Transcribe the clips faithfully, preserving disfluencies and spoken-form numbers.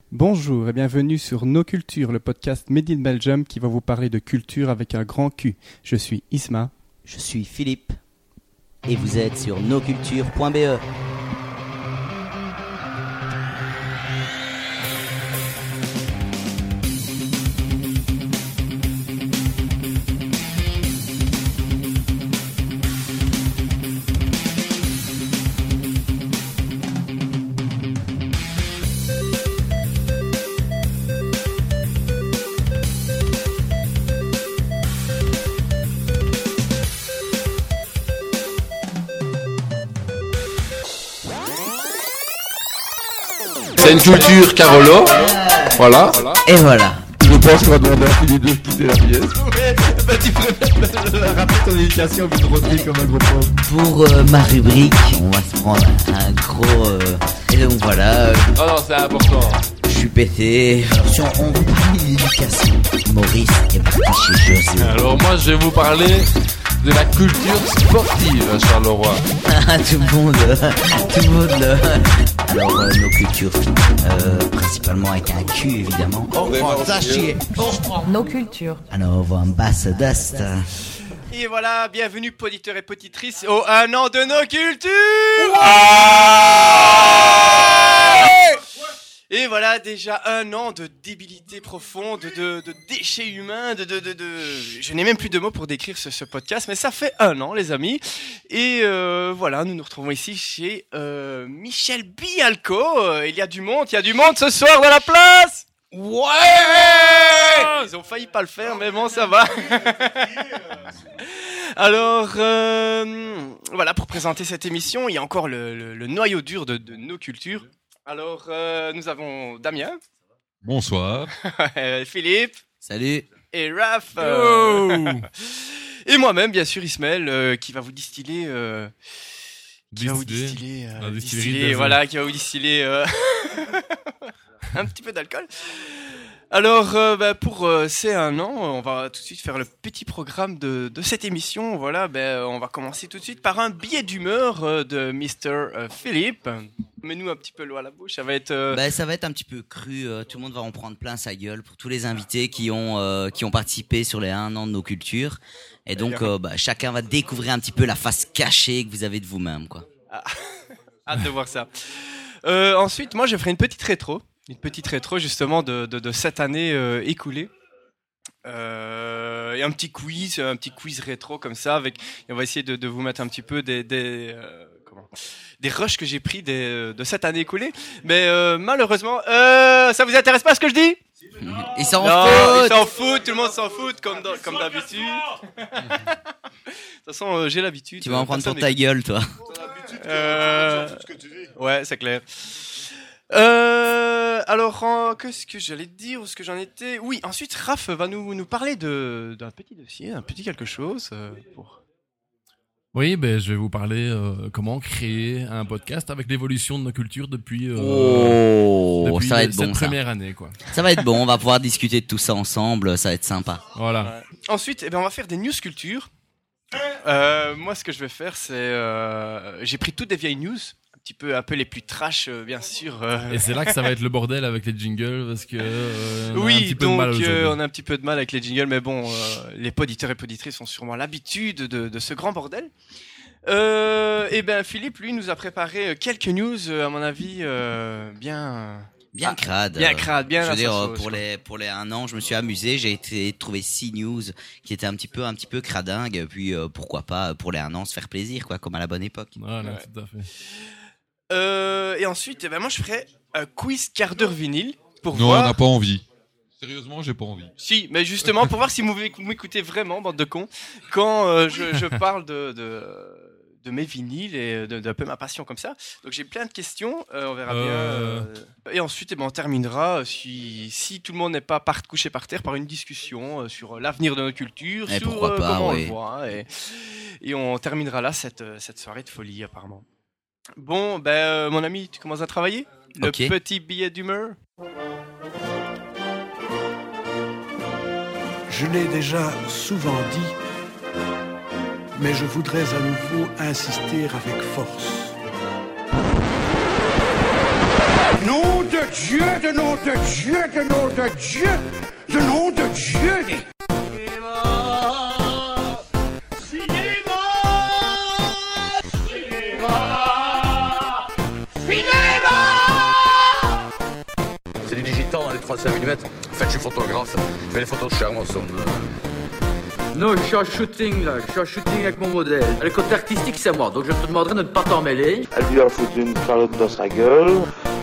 Bonjour et bienvenue sur Nos Cultures, le podcast Made in Belgium qui va vous parler de culture avec un grand Q. Je suis Isma. Je suis Philippe. Et vous êtes sur noculture point b e. C'est une culture Carolo, voilà. Et voilà. Je pense qu'on va demander à Philippe de quitter la pièce. Ouais, bah tu préfères rappeler ton éducation au bout de rôtir comme un gros pauvre. Pour euh, ma rubrique, on va se prendre un gros... Euh... Et donc voilà, euh, Oh non, c'est important. je suis pété. Si on, on vous parle d'éducation, Maurice est parti chez José. Alors moi, je vais vous parler de la culture sportive à Charleroi. Ah, tout le monde, euh, tout le monde là. Alors, euh, nos cultures, euh, principalement avec un Q évidemment. Oh, ça chier. Nos cultures. Alors, on va en basse d'Ast. Et voilà, bienvenue auditeurs et auditrices au un an de nos cultures. Et voilà, déjà un an de débilité profonde, de, de déchets humains, de, de, de, de... Je n'ai même plus de mots pour décrire ce, ce podcast, mais ça fait un an, les amis. Et euh, voilà, nous nous retrouvons ici chez euh, Michel Bialco. Euh, il y a du monde, il y a du monde ce soir dans la place. Ouais! Ils ont failli pas le faire, mais bon, ça va. Alors, euh, voilà, pour présenter cette émission, il y a encore le, le, le noyau dur de, de nos cultures. Alors, euh, nous avons Damien, Bonsoir. Philippe Salut. et Raph. euh, et moi-même, bien sûr, Ismaël, euh, qui va vous distiller... Euh, qui va vous distiller... euh, La distillerie distiller, de Belgium. voilà, qui va vous distiller... euh, un petit peu d'alcool. Alors, euh, bah, pour euh, ces un an, on va tout de suite faire le petit programme de, de cette émission. Voilà, ben, on va commencer tout de suite par un billet d'humeur euh, de mister euh, Philippe. Mets-nous un petit peu l'eau à la bouche, ça va être... euh, Bah, ça va être un petit peu cru, euh, tout le monde va en prendre plein sa gueule pour tous les invités qui ont euh, qui ont participé sur les un an de nos cultures. Et donc euh, bah, chacun va découvrir un petit peu la face cachée que vous avez de vous-même, quoi. Hâte de voir ça. Euh, ensuite, moi, je ferai une petite rétro. Une petite rétro, justement, de, de, de cette année euh, écoulée. Euh, et un petit quiz, un petit quiz rétro comme ça. Avec, et on va essayer de, de vous mettre un petit peu des... des euh, comment des rushs que j'ai pris des, de cette année écoulée. Mais euh, malheureusement... Euh, ça vous intéresse pas ce que je dis ? Ils s'en Non, foutent. ils s'en foutent, tout le monde s'en fout, comme, dans- comme d'habitude. De toute façon, euh, j'ai l'habitude. Tu vas en prendre pour Personne ta gueule, toi. Euh... Ouais, c'est clair. Euh, alors, en- qu'est-ce que j'allais te dire, où est-ce que j'en étais? Oui, ensuite, Raph va nous, nous parler de, d'un petit dossier, un petit quelque chose. euh, pour... Oui, ben je vais vous parler euh, comment créer un podcast avec l'évolution de nos cultures depuis, euh, Oh, depuis ça va être cette bon, ça. première année, quoi. Ça va être bon, on va pouvoir discuter de tout ça ensemble, ça va être sympa. Voilà. Ouais. Ensuite, eh ben, on va faire des news culture. Euh, moi, ce que je vais faire, c'est... Euh, j'ai pris toutes des vieilles news, un petit peu, un peu les plus trash, euh, bien sûr. euh, Et c'est là que ça va être le bordel avec les jingles parce que euh, on a un Oui, petit peu de donc mal euh, aujourd'hui. on a un petit peu de mal avec les jingles, mais bon, euh, les poditeurs et poditrices ont sûrement l'habitude de, de ce grand bordel. Euh, et ben Philippe, lui, nous a préparé quelques news, euh, à mon avis, euh, bien, Bien Ah, crade. bien euh, crade, bien. Je à veux sa dire, sauce, pour quoi. les pour les un an, je me suis amusé. J'ai été trouver six news qui étaient un petit peu un petit peu cradingues. Puis euh, pourquoi pas pour les un an se faire plaisir, quoi, comme à la bonne époque. Voilà, Ouais. tout à fait. Euh, et ensuite, eh ben moi, je ferai un quiz quart d'heure vinyle pour Non, on voir. n'a pas envie. Sérieusement, j'ai pas envie. Si, mais justement pour voir si vous m'écoutez vraiment, bande de cons, quand euh, je, je parle de, de de mes vinyles et de, d'un peu ma passion comme ça. Donc j'ai plein de questions, euh, on verra Euh. bien. euh, et ensuite, eh ben, on terminera, euh, si, si tout le monde n'est pas par, couché par terre, par une discussion euh, sur l'avenir de notre culture, Et sur pourquoi euh, pas, comment on oui. le voit. hein, et, et on terminera là cette, euh, cette soirée de folie apparemment. Bon, ben euh, mon ami, tu commences à travailler? Le Ok. petit billet d'humeur. Je l'ai déjà souvent dit, mais je voudrais à nouveau insister avec force. Nom de Dieu, de nom de Dieu, de nom de Dieu, de nom de Dieu. C'est du digital dans les trente-cinq millimètres. En fait, je suis photographe. Je fais les photos de charme ensemble. Non, je suis en shooting là. Je suis en shooting avec mon modèle. Le côté artistique, c'est moi. Donc je te demanderai de ne pas t'en mêler. Elle lui a foutu une calotte dans sa gueule.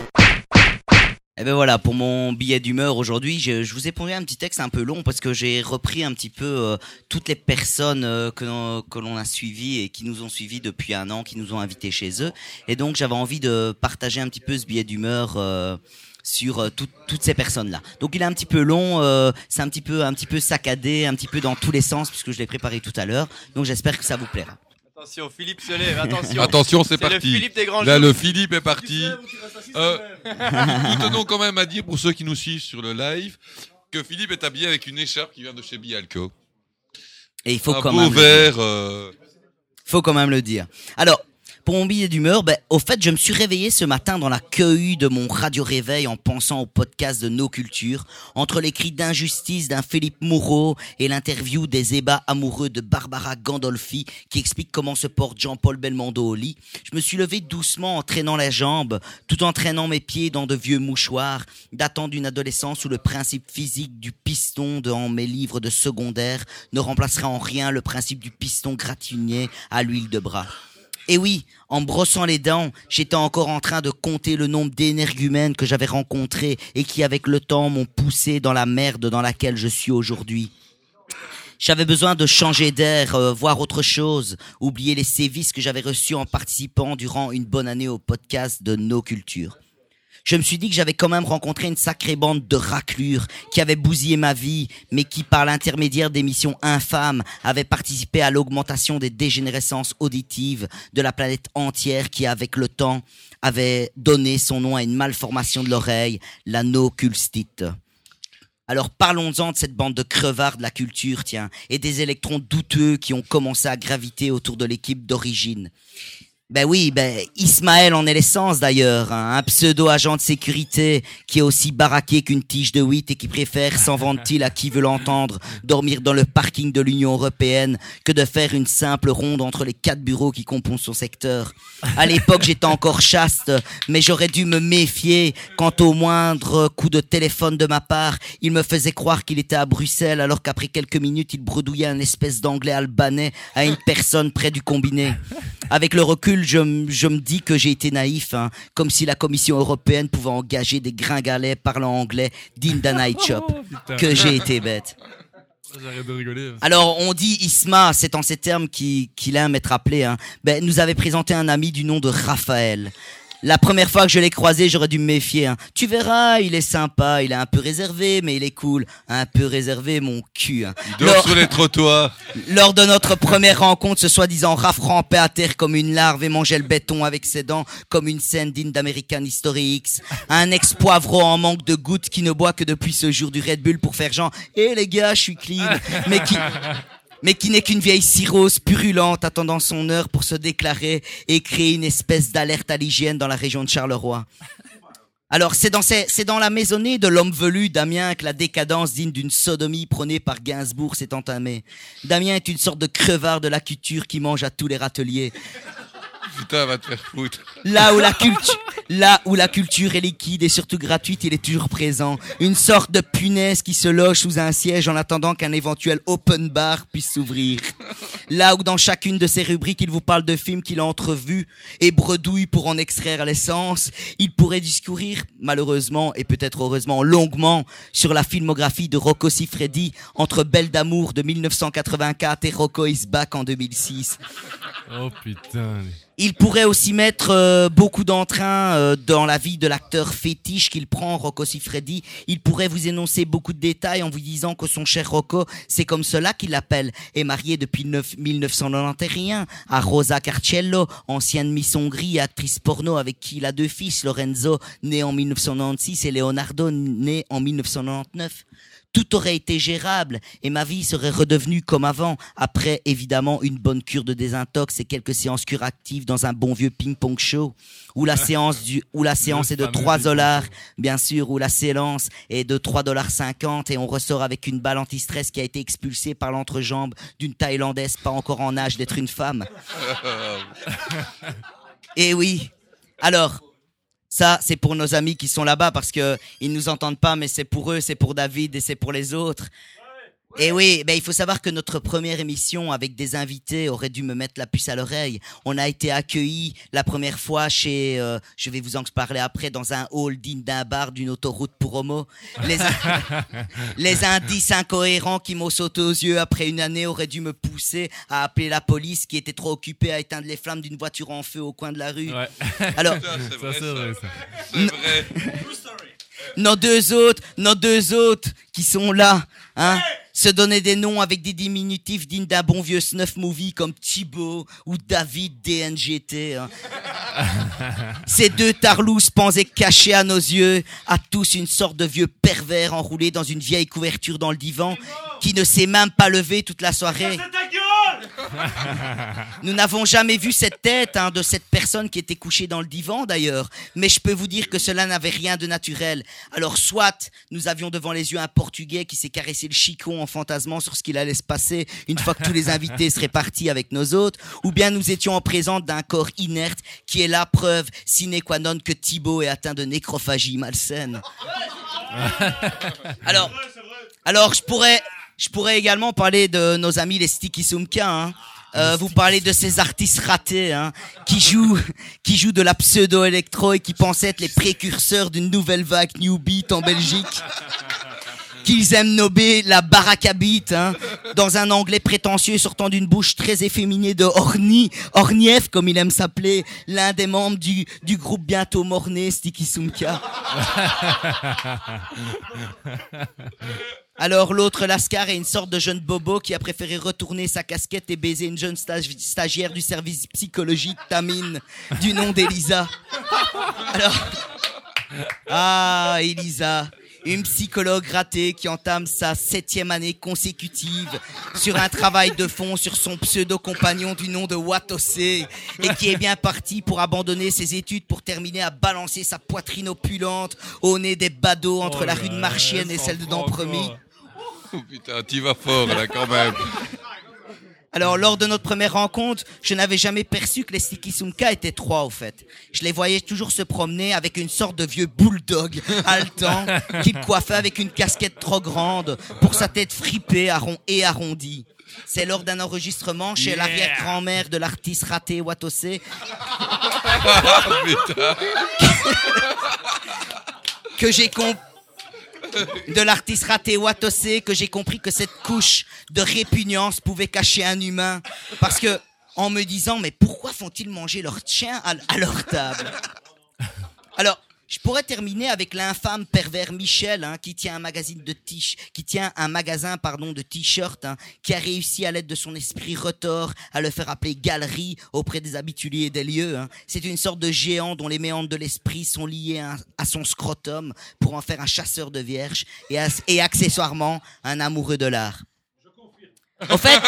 Et ben voilà, pour mon billet d'humeur aujourd'hui, je, je vous ai pondu un petit texte un peu long parce que j'ai repris un petit peu euh, toutes les personnes euh, que, l'on, que l'on a suivies et qui nous ont suivis depuis un an, qui nous ont invités chez eux. Et donc j'avais envie de partager un petit peu ce billet d'humeur euh, sur euh, tout, toutes ces personnes-là. Donc il est un petit peu long, euh, c'est un petit peu, un petit peu saccadé, un petit peu dans tous les sens puisque je l'ai préparé tout à l'heure. Donc j'espère que ça vous plaira. Attention, Philippe se lève, attention. Attention, c'est, c'est parti. Le Philippe des grands Là, jours. le Philippe est parti. Euh, nous tenons quand même à dire, pour ceux qui nous suivent sur le live, que Philippe est habillé avec une écharpe qui vient de chez Bialco. Et il faut Un quand beau même. vert. Euh... Faut quand même le dire. Alors, pour mon billet d'humeur, ben, au fait, je me suis réveillé ce matin dans la queue de mon radio réveil en pensant au podcast de Nos Cultures, entre les cris d'injustice d'un Philippe Moureau et l'interview des ébats amoureux de Barbara Gandolfi qui explique comment se porte Jean-Paul Belmondo au lit. Je me suis levé doucement en traînant les jambes, tout en traînant mes pieds dans de vieux mouchoirs, datant d'une adolescence où le principe physique du piston dans mes livres de secondaire ne remplacera en rien le principe du piston gratiné à l'huile de bras. Et oui, en me brossant les dents, j'étais encore en train de compter le nombre d'énergumènes que j'avais rencontrés et qui, avec le temps, m'ont poussé dans la merde dans laquelle je suis aujourd'hui. J'avais besoin de changer d'air, euh, voir autre chose, oublier les sévices que j'avais reçus en participant durant une bonne année au podcast de Nos Cultures. Je me suis dit que j'avais quand même rencontré une sacrée bande de raclures qui avaient bousillé ma vie, mais qui, par l'intermédiaire d'émissions infâmes, avaient participé à l'augmentation des dégénérescences auditives de la planète entière qui, avec le temps, avait donné son nom à une malformation de l'oreille, la noculstite. Alors parlons-en de cette bande de crevards de la culture, tiens, et des électrons douteux qui ont commencé à graviter autour de l'équipe d'origine. Ben oui, ben Ismaël en est l'essence d'ailleurs, hein, un pseudo-agent de sécurité qui est aussi baraqué qu'une tige de huit et qui préfère, s'en vante-t-il à qui veut l'entendre, dormir dans le parking de l'Union Européenne que de faire une simple ronde entre les quatre bureaux qui composent son secteur. À l'époque, j'étais encore chaste, mais j'aurais dû me méfier quant au moindre coup de téléphone de ma part. Il me faisait croire qu'il était à Bruxelles alors qu'après quelques minutes, il bredouillait un espèce d'anglais albanais à une personne près du combiné. Avec le recul, je, je me dis que j'ai été naïf, hein, comme si la Commission européenne pouvait engager des gringalets parlant anglais dignes d'un night shop. Oh, que j'ai été bête. J'arrête de rigoler. Alors, on dit Isma, c'est en ces termes qu'il, qu'il aime être appelé, hein. Ben, nous avait présenté un ami du nom de Raphaël. La première fois que je l'ai croisé, j'aurais dû me méfier, hein. Tu verras, il est sympa, il est un peu réservé, mais il est cool. Un peu réservé, mon cul, hein. Il dort Lors... sur les trottoirs. Lors de notre première rencontre, ce soi-disant Raph rampait à terre comme une larve et mangeait le béton avec ses dents comme une scène digne d'American History X. Un ex-poivreau en manque de gouttes qui ne boit que depuis ce jour du Red Bull pour faire genre « Eh les gars, je suis clean », mais qui... mais qui n'est qu'une vieille cirrhose purulente attendant son heure pour se déclarer et créer une espèce d'alerte à l'hygiène dans la région de Charleroi. Alors, c'est dans, ces, c'est dans la maisonnée de l'homme velu, Damien, que la décadence digne d'une sodomie prônée par Gainsbourg s'est entamée. Damien est une sorte de crevard de la culture qui mange à tous les râteliers. Putain, va te faire foutre. Là où la culture, là où la culture est liquide et surtout gratuite, il est toujours présent. Une sorte de punaise qui se loge sous un siège en attendant qu'un éventuel open bar puisse s'ouvrir. Là où dans chacune de ses rubriques, il vous parle de films qu'il a entrevus et bredouille pour en extraire l'essence, il pourrait discourir, malheureusement et peut-être heureusement longuement, sur la filmographie de Rocco Siffredi entre Belle d'amour de dix-neuf cent quatre-vingt-quatre et Rocco is Back en deux mille six. Oh putain. Il pourrait aussi mettre euh, beaucoup d'entrain euh, dans la vie de l'acteur fétiche qu'il prend, Rocco Siffredi. Il pourrait vous énoncer beaucoup de détails en vous disant que son cher Rocco, c'est comme cela qu'il l'appelle, est marié depuis dix-neuf cent quatre-vingt-onze à Rosa Carcello, ancienne Miss Hongrie et actrice porno avec qui il a deux fils, Lorenzo, né en dix-neuf cent quatre-vingt-seize, et Leonardo, né en dix-neuf cent quatre-vingt-dix-neuf. tout aurait été gérable et ma vie serait redevenue comme avant. Après, évidemment, une bonne cure de désintox et quelques séances curatives dans un bon vieux ping-pong show. Où la séance du, où la séance est de trois dollars, bien sûr, où la séance est de trois dollars cinquante et on ressort avec une balle anti-stress qui a été expulsée par l'entrejambe d'une Thaïlandaise pas encore en âge d'être une femme. Et oui. Alors, ça, c'est pour nos amis qui sont là-bas parce que ils nous entendent pas, mais c'est pour eux, c'est pour David et c'est pour les autres. Et oui, ben il faut savoir que notre première émission avec des invités aurait dû me mettre la puce à l'oreille. On a été accueillis la première fois chez, euh, je vais vous en parler après, dans un hall digne d'un bar d'une autoroute pour homo. Les, les indices incohérents qui m'ont sauté aux yeux après une année auraient dû me pousser à appeler la police qui était trop occupée à éteindre les flammes d'une voiture en feu au coin de la rue. Ouais. Alors, Ça, c'est vrai, Ça, c'est vrai, ça. C'est vrai. nos deux autres, nos deux autres qui sont là, hein, se donner des noms avec des diminutifs dignes d'un bon vieux snuff movie comme Thibaut ou David D N G T. Hein. Ces deux tarlous pensaient cachés à nos yeux, à tous une sorte de vieux pervers enroulé dans une vieille couverture dans le divan, qui ne s'est même pas levé toute la soirée. Nous n'avons jamais vu cette tête hein, de cette personne qui était couchée dans le divan d'ailleurs, mais je peux vous dire que cela n'avait rien de naturel. Alors soit nous avions devant les yeux un Portugais qui s'est caressé le chicon en fantasmant sur ce qu'il allait se passer une fois que tous les invités seraient partis avec nos autres, ou bien nous étions en présence d'un corps inerte qui est la preuve sine qua non que Thibaut est atteint de nécrophagie malsaine. Alors, alors je pourrais... Je pourrais également parler de nos amis les Sticky Sumka, hein. Euh, vous parlez de ces artistes ratés, hein, qui jouent, qui jouent de la pseudo-électro et qui pensent être les précurseurs d'une nouvelle vague New Beat en Belgique. Qu'ils aiment nommer la Baraka Beat, hein, dans un anglais prétentieux sortant d'une bouche très efféminée de Orni, Orniev, comme il aime s'appeler, l'un des membres du, du groupe bientôt mort-né, Sticky Sumka. Alors l'autre Lascar est une sorte de jeune bobo qui a préféré retourner sa casquette et baiser une jeune stagi- stagiaire du service psychologique Tamine, du nom d'Elisa. Alors, ah Elisa, une psychologue ratée qui entame sa septième année consécutive sur un travail de fond sur son pseudo-compagnon du nom de Watosé et qui est bien partie pour abandonner ses études pour terminer à balancer sa poitrine opulente au nez des badauds entre Oh la là rue de là, Marchienne et sans celle de froid Dampremy. encore. Oh putain, t'y vas fort là quand même. Alors, lors de notre première rencontre, je n'avais jamais perçu que les Sticky Sumka étaient trois, au fait. Je les voyais toujours se promener avec une sorte de vieux bulldog haletant qu'ils coiffaient avec une casquette trop grande pour sa tête fripée arron- et arrondie. C'est lors d'un enregistrement chez Yeah. l'arrière-grand-mère de l'artiste raté Watosé Putain. que j'ai compris. De l'artiste raté Watosé que j'ai compris que cette couche de répugnance pouvait cacher un humain. Parce que, en me disant, mais pourquoi font-ils manger leur chien à, à leur table? Alors, je pourrais terminer avec l'infâme pervers Michel, hein, qui tient un magazine de t- qui tient un magasin, pardon, de t-shirts, hein, qui a réussi à l'aide de son esprit retors à le faire appeler galerie auprès des habitués des lieux. Hein. C'est une sorte de géant dont les méandres de l'esprit sont liés à, à son scrotum pour en faire un chasseur de vierges et, à- et accessoirement un amoureux de l'art. Au fait,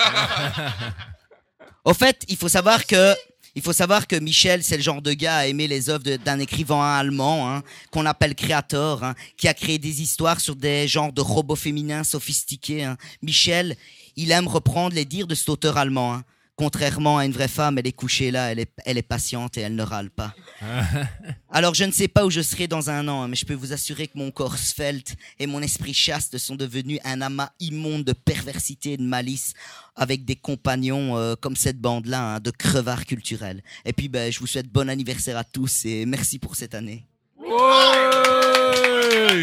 au fait, il faut savoir que Il faut savoir que Michel, c'est le genre de gars à aimer les œuvres de- d'un écrivain allemand, hein, qu'on appelle Creator, hein, qui a créé des histoires sur des genres de robots féminins sophistiqués. Hein. Michel, il aime reprendre les dires de cet auteur allemand. Hein. Contrairement à une vraie femme, elle est couchée là, elle est, elle est patiente et elle ne râle pas. Alors je ne sais pas où je serai dans un an, hein, mais je peux vous assurer que mon corps svelte et mon esprit chaste sont devenus un amas immonde de perversité et de malice, avec des compagnons euh, comme cette bande-là, hein, de crevards culturels. Et puis ben, je vous souhaite bon anniversaire à tous et merci pour cette année. Ouais.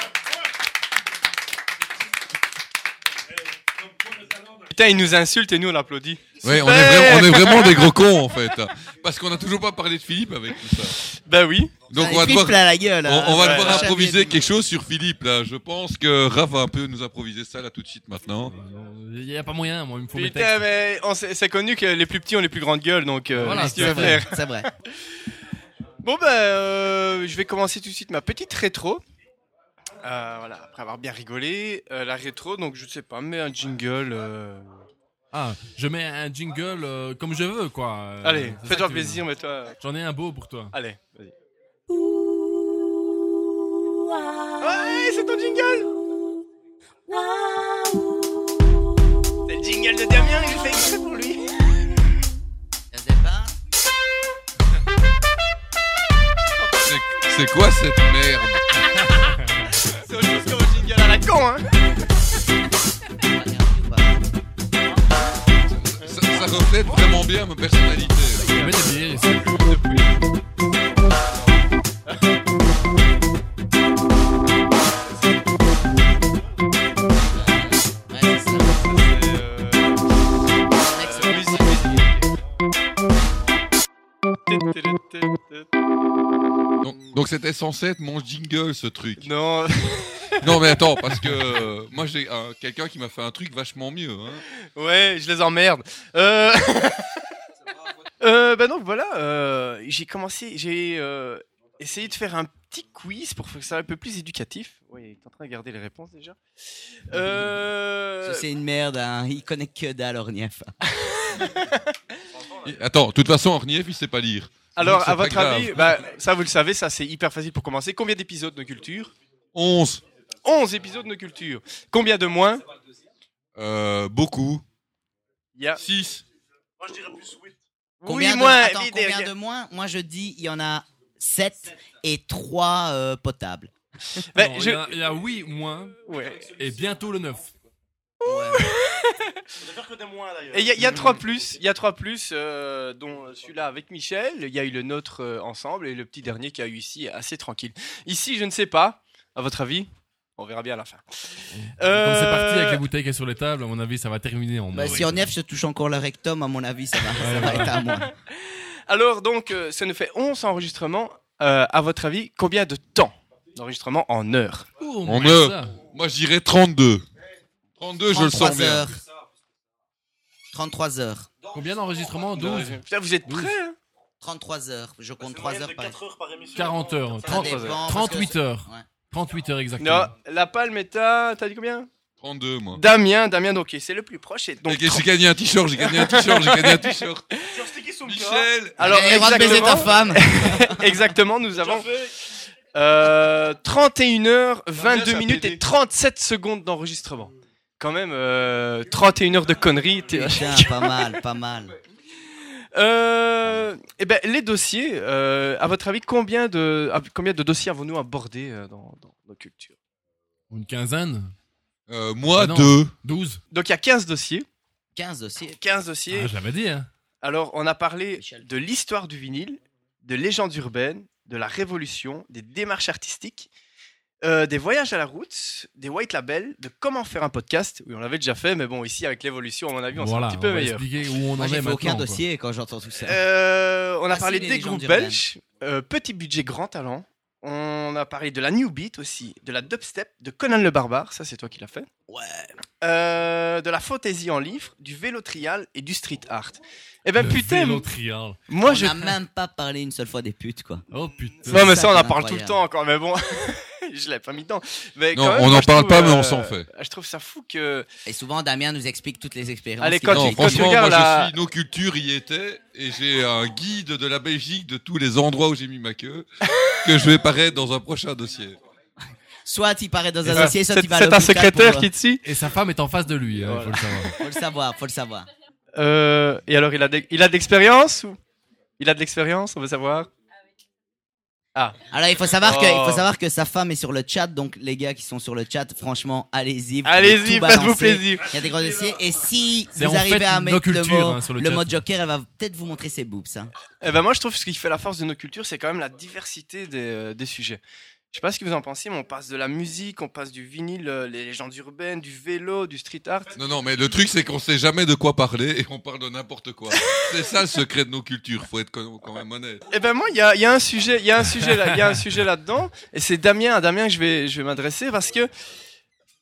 Putain, il nous insulte et nous on applaudit. Ouais, on est, vraiment, on est vraiment des gros cons en fait. Parce qu'on a toujours pas parlé de Philippe avec tout ça. Bah oui. Donc Ah, on va il devoir, plein la gueule. on, hein. on va Ouais. devoir Ouais. improviser quelque chose sur Philippe là. Je pense que Raph va un peu nous improviser ça là tout de suite maintenant. Il y a pas moyen, moi, il me faut mes Putain, textes. mais on sait- c'est connu que les plus petits ont les plus grandes gueules, donc euh, Voilà, qu'est-ce que tu C'est veux vrai, faire? c'est vrai. Bon ben, euh, je vais commencer tout de suite ma petite rétro. Euh, voilà, après avoir bien rigolé, euh, la rétro, donc je sais pas, mais un jingle. Euh... Ah, je mets un jingle euh, comme je veux, quoi. Euh, Allez, c'est fais-toi ça que tu veux plaisir, dire. mets-toi. J'en ai un beau pour toi. Allez, vas-y. Ouais, c'est ton jingle. C'est le jingle de Damien, il fait exprès pour lui. Je sais pas. C'est, c'est quoi cette merde? C'est autre chose qu'un jingle à la con, hein. Ça, ça reflète vraiment bien ma personnalité. Je mets des bières ici. Ouais, c'est ça. C'est musique, musique. Donc, donc c'était censé être mon jingle, ce truc. Non. Non mais attends, parce que euh, moi j'ai euh, quelqu'un qui m'a fait un truc vachement mieux. Hein. Ouais, je les emmerde. Euh... euh, bah donc voilà, euh, j'ai commencé, j'ai euh, essayé de faire un petit quiz pour que ça soit un peu plus éducatif. Oui, il est en train de garder les réponses déjà. Euh... Ça, c'est une merde, hein. Il connaît que dalle, Ornief. Et, attends, de toute façon, Ornief, il sait pas lire. Alors, Donc, c'est à pas votre grave. avis, bah, ça vous le savez, ça c'est hyper facile pour commencer. Combien d'épisodes de culture? onze. onze épisodes de culture. Combien de moins? Euh, beaucoup. Il y a... six. Moi, je dirais plus huit. Combien oui, de, moins. attends, vite, combien regarde. de moins? Moi, je dis, il y en a sept et trois euh, potables. Bah, Non, je- il, y a, il y a oui, moins, Ouais. et bientôt le neuf. Ouais. Je préfère que des moins, d'ailleurs. Et il y, a- il y a trois plus, il y a trois plus, euh, dont celui-là avec Michel, il y a eu le nôtre euh, ensemble et le petit dernier qui a eu ici assez tranquille. Ici, je ne sais pas, à votre avis, on verra bien à la fin. Euh, Comme c'est parti avec les bouteilles qui est sur les tables, à mon avis, ça va terminer en Bah, moins. si Ornief se touche encore le rectum, à mon avis, ça va, ça va voilà. être à moi. Alors donc, euh, ça nous fait onze enregistrements. Euh, à votre avis, combien de temps d'enregistrement en heures? Oh, En moins heure. ça. Moi, je dirais trente-deux. trente-deux, je le trente-trois sens bien. heures. trente-trois heures. Combien d'enregistrements? douze. Putain, vous êtes douze. prêts hein? trente-trois heures. Je compte C'est une trois moyenne heures de par quatre heures par émission. quarante heures. Ça trente, dépend, parce trente-huit que- heures. Ouais. trente-huit heures exactement. Non, la palme est à... T'as dit combien? trente-deux, moi. Damien, Damien, donc c'est le plus proche. Et donc, Ok, j'ai gagné un t-shirt, j'ai gagné un t-shirt, j'ai gagné un t-shirt. Sur sticky sous le Michel. alors, T'as le droit de baiser ta femme. exactement, nous avons Café. euh, trente et une heures, vingt-deux ça minutes pédé. et trente-sept secondes d'enregistrement. Quand même, euh, trente et une heures de conneries. t'es- Putain, pas mal, pas mal. Euh, eh ben, les dossiers, euh, à votre avis, combien de, à- combien de dossiers avons-nous abordés euh, dans, dans nos cultures? Une quinzaine. Euh, moi, Ah non. deux. douze. Donc, il y a quinze dossiers. quinze dossiers. quinze dossiers. Ah, je l'avais dit, hein. Alors, on a parlé Michel. de l'histoire du vinyle, de légendes urbaines, de la révolution, des démarches artistiques, euh, des voyages à la route, des white labels, de comment faire un podcast. Oui, on l'avait déjà fait, mais bon, ici, avec l'évolution, à mon avis, on Voilà, sera un petit peu on va meilleur. expliquer où on Moi, en j'ai est fait aucun maintenant. quoi. dossier quand j'entends tout ça. Euh, on a Ah, parlé si, les des légendes groupes urbaines. belges, euh, petit budget, grand talent. On a parlé de la new beat aussi, de la dubstep, de Conan le barbare, ça c'est toi qui l'as fait. Ouais. Euh, de la fantaisie en livre, du vélo trial et du street art. Eh ben Le putain, vélo trial. moi On je. n'a même pas parlé une seule fois des putes, quoi. Oh putain. Non mais ça ça on qui en est parle tout le incroyable. temps encore, mais bon, je l'ai pas mis dedans. Mais Non, quand même, on moi, n'en je parle trouve, pas, mais on euh, s'en fait. Je trouve ça fou que. Et souvent, Damien nous explique toutes les expériences. Allez, qu'il quand a Non, tu- vécues. quand tu franchement, regardes moi la- je suis nos cultures y était et j'ai un guide de la Belgique de tous les endroits où j'ai mis ma queue que je vais paraître dans un prochain dossier. Soit il paraît dans un Ah, dossier, soit c'est il va à c'est un l'hôpital secrétaire pour- qui est dessus. Et sa femme est en face de lui, hein, il faut le savoir. Faut le savoir, faut le savoir. Euh, et alors il a de, il a de l'expérience ou il a de l'expérience, on veut savoir. Ah. Alors, il faut savoir que, il Oh. faut savoir que sa femme est sur le chat, donc les gars qui sont sur le chat, franchement, allez-y. vous Allez-y, pouvez tout faites-vous balancer. plaisir. Il y a des gros dossiers. Et si C'est vous en arrivez fait à nos mettre le cultures, mot, hein, sur le le chat. mot Joker, elle va peut-être vous montrer ses boobs, hein. Eh ben moi je trouve que ce qui fait la force de nos cultures, c'est quand même la diversité des, euh, des sujets. Je sais pas ce que vous en pensez, mais on passe de la musique, on passe du vinyle, euh, les légendes urbaines, du vélo, du street art. Non, non, mais le truc c'est qu'on sait jamais de quoi parler et on parle de n'importe quoi. C'est ça le secret de nos cultures, faut être quand quand même honnête. Eh ben moi il y a, il y a un sujet, il y a un sujet là, il y a un sujet là-dedans, et c'est Damien, à Damien que je vais, je vais m'adresser parce que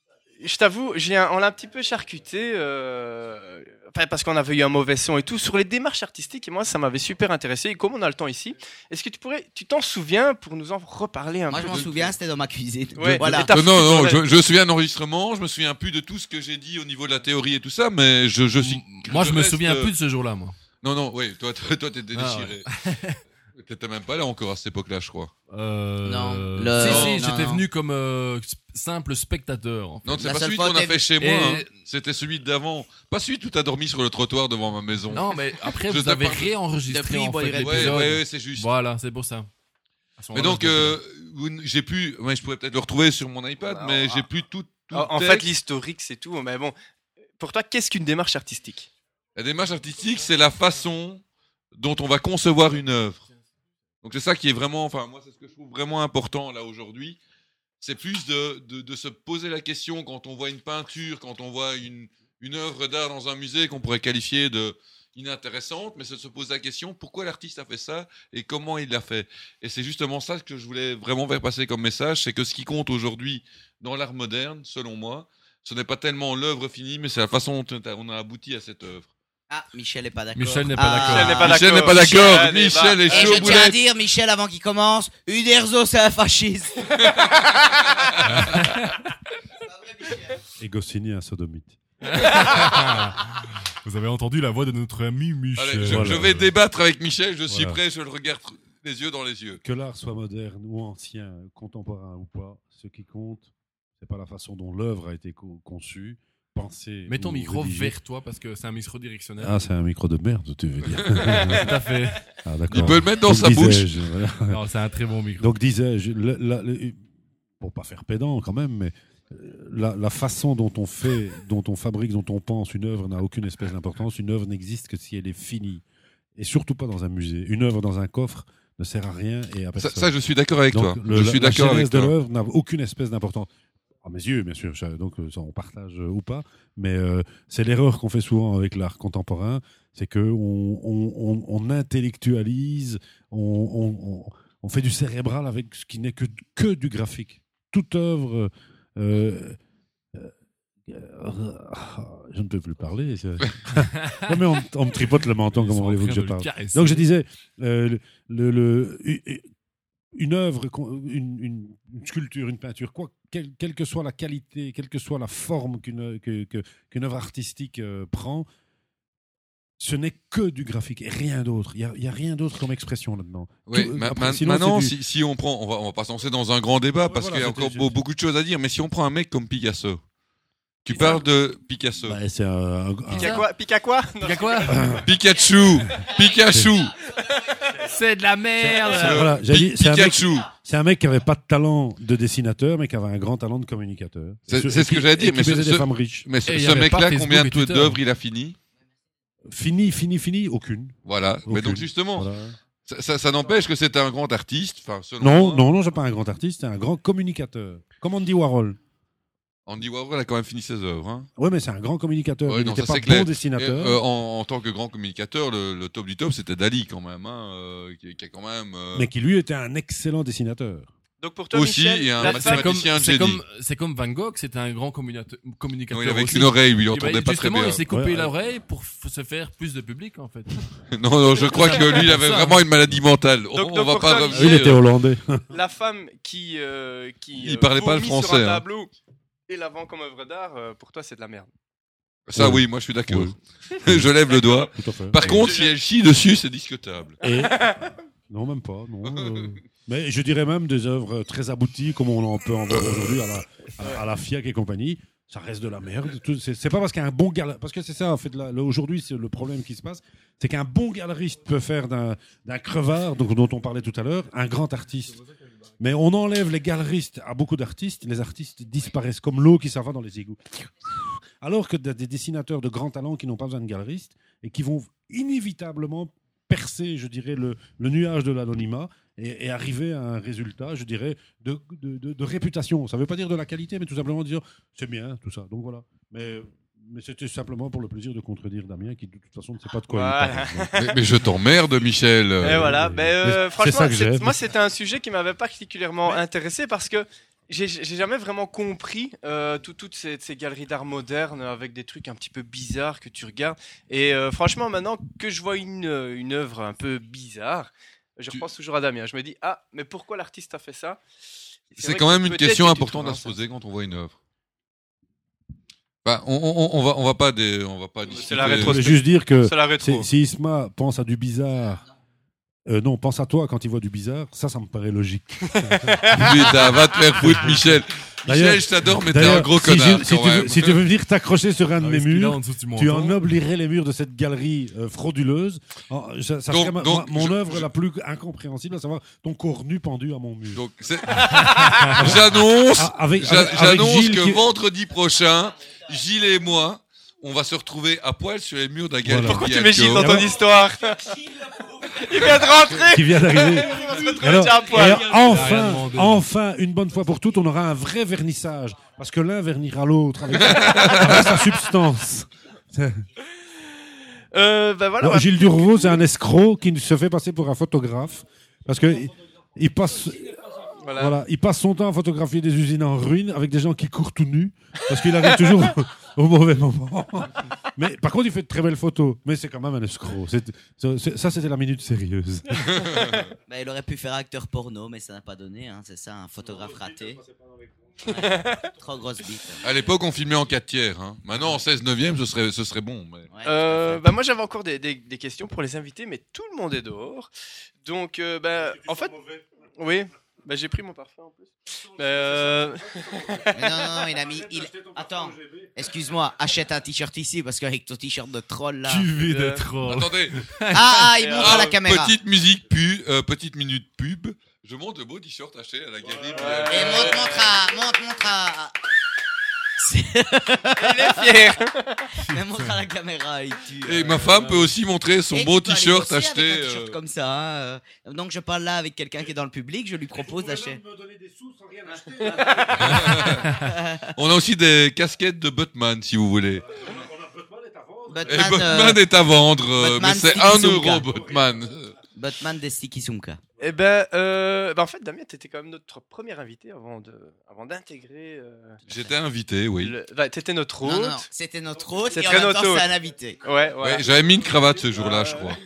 je t'avoue, j'ai un, on l'a un petit peu charcuté, euh, enfin, parce qu'on avait eu un mauvais son et tout, sur les démarches artistiques, et moi, ça m'avait super intéressé. Et comme on a le temps ici, est-ce que tu pourrais, tu t'en souviens pour nous en reparler un Moi, peu? je m'en souviens, c'était dans ma cuisine. Ouais. Voilà. Et t'as Non, foutu non, dans non, la- je, je me souviens d'enregistrement, je me souviens plus de tout ce que j'ai dit au niveau de la théorie et tout ça, mais je, je suis. Moi, je me reste, souviens euh, plus de ce jour-là, moi. Non, non, oui, toi, toi, toi, t'étais Ah, déchiré. T'étais même pas là encore à cette époque-là, je crois. Euh... Non, Si, le- si, non, j'étais non. venu comme euh, simple spectateur. En fait. Non, c'est La pas seule celui fois qu'on a t'es- fait chez moi, Et- hein. C'était celui d'avant. Pas celui où t'as dormi sur le trottoir devant ma maison. Non, mais après, Je vous te avez parle- réenregistré Depuis, en bon, fait il reste- Ouais, l'épisode. ouais, ouais, c'est juste. Voilà, c'est pour ça. À ce Mais moment-là, donc, je l'ai euh, vous- j'ai pu, ouais, je pourrais peut-être le retrouver sur mon iPad, Ah, mais ah. j'ai plus tout, tout En, en texte. fait, l'historique, c'est tout. Mais bon, pour toi, qu'est-ce qu'une démarche artistique? La démarche artistique, c'est la façon dont on va concevoir une œuvre. Donc c'est ça qui est vraiment, enfin moi c'est ce que je trouve vraiment important là aujourd'hui. C'est plus de, de, de se poser la question quand on voit une peinture, quand on voit une, une œuvre d'art dans un musée qu'on pourrait qualifier de inintéressante, mais c'est de se poser la question pourquoi l'artiste a fait ça et comment il l'a fait. Et c'est justement ça que je voulais vraiment faire passer comme message, c'est que ce qui compte aujourd'hui dans l'art moderne, selon moi, ce n'est pas tellement l'œuvre finie, mais c'est la façon dont on a abouti à cette œuvre. Ah, Michel n'est pas d'accord. Michel n'est pas Ah. d'accord. Michel n'est pas Michel d'accord. n'est pas d'accord. Michel, Michel est Et chaud je tiens à boulette. dire, Michel, avant qu'il commence, Uderzo, c'est un fasciste. Et Goscinny, un sodomite. Vous avez entendu la voix de notre ami Michel. Allez, je, Voilà. je vais débattre avec Michel, je suis Voilà. prêt, je le regarde les yeux dans les yeux. Que l'art soit moderne ou ancien, contemporain ou pas, ce qui compte, c'est pas la façon dont l'œuvre a été co- conçue, pensée. Mets ton ou micro rédigée. vers toi parce que c'est un micro directionnel. Ah, c'est un micro de merde, tu veux dire. Tout à fait. Ah, d'accord. Il peut le mettre dans Donc, sa bouche. disais-je, voilà. Non, c'est un très bon micro. Donc disais-je, le- la- le- pour pas faire pédant quand même, mais euh, la, la façon dont on fait, dont on fabrique, dont on pense une œuvre n'a aucune espèce d'importance. Une œuvre n'existe que si elle est finie. Et surtout pas dans un musée. Une œuvre dans un coffre ne sert à rien et à Ça, personne. ça, je suis d'accord avec Donc, toi. le- je la- suis la d'accord avec genèse de toi. l'œuvre n'a aucune espèce d'importance. À mes yeux, bien sûr, ça- donc euh, ça, on partage euh, ou pas, mais euh, c'est l'erreur qu'on fait souvent avec l'art contemporain, c'est que on, on, on, on intellectualise, on, on, on, on fait du cérébral avec ce qui n'est que, que du graphique. Toute œuvre, euh, euh, euh, je ne peux plus parler. c'est- non, mais on, on me tripote le menton, Ils comment sont en voulez-vous que train je de le parle. caresser. Donc je disais, euh, le, le, le- une œuvre, une, une, une sculpture, une peinture, quoi, quelle, quelle que soit la qualité, quelle que soit la forme qu'une que, que, qu'une œuvre artistique euh, prend, ce n'est que du graphique et rien d'autre. Il n'y a, a rien d'autre comme expression là-dedans. Oui, Tout- ma- après, ma- sinon, maintenant, c'est du- si, si on prend, on va, on va pas se lancer dans un grand débat Ouais, parce voilà, qu'il y a c'était- encore beau- beaucoup de choses à dire. Mais si on prend un mec comme Picasso, tu parles de Picasso, Bah, c'est un, un- un- Pique à quoi? Pique à quoi? Non, Il y a quoi Pikachu, Pikachu, C'est de la merde. c'est- voilà, j'ai Pi- dit, c'est un mec- Pikachu. c'est un mec qui avait pas de talent de dessinateur, mais qui avait un grand talent de communicateur. C'est- Et ce- c'est et ce que qui- j'allais dire, et qui mais ce- baisait ce- des femmes riches. Mais ce, Et il y ce avait pas mec-là, Facebook combien et de- Twitter. d'œuvres il a fini? Fini, fini, fini, aucune. Voilà. Mais Aucune. donc justement, Voilà. ça, ça, ça n'empêche que c'est un grand artiste. Enfin, selon Non, moi. non, non, c'est pas un grand artiste, c'est un grand communicateur. Comme Andy Warhol. Andy Warhol a quand même fini ses œuvres. Hein. Oui, mais c'est un grand communicateur. Ouais, il non, n'était ça, pas c'est bon clair. dessinateur. Et, euh, en, en tant que grand communicateur, le, le top du top, c'était Dali quand même, hein, euh, qui, qui a quand même. euh, Mais qui lui était un excellent dessinateur. Donc pour toi, Aussi, Michel, il y a un la C'est comme, mathématicien c'est génie. comme, c'est comme Van Gogh, c'était un grand communateur- communicateur. Non, il avait aussi. qu'une oreille, lui, il Et entendait ben, pas très justement, bien. il s'est coupé Ouais, l'oreille pour f- se faire plus de public, en fait. non, non, je crois que lui, il avait Ça. vraiment une maladie mentale. Donc- on, on donc va pour pas toi, revenir. Il était hollandais. la femme qui, euh, qui Il euh, parlait pas le vomit sur français, un hein. tableau et la vend comme œuvre d'art, euh, pour toi, c'est de la merde. Ça, Oui. oui, moi, je suis d'accord. je lève le doigt. Tout à fait. Par contre, si elle chie dessus, c'est discutable. Et... Non, même pas. Non, euh, Mais je dirais même des œuvres très abouties, comme on en peut en voir aujourd'hui à la, à, à la F I A C et compagnie. Ça reste de la merde. Tout- C'est c'est pas parce qu'un bon galeriste. Parce que c'est ça, en fait, là, là, aujourd'hui, c'est le problème qui se passe. C'est qu'un bon galeriste peut faire d'un d'un crevard, donc, dont on parlait tout à l'heure, un grand artiste. Mais on enlève les galeristes à beaucoup d'artistes, les artistes disparaissent comme l'eau qui s'en va dans les égouts. Alors que des des dessinateurs de grands talents qui n'ont pas besoin de galeristes et qui vont inévitablement percer, je dirais, le, le nuage de l'anonymat et, et arriver à un résultat, je dirais, de, de, de- de réputation. Ça ne veut pas dire de la qualité, mais tout simplement dire c'est bien, tout ça. Donc voilà. Mais, mais c'était simplement pour le plaisir de contredire Damien, qui de toute façon ne sait pas de quoi Voilà. il parle. mais, mais je t'emmerde, Michel. Et voilà. mais- Ben, euh, mais c'est franchement, ça que c'est- j'aime. moi, c'était un sujet qui m'avait particulièrement intéressé parce que J'ai j'ai jamais vraiment compris euh, tout- toutes ces, ces galeries d'art moderne avec des trucs un petit peu bizarres que tu regardes. Et euh, franchement, maintenant que je vois une, euh, une œuvre un peu bizarre, je Tu- repense toujours à Damien. Je me dis, ah, mais pourquoi l'artiste a fait ça? C'est vrai quand que même une peut-être question que tu importante trouves à un se sens. poser quand on voit une œuvre. Bah, on, on, on va, on va pas, des, on va pas discuter. la Je rétro- voulais juste dire que C'est la rétro. si, si Isma pense à du bizarre, euh, non, pense à toi quand il voit du bizarre, ça, ça me paraît logique. Putain, va te faire foutre, Michel. D'ailleurs- Michel, je t'adore, mais t'es D'ailleurs, un gros si connard. je- si, quand tu veux, même. si tu veux venir t'accrocher sur un de mes Avec ce qu'il a murs, en dessous, tu tu m'entends. ennoblerais les murs de cette galerie euh, frauduleuse. Oh, ça ça Donc- serait ma- donc, ma- mon je- œuvre je- la plus incompréhensible, à savoir ton corps nu pendu à mon mur. Donc, c'est- j'annonce, Ah, avec- j'a- avec- avec j'annonce Gilles que qui- vendredi prochain, Gilles et moi, on va se retrouver à poil sur les murs d'un galerie. Voilà. Pourquoi tu mets Gilles dans Et ton alors- histoire? Il vient de rentrer. qui vient d'arriver. Il va se retrouver Et alors, déjà à et poil. alors, Il a rien enfin, demandé. enfin, une bonne fois pour toutes, on aura un vrai vernissage. Parce que l'un vernira l'autre avec, avec sa substance. Euh, bah voilà. Alors, Gilles Durvaux, c'est un escroc qui se fait passer pour un photographe. Parce que il- il passe, Voilà. voilà, il passe son temps à photographier des usines en ruine avec des gens qui courent tout nus. Parce qu'il arrive toujours au mauvais moment. Mais par contre, il fait de très belles photos. Mais c'est quand même un escroc. C'est- c'est- ça, c'était la minute sérieuse. Bah, il aurait pu faire acteur porno, mais ça n'a pas donné. Hein. C'est ça, un photographe raté. Ouais. Trop grosse bite. À l'époque, on filmait en quatre tiers. Hein. Maintenant, en seize neuvième, ce serait, ce serait bon. Mais... Ouais, Euh, tout à fait. bah moi j'avais encore des, des, des questions pour les invités, mais tout le monde est dehors. Donc, euh, bah, en fait, oui, bah, j'ai pris mon parfum en plus. Bah, euh, Mais non, non, non, il a mis. Il... Attends, excuse-moi, achète un t-shirt ici parce qu'avec ton t-shirt de troll là. Tu vis Euh, des trolls. Attendez, Ah, ah, il montre à la ah, caméra. petite musique pu, euh, petite minute pub. Je montre le beau t-shirt acheté à la galerie. Et montre, montre à. Montre, montre à. il est fier. Mais montre à la caméra, il tue. Et ma femme peut aussi montrer son Et beau tu peux aller t-shirt bosser avec acheté. un t-shirt euh, comme ça. Hein. euh. Donc je parle là avec quelqu'un qui est dans le public, je lui propose d'acheter. On a aussi des casquettes de Batman, si vous voulez. Et Batman, Batman euh, est à vendre, euh, Batman mais c'est Sticky un Sunka. euro, Batman. Batman des Sticky Sunka. Et ben, euh, bah, en fait, Damien, t'étais quand même notre premier invité avant de, avant d'intégrer. Euh, J'étais invité, oui. le- bah, t'étais notre hôte. Non, non, non, c'était notre hôte C'est et en très même notre temps hôte. c'est un invité. Ouais, voilà. Ouais, j'avais mis une cravate ce jour-là, je crois.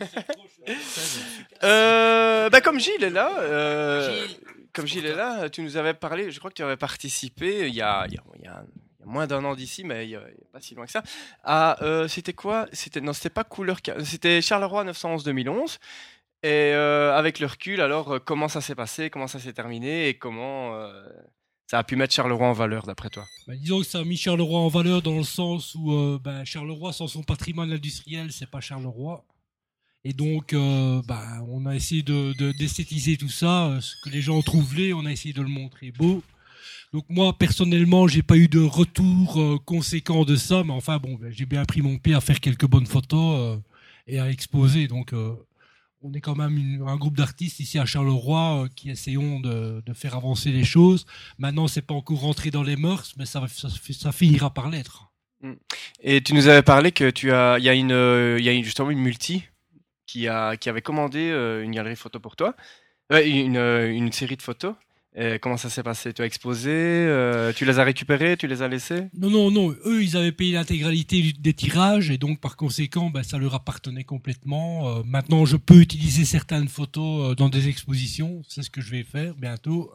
Euh, bah, comme Gilles est là, euh, Gilles. comme Gilles est là, tu nous avais parlé. Je crois que tu avais participé il y a, il y a, il y a- il y a moins d'un an d'ici, mais il y a, il y a pas si loin que ça. À, euh, c'était quoi? C'était non, c'était pas couleur. ca- C'était Charleroi neuf cent onze deux mille onze. Et euh, avec le recul, alors euh, comment ça s'est passé, comment ça s'est terminé et comment euh, ça a pu mettre Charleroi en valeur d'après toi? Bah, disons que ça a mis Charleroi en valeur dans le sens où euh, bah, Charleroi, sans son patrimoine industriel, c'est pas Charleroi. Et donc, euh, bah, on a essayé de, de- d'esthétiser tout ça, euh, ce que les gens trouvent laid, on a essayé de le montrer beau. Donc moi, personnellement, j'ai pas eu de retour euh, conséquent de ça, mais enfin bon, bah, j'ai bien pris mon pied à faire quelques bonnes photos euh, et à exposer. Donc, euh, on est quand même une- un groupe d'artistes ici à Charleroi euh, qui essayons de, de faire avancer les choses. Maintenant, c'est pas encore rentré dans les mœurs, mais ça, va- ça, ça finira par l'être. Et tu nous avais parlé que tu as, il y a une, euh, il y a une- justement une multi qui a, qui avait commandé euh, une galerie photo pour toi, Ouais, une, euh, une série de photos. Et comment ça s'est passé? Tu as exposé, euh, tu les as récupérées, tu les as laissées? Non, non, non. Eux, ils avaient payé l'intégralité du- des tirages et donc, par conséquent, ben, ça leur appartenait complètement. Euh, maintenant, je peux utiliser certaines photos euh, dans des expositions. C'est ce que je vais faire bientôt.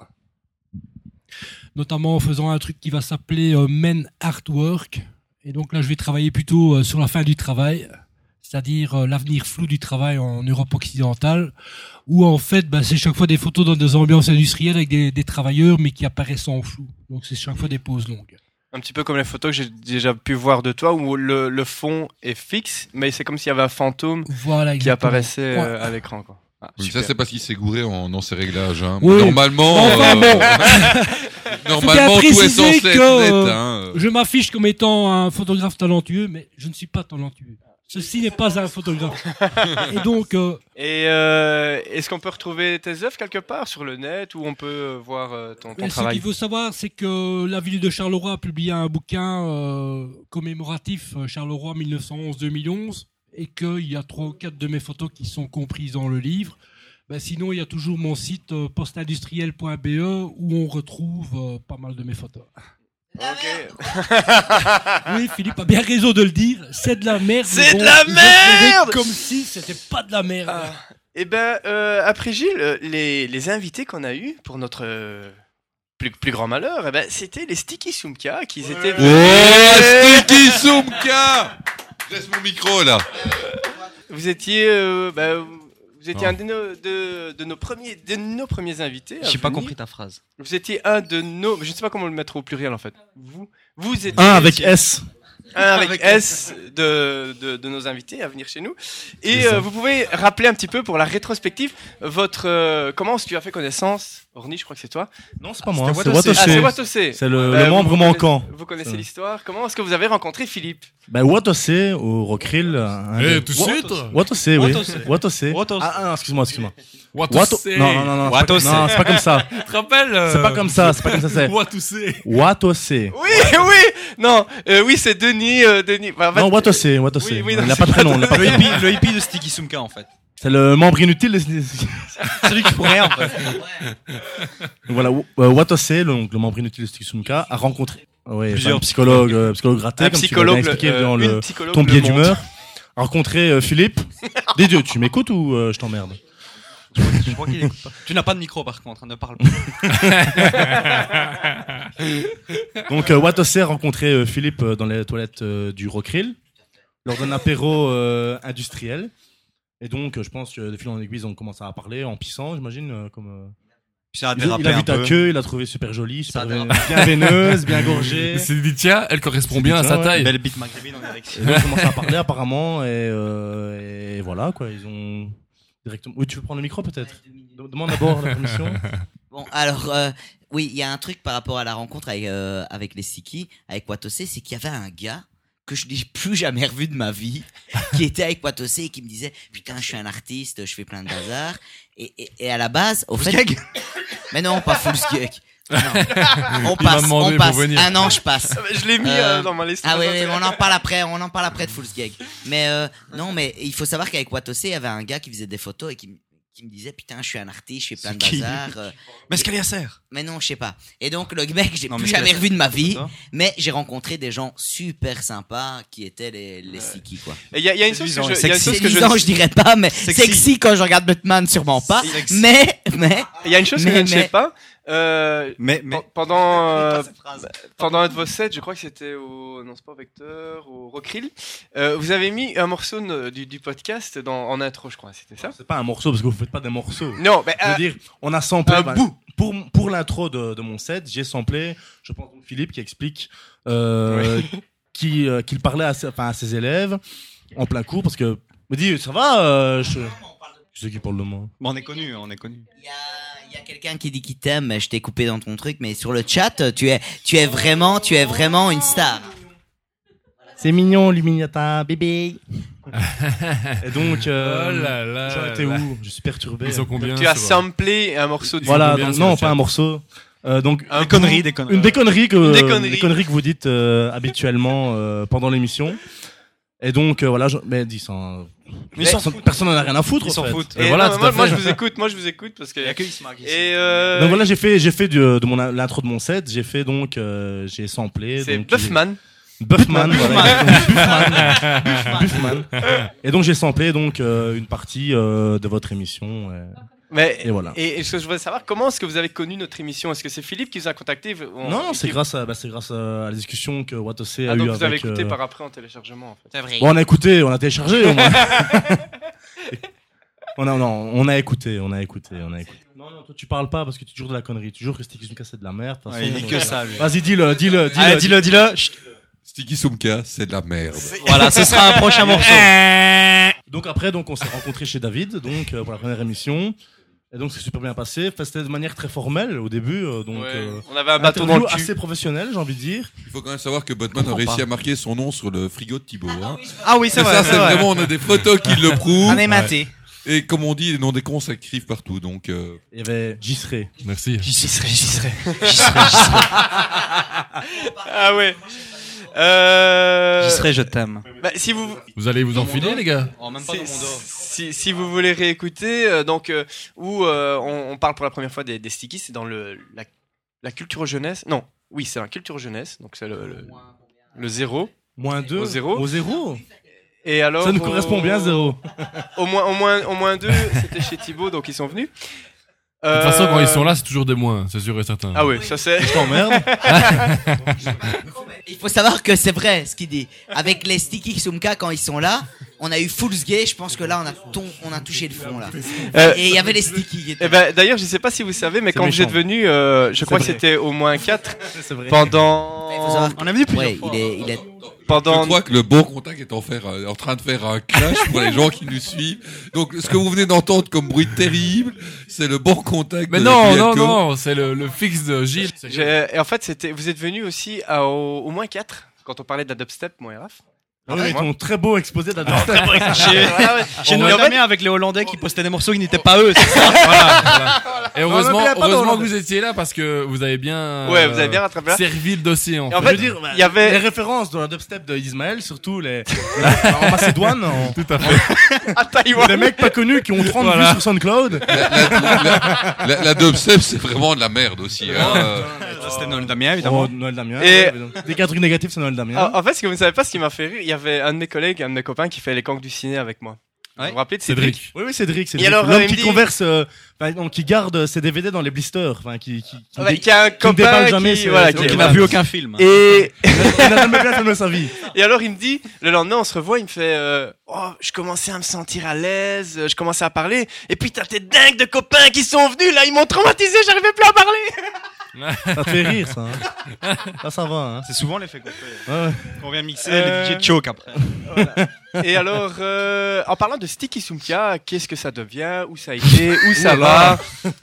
Notamment en faisant un truc qui va s'appeler euh, Men Artwork. Et donc là, je vais travailler plutôt euh, sur la fin du travail, c'est-à-dire euh, l'avenir flou du travail en Europe occidentale, où en fait, ben, c'est chaque fois des photos dans des ambiances industrielles avec des, des travailleurs, mais qui apparaissent en flou. Donc c'est chaque fois des poses longues. Un petit peu comme les photos que j'ai déjà pu voir de toi où le, le fond est fixe, mais c'est comme s'il y avait un fantôme Voilà, qui exactement. apparaissait euh, Ouais. à l'écran, quoi. Ah, Oui, super. ça, c'est parce qu'il s'est gouré en, dans ses réglages. Hein. Oui. Normalement, Enfin, euh, bon. normalement Faut bien tout est préciser censé que, être net. euh, Hein. Je m'affiche comme étant un photographe talentueux, mais je ne suis pas talentueux. Ceci n'est pas un photographe. Et donc, euh, Et euh, est-ce qu'on peut retrouver tes œuvres quelque part sur le net où on peut euh, voir euh, ton, ton mais ce travail? qu'il faut savoir, c'est que la ville de Charleroi a publié un bouquin euh, commémoratif euh, Charleroi mille neuf cent onze deux mille onze et qu'il y a trois ou quatre de mes photos qui sont comprises dans le livre. Ben, sinon, il y a toujours mon site euh, postindustriel point b e où on retrouve euh, pas mal de mes photos. Ok. Oui, Philippe a bien raison de le dire. C'est de la merde. C'est mais de la je merde faisais comme si c'était pas de la merde. Ah. Eh ben, euh, après Gilles, les, les invités qu'on a eus pour notre euh, plus, plus grand malheur, eh ben, c'était les Sticky Sumka qui étaient. Oh, Sticky Sumka! Laisse mon micro là. Vous étiez, euh, bah, vous étiez Oh. un de nos, de, de nos premiers, de nos premiers invités. à J'ai pas venir. compris ta phrase. Vous étiez un de nos, je ne sais pas comment le mettre au pluriel en fait. Vous, vous étiez. Un avec S. Un avec S de, de, de nos invités à venir chez nous. Et C'est ça. euh, vous pouvez rappeler un petit peu pour la rétrospective votre euh, comment est-ce que tu as fait connaissance, Orny, je crois que c'est toi. Non, c'est pas moi, C'était c'est Watosé. Ah, c'est Watosé. C'est le- Bah, le membre vous manquant. connaissez- Vous connaissez C'est- l'histoire. Comment est-ce que vous avez rencontré Philippe? Ben, Watosé au Rockrill. un Eh, des- tout de Wa- suite Watosé, oui. Watosé. Watosé. Watosé. Ah, ah, excuse-moi, excuse-moi. Watosé. Wato- Non, non, non, non. c'est pas- Watosé. Non, c'est pas comme ça. Tu te rappelles euh, C'est pas comme ça, c'est pas comme ça, c'est. Watosé. Watosé. Oui, oui. Non, euh, oui, c'est Denis. Euh, Denis. Bah, en fait- Non, Watosé, Watosé. Oui, oui, il non, n'a c'est pas de prénom, il n'a pas de Le prénom. hippie, le hippie de Sticky Sumka en fait. C'est le membre inutile de... Celui qui pourrait en fait. Donc voilà, euh, Watosé, le, donc, le membre inutile de Stikisumka, a rencontré ouais, Plusieurs un psychologue, euh, psychologue raté, Un comme psychologue, tu l'as bien expliqué euh, dans une le, psychologue ton Le biais Monde. d'humeur. A rencontré euh, Philippe. Des deux, tu m'écoutes ou euh, je t'emmerde? Je crois qu'il écoute pas. Tu n'as pas de micro par contre, ne parle pas. Donc euh, Watosé a rencontré euh, Philippe euh, dans les toilettes euh, du Rockrill lors d'un apéro euh, industriel. Et donc, euh, je pense que de fil en aiguille, ils ont commencé à parler en pissant, j'imagine, euh, comme. euh, Puis ça a il, dérapé il a vu un ta peu. queue, il a trouvé super jolie, super Ça a vé- dérapé. bien veineuse, bien gorgée. Il s'est dit, tiens, elle correspond bien à Tiens, sa ouais. taille. Belle bite maghrébine en érection. Et donc, ils ont commencé à parler apparemment, et, euh, et voilà, quoi, ils ont directement. Oui, tu veux prendre le micro peut-être? Demande d'abord la permission. Bon, alors, euh, oui, il y a un truc par rapport à la rencontre avec, euh, avec les Sticky, avec Watosé, c'est qu'il y avait un gars que je n'ai plus jamais revu de ma vie, qui était avec Watosé et qui me disait, putain, je suis un artiste, je fais plein de bazar. Et, et, et à la base, au fait. Fullsgag Mais non, pas Fullsgag. Non. On Il m'a passe, demandé on pour passe. venir. Un an, je passe. Je l'ai mis Euh, euh, dans ma liste. Ah oui, oui, on en parle après, on en parle après de Fullsgag. Mais euh, non, mais il faut savoir qu'avec Watosé, il y avait un gars qui faisait des photos et qui, me- qui me disait, putain, je suis un artiste, je fais plein de C'est qui bazar. euh, Mais est-ce qu'elle y a serre? mais non, je sais pas. Et donc le mec, j'ai Non, plus mais jamais c'est- revu de ma vie, D'accord. mais j'ai rencontré des gens super sympas qui étaient les, les Sticky, quoi. Il y a, il y a une chose que je, il y a une chose C'est que je, lisant, je dirais pas, mais Sexy. sexy quand je regarde Batman, sûrement pas. Sexy. Mais, mais, il y a une chose que Mais- je ne sais mais- pas. Euh, Mais, mais. pe- pendant euh, Pas cette phrase. pendant un de vos sets, je crois que c'était au non Sport Vecteur, au Rockrill, euh, vous avez mis un morceau de- du, du podcast dans, en intro, je crois. C'était ça? C'est pas un morceau parce que vous faites pas des morceaux. Non, mais Je euh, veux dire, on a samplé. un bah, bout. Pour, pour l'intro de, de mon set, j'ai samplé, je pense, donc Philippe qui explique euh, qui, euh, qu'il parlait à ses, enfin, à ses élèves en plein cours parce que. Me dit, ça va euh, je... Je sais qui parle de moi. Bon, on est connu, on est connu. il y a, il y a quelqu'un qui dit qu'il t'aime, mais je t'ai coupé dans ton truc, mais sur le chat, tu es, tu es vraiment, tu es vraiment une star. C'est mignon, Luminata, bébé. Et donc, euh, Oh là là j'en étais là. où? Je suis perturbé. Ils sont combien tu as sur- samplé un morceau du Voilà, combien donc, sur non, le pas chat un morceau. Euh, donc, Un Des conneries, des conneries. une des conneries que, Une des conneries. des conneries que vous dites euh, habituellement euh, pendant l'émission. Et donc, euh, voilà, je... mais dis ça. hein. Mais ils s'en Personne- foutent. Personne n'en a rien à foutre. Ils en s'en fait. foutent. Et Et voilà, non, tout moi, à moi, fait. je vous écoute, moi je vous écoute parce que. Il y a que Ismark ici. Et euh, Donc voilà, j'ai fait, j'ai fait du, de mon l'intro de mon set, j'ai fait donc, euh, j'ai samplé. c'est donc, Buffman. j'ai- Buffman, voilà. Buffman. Buffman. Et donc j'ai samplé donc euh, une partie euh, de votre émission. euh, Mais Et voilà. Et, et ce que je voudrais savoir, comment est-ce que vous avez connu notre émission? Est-ce que c'est Philippe qui vous a contacté? On- Non, non, c'est qui- grâce à, bah, c'est grâce à la discussion que Watosé a Ah, eu donc avec. vous avez écouté euh, par après en téléchargement en fait. C'est vrai. Bon, on a écouté, on a téléchargé. au moins. on a, non, on a écouté, on a écouté, on a écouté. Non, non, toi tu parles pas parce que tu dis toujours de la connerie, toujours que Sticky Sumka c'est de la merde. de toute Ouais, façon, il dit donc, que euh, ça, lui. Vas-y, dis-le, dis-le, dis-le. Allez, dis-le, dis-le. Chut. Sticky Sumka, c'est de la merde. Voilà, ce sera un prochain morceau. Donc après, donc on s'est rencontrés chez David, donc euh, pour la première émission. Et donc c'est super bien passé. Enfin, c'était de manière très formelle au début, euh, donc. Ouais, euh, on avait un bâton dans le interview cul. assez professionnel, j'ai envie de dire. Il faut quand même savoir que Botman a comprends réussi pas. à marquer son nom sur le frigo de Thibaut. Hein. Ah oui, c'est Et vrai. ça, c'est c'est vrai. vraiment, on a des photos qui le prouvent. On est maté. Et comme on dit, les noms des cons s'écrivent partout. Donc, euh... Il y avait Gisré. Merci. J'y serai, j'y serai. Ah ouais. Euh... J'y serai, je t'aime. Bah, si vous Vous allez vous Dans mon enfiler, dos. les gars? Oh, même pas dans mon dos. si, si vous voulez réécouter, euh, donc euh, où euh, on, on parle pour la première fois des, des stickies, c'est dans le la, la culture jeunesse. Non, oui, c'est la culture jeunesse, donc c'est le, le, le zéro. Moins deux. Au zéro. Au zéro. Et alors, ça nous au, correspond bien, zéro. Au moins, au moins, au moins deux, c'était chez Thibaut, donc ils sont venus. De toute façon, quand ils sont là, c'est toujours des moins, c'est sûr et certain. Ah oui, ça c'est. Je t'emmerde. Il faut savoir que c'est vrai ce qu'il dit. Avec les Sticky Sumka, quand ils sont là, on a eu Fool's Gay, je pense que là, on a, ton, on a touché le fond, là. Euh, Et il y avait les Sticky qui étaient Eh ben, d'ailleurs, je sais pas si vous savez, mais C'est quand méchant. vous êtes venus, euh, je crois que vrai. c'était au moins quatre C'est vrai. pendant. Il faut savoir On a vu plusieurs Ouais, fois. il est, il est... Pendant. Je crois que le bon contact est en, faire, euh, en train de faire un clash pour les gens qui nous suivent. Donc, ce que vous venez d'entendre comme bruit terrible, c'est le bon contact. Mais de non, la non, Bielco. non, c'est le, le fixe de Gilles. J'ai- Et en fait, c'était. Vous êtes venus aussi à, au, au moins quatre quand on parlait de la dubstep, moi et Raph. Ah oui, ton très beau exposé de la Chez, Voilà, ouais. chez En Noël fait- Damien avec les Hollandais qui postaient des morceaux qui n'étaient pas eux, c'est ça. Voilà, voilà. Et heureusement, Non, mais il y a pas heureusement d'Hollandais. que vous étiez là parce que vous avez bien, Ouais, vous avez bien rattrapé là. servi le dossier, en Et en fait. fait, Je veux dire, il y avait- les références dans la dubstep de Ismaël, surtout les, les- en Macédoine, en, Tout à fait. à Taïwan. des mecs pas connus qui ont trente Voilà. vues sur SoundCloud. La, la, la, la, la dubstep, c'est vraiment de la merde aussi. Hein. Euh, Ça, c'était Noël Damien, évidemment. Oh, Noël Damien. Et- ouais, évidemment. Dès qu'il y a un truc négatif, c'est Noël Damien. Ah, en fait, ce que vous ne savez pas, ce qui m'a fait rire, il y avait un de mes collègues, un de mes copains qui fait les cancres du ciné avec moi. Ouais. Vous vous rappelez de Cédric? Cédric. Oui, oui, Cédric, c'est Et alors, l'homme euh, il qui me dit- converse, euh, enfin, non, qui garde ses D V D dans les blisters, enfin, qui, qui, qui, Ouais, dé- qui a un qui ne déballe copain jamais qui, ses- voilà, ses- qui, Donc il voilà. n'a vu aucun film. Et, Il n'a jamais bien filmé sa vie. et alors il me dit, le lendemain on se revoit, il me fait, euh, oh, je commençais à me sentir à l'aise, je commençais à parler, et puis t'as tes dingues de copains qui sont venus, là, ils m'ont traumatisé, j'arrivais plus à parler. Ça te fait rire, ça. Hein. Ça, ça va. Hein. C'est souvent l'effet qu'on fait. Ouais, ouais. Quand on vient mixer, Euh, les D J choke après. Et alors, euh, en parlant de Sticky Sumka, qu'est-ce que ça devient, où ça a été, où ça va?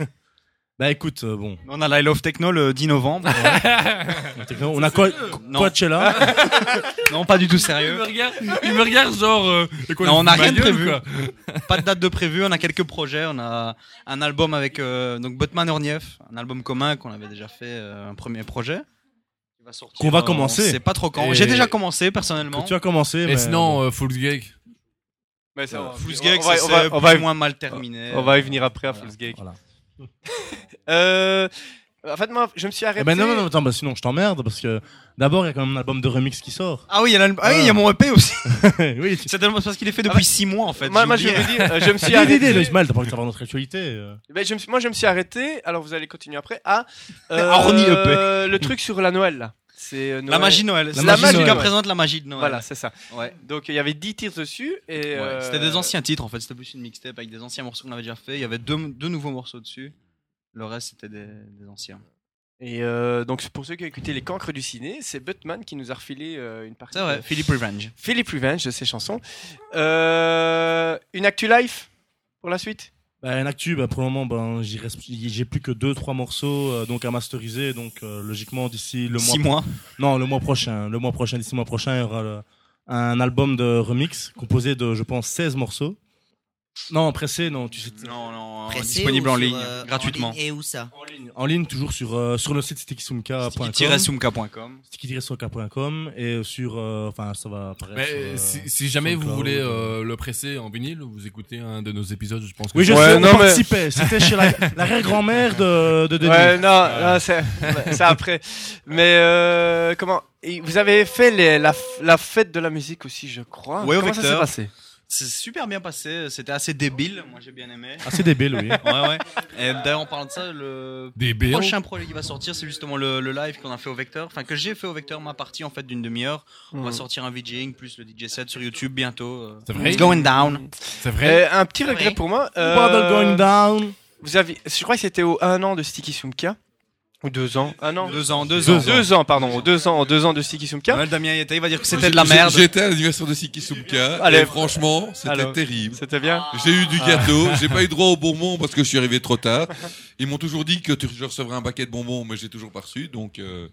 Bah écoute, euh, bon. On a la I Love Techno le dix novembre. On a quoi, Non. Coachella. Non, pas du tout Il me sérieux. regarde, il me regarde genre, euh, de quoi, Non, il on n'a fout ma rien de gueule, prévu. quoi. Pas de date de prévu, on a quelques projets. On a un album avec euh, donc Botman Orniev, un album commun qu'on avait déjà fait, euh, un premier projet. Qui va sortir, Qu'on va euh, commencer. on sait pas trop quand. Et- J'ai déjà commencé personnellement. Que tu as commencé. Et mais sinon, euh, Fool's Gag. Mais ça, on, Fool's on Gag, va, ça on va, s'est on plus va, ou moins mal terminé. on va y venir après à Fool's Gag. Voilà. Euh, en fait, moi, je me suis arrêté. Eh ben non, non, non, attends, bah sinon je t'emmerde parce que d'abord il y a quand même un album de remix qui sort. Ah oui, il y a l'album- ah oui, il y a mon E P aussi. Oui, tu... C'est tellement parce qu'il est fait depuis six mois en fait. Moi, j'ai moi, je oublié. veux dire, euh, je me suis Dis arrêté. l'idée, le Ismaël, t'as pas envie de savoir notre actualité. euh. Ben, je me suis- moi, je me suis arrêté. Alors, vous allez continuer après. À Orny E le truc sur la Noël là. C'est euh, La Noël. magie de Noël. La C'est magie de jusqu'à Noël. présent la magie de Noël. Voilà, c'est ça. Ouais. Donc, il y avait dix titres dessus et. Ouais, euh, C'était des anciens titres en fait, c'était plus une mixtape avec des anciens morceaux qu'on avait déjà fait. Il y avait deux, deux nouveaux morceaux dessus. Le reste c'était des, des anciens. Et euh, donc, pour ceux qui ont écouté les cancres du ciné, c'est Butman qui nous a refilé euh, une partie. C'est vrai, de- Philippe Revenge. Philippe Revenge de ses chansons. Euh, une actu live pour la suite. Bah, un actu, bah, pour le moment, ben, j'y reste, j'ai plus que deux, trois morceaux euh, donc à masteriser. Donc euh, logiquement d'ici le mois. Six mois. Non, le mois prochain. Le mois prochain, d'ici le mois prochain, il y aura le- un album de remix composé de, je pense, seize morceaux. Non, pressé, non, tu sais. Non, non, Pressé disponible ou en sur, ligne, euh, gratuitement. en ligne, et où ça? En ligne, toujours sur, euh, sur le site sticky-sumka point com. Sticky-sumka point com. sticky-sumka point com et sur, euh, enfin, ça va apparaître. Mais sur, euh, euh, si, si jamais vous SoundCloud, voulez euh. euh, le presser en vinyle, vous écoutez un de nos épisodes, je pense que Oui, je c'est- sais, Ouais, on non, mais- participait. C'était chez la- l'arrière-grand-mère de, de Denis. Ouais, non, non, c'est c'est après. Mais euh, comment et vous avez fait les, la, f- la fête de la musique aussi, je crois. Ouais, au comment ça s'est Vecteur. passé? C'est super bien passé, c'était assez débile, moi j'ai bien aimé. Assez débile, oui. Ouais, ouais. Et d'ailleurs, en parlant de ça, le Débile. prochain projet qui va sortir, c'est justement le, le live qu'on a fait au Vecteur. Enfin, que j'ai fait au Vecteur, ma partie en fait d'une demi-heure. On va Mhm. sortir un VJing plus le D J set sur YouTube bientôt. euh. C'est vrai? It's going down. C'est vrai. Euh, un petit regret Ouais. pour moi. euh, Bottle going down. Vous avez, je crois que c'était au un an de Sticky Sumka. Ou deux ans. Un an. Deux ans, deux Deux, ans. deux ans, pardon. Deux ans, deux ans de Sticky Sumka. Noël Damien y était, il va dire que c'était de la J'ai- merde. J'étais à l'anniversaire de Siki Sumka. Allez. Et franchement, c'était Alors, terrible. C'était bien. J'ai eu du gâteau, j'ai pas eu droit aux bonbons parce que je suis arrivé trop tard. Ils m'ont toujours dit que tu- je recevrais un paquet de bonbons, mais j'ai toujours pas reçu. Donc, euh...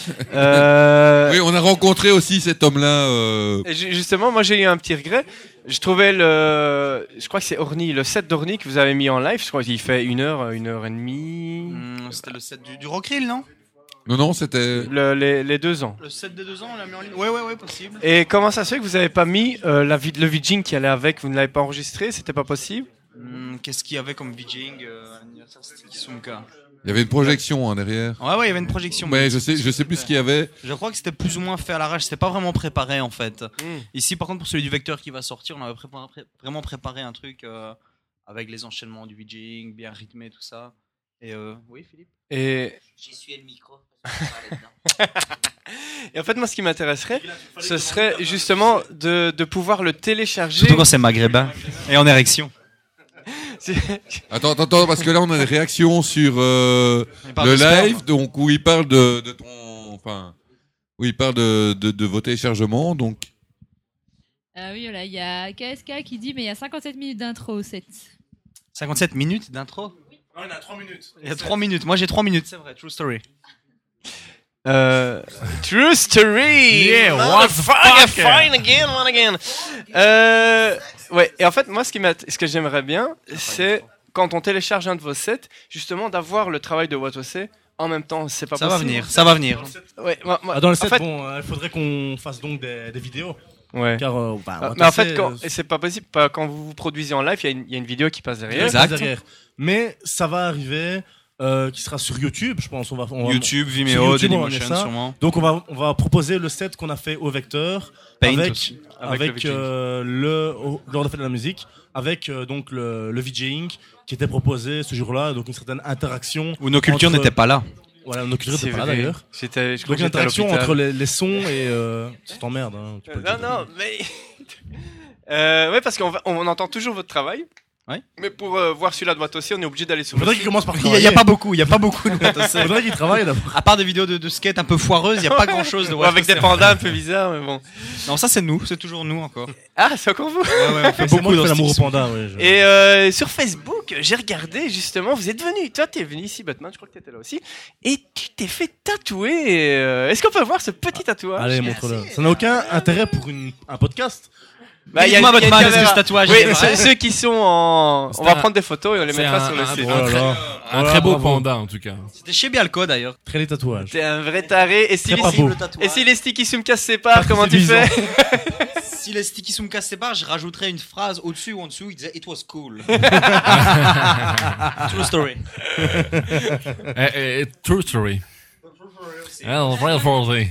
Euh, oui, on a rencontré aussi cet homme-là. Euh... Et ju- justement, moi j'ai eu un petit regret. Je trouvais le, je crois que c'est Orny, le set d'Orny que vous avez mis en live. Je crois qu'il fait une heure, une heure et demie. Hmm, c'était le set du, du Rockrill, non? Non, non, c'était... Le- les, les deux ans. Le set des deux ans, on l'a mis en ligne. Ouais, ouais, ouais, possible. Et comment ça se fait que vous n'avez pas mis euh, la vid- le VJing qui allait avec, vous ne l'avez pas enregistré, c'était pas possible? Hum, Qu'est-ce qu'il y avait comme VJing euh, à l'anniversaire de Sticky Sumka? Il y avait une projection hein, derrière. Ouais, ouais, il y avait une projection. Mais je sais, je sais plus ce qu'il y avait. Je crois que c'était plus ou moins fait à l'arrache, c'était pas vraiment préparé en fait. Mm. Ici, par contre, pour celui du vecteur qui va sortir, on avait préparé, pré- vraiment préparé un truc euh, avec les enchaînements du VJing, bien rythmé, tout ça. Et euh, oui, Philippe. Et... J'ai essuyé le micro. parce que je parlais dedans. Et en fait, moi, ce qui m'intéresserait, ce serait justement de, de pouvoir le télécharger. Surtout quand c'est maghrébin et en érection. Attends, attends, attends, parce que là on a des réactions sur euh, parle le de sperme. live, donc où il parle de, de ton, enfin, où il parle de, de, de vos téléchargements, donc. Ah oui, voilà, il y a K S K qui dit, mais il y a cinquante-sept minutes d'intro au set. cinquante-sept minutes d'intro. Non, il y a trois minutes. Il y a trois minutes. Moi, j'ai trois minutes, c'est vrai. True story. Euh, true story. Yeah, what the Motherfucker, fuck? fine again, one again. Euh, ouais. Et en fait, moi, ce qui m'a, ce que j'aimerais bien, c'est quand on télécharge un de vos sets, justement, d'avoir le travail de Watosé en même temps. C'est pas Ça va possible. venir, ça va venir. Ouais. Moi, moi, Ah, dans le en set, fait- bon, euh, il faudrait qu'on fasse donc des, des vidéos. Ouais. Car, euh, bah, Ah, on mais en sait, fait, quand, euh, et c'est pas possible. Pas, quand vous vous produisez en live, il y, a une- il y a une vidéo qui passe derrière. Exact. Derrière. Mais ça va arriver, euh, qui sera sur YouTube, je pense. On va, on va- YouTube, sur Vimeo, YouTube, on va Dailymotion, mettre ça. sûrement. Donc on va, on va proposer le set qu'on a fait au Vecteur Paint avec, aussi. Avec avec, le VJing. euh, le, au- lors de la fête de la musique, avec euh, donc le, le VJing qui était proposé ce jour-là, donc une certaine interaction. Où nos cultures entre- n'étaient pas là. Voilà, nos cultures C'est n'étaient pas là vrai. d'ailleurs. J'étais- je crois Donc que j'étais à l'interaction l'hôpital. entre les, les sons et euh, ça t'emmerde. Hein, tu peux le Non, dire. non, mais. euh, ouais, parce qu'on va- on entend toujours votre travail. Ouais. Mais pour euh, voir celui-là de Watosé, on est obligé d'aller sur. Faudrait le qu'il site. commence par Il y a, il y a pas beaucoup, il y a pas beaucoup de Watosé. Faudrait qu'il travaille d'abord. À part des vidéos de, de skate un peu foireuses, il y a pas grand chose de Ou avec Watosé. des pandas un peu bizarres, mais bon. Non, ça c'est nous, c'est toujours nous encore. Ah, c'est encore vous. Ouais, ouais, on fait C'est beaucoup moi qui dans fais l'amour au Sticky panda, ouais. je- Et euh, sur Facebook, j'ai regardé justement, vous êtes venu, toi t'es venu ici, Batman, je crois que t'étais là aussi, et tu t'es fait tatouer. euh, Est-ce qu'on peut voir ce petit tatouage? Allez, montre-le. Ça n'a aucun intérêt pour une, un podcast. Bah, il y a, Dites-moi, il y a une Batman, est-ce que caméra. ce tatouage Oui, est vrai ceux, ceux qui sont en, C'est on va un- prendre des photos et on les c'est mettra un- sur le un- site. un très- un Voilà, très beau bravo. panda en tout cas. C'était chez Bialco d'ailleurs. Très les tatouages. T'es un vrai taré. Et si, Très les, pas beau. et si les Sticky Sumka se séparent, Pas comment tu séduisant. fais? Si les Sticky Sumka se séparent, je rajouterais une phrase au-dessus ou en dessous, il disait It was cool. True story. Eh, eh, True story. Ah, real story.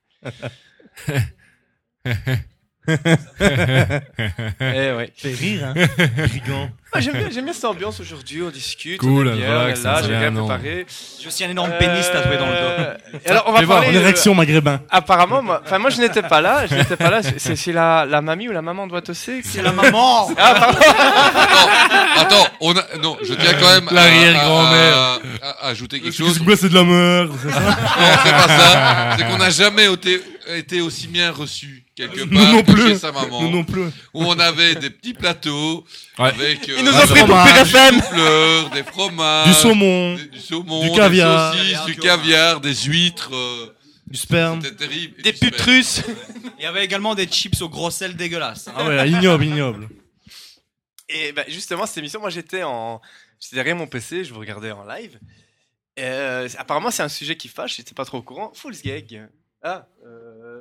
Eh ouais. Fait rire, hein. Brigand. Ah, j'aime bien, j'aime bien cette ambiance aujourd'hui, on discute. Cool, on est bien, voilà, on est que ça là, me j'ai fait bien un nom. préparé. J'ai aussi un énorme pénis tatoué dans le dos. Et alors, on va Fais voir, parler. une de- érection maghrébin. Apparemment, moi, enfin, moi, je n'étais pas là, je n'étais pas là. C'est, c'est la, la mamie ou la maman de Watosé. C'est la maman. Ah, pardon. Attends, attends, on a, non, je tiens quand même à, L'arrière-grand-mère. à- à- à ajouter quelque chose. C'est quoi, c'est de la merde, c'est ça? Non, c'est pas ça. C'est qu'on n'a jamais été, été aussi bien reçu quelque part Nous non que plus. chez sa maman. Nous non plus. Où on avait des petits plateaux Ouais. avec euh, Ils nous ont des pris pour fromages, Pure F M. du souffleur, des fromages, Du saumon, des- du saumon, du caviar. des saucisses, du caviar, des huîtres. euh, du sperme. C'était terrible. Et Des du sperme. putes russes. Il y avait également des chips au gros sel dégueulasses. Ah ouais, ignoble, ignoble. Et bah, justement, cette émission, moi, j'étais en, j'étais derrière mon P C, je vous regardais en live. Et, euh, apparemment, c'est un sujet qui fâche, j'étais pas trop au courant. Fool's Gag. Ah, euh...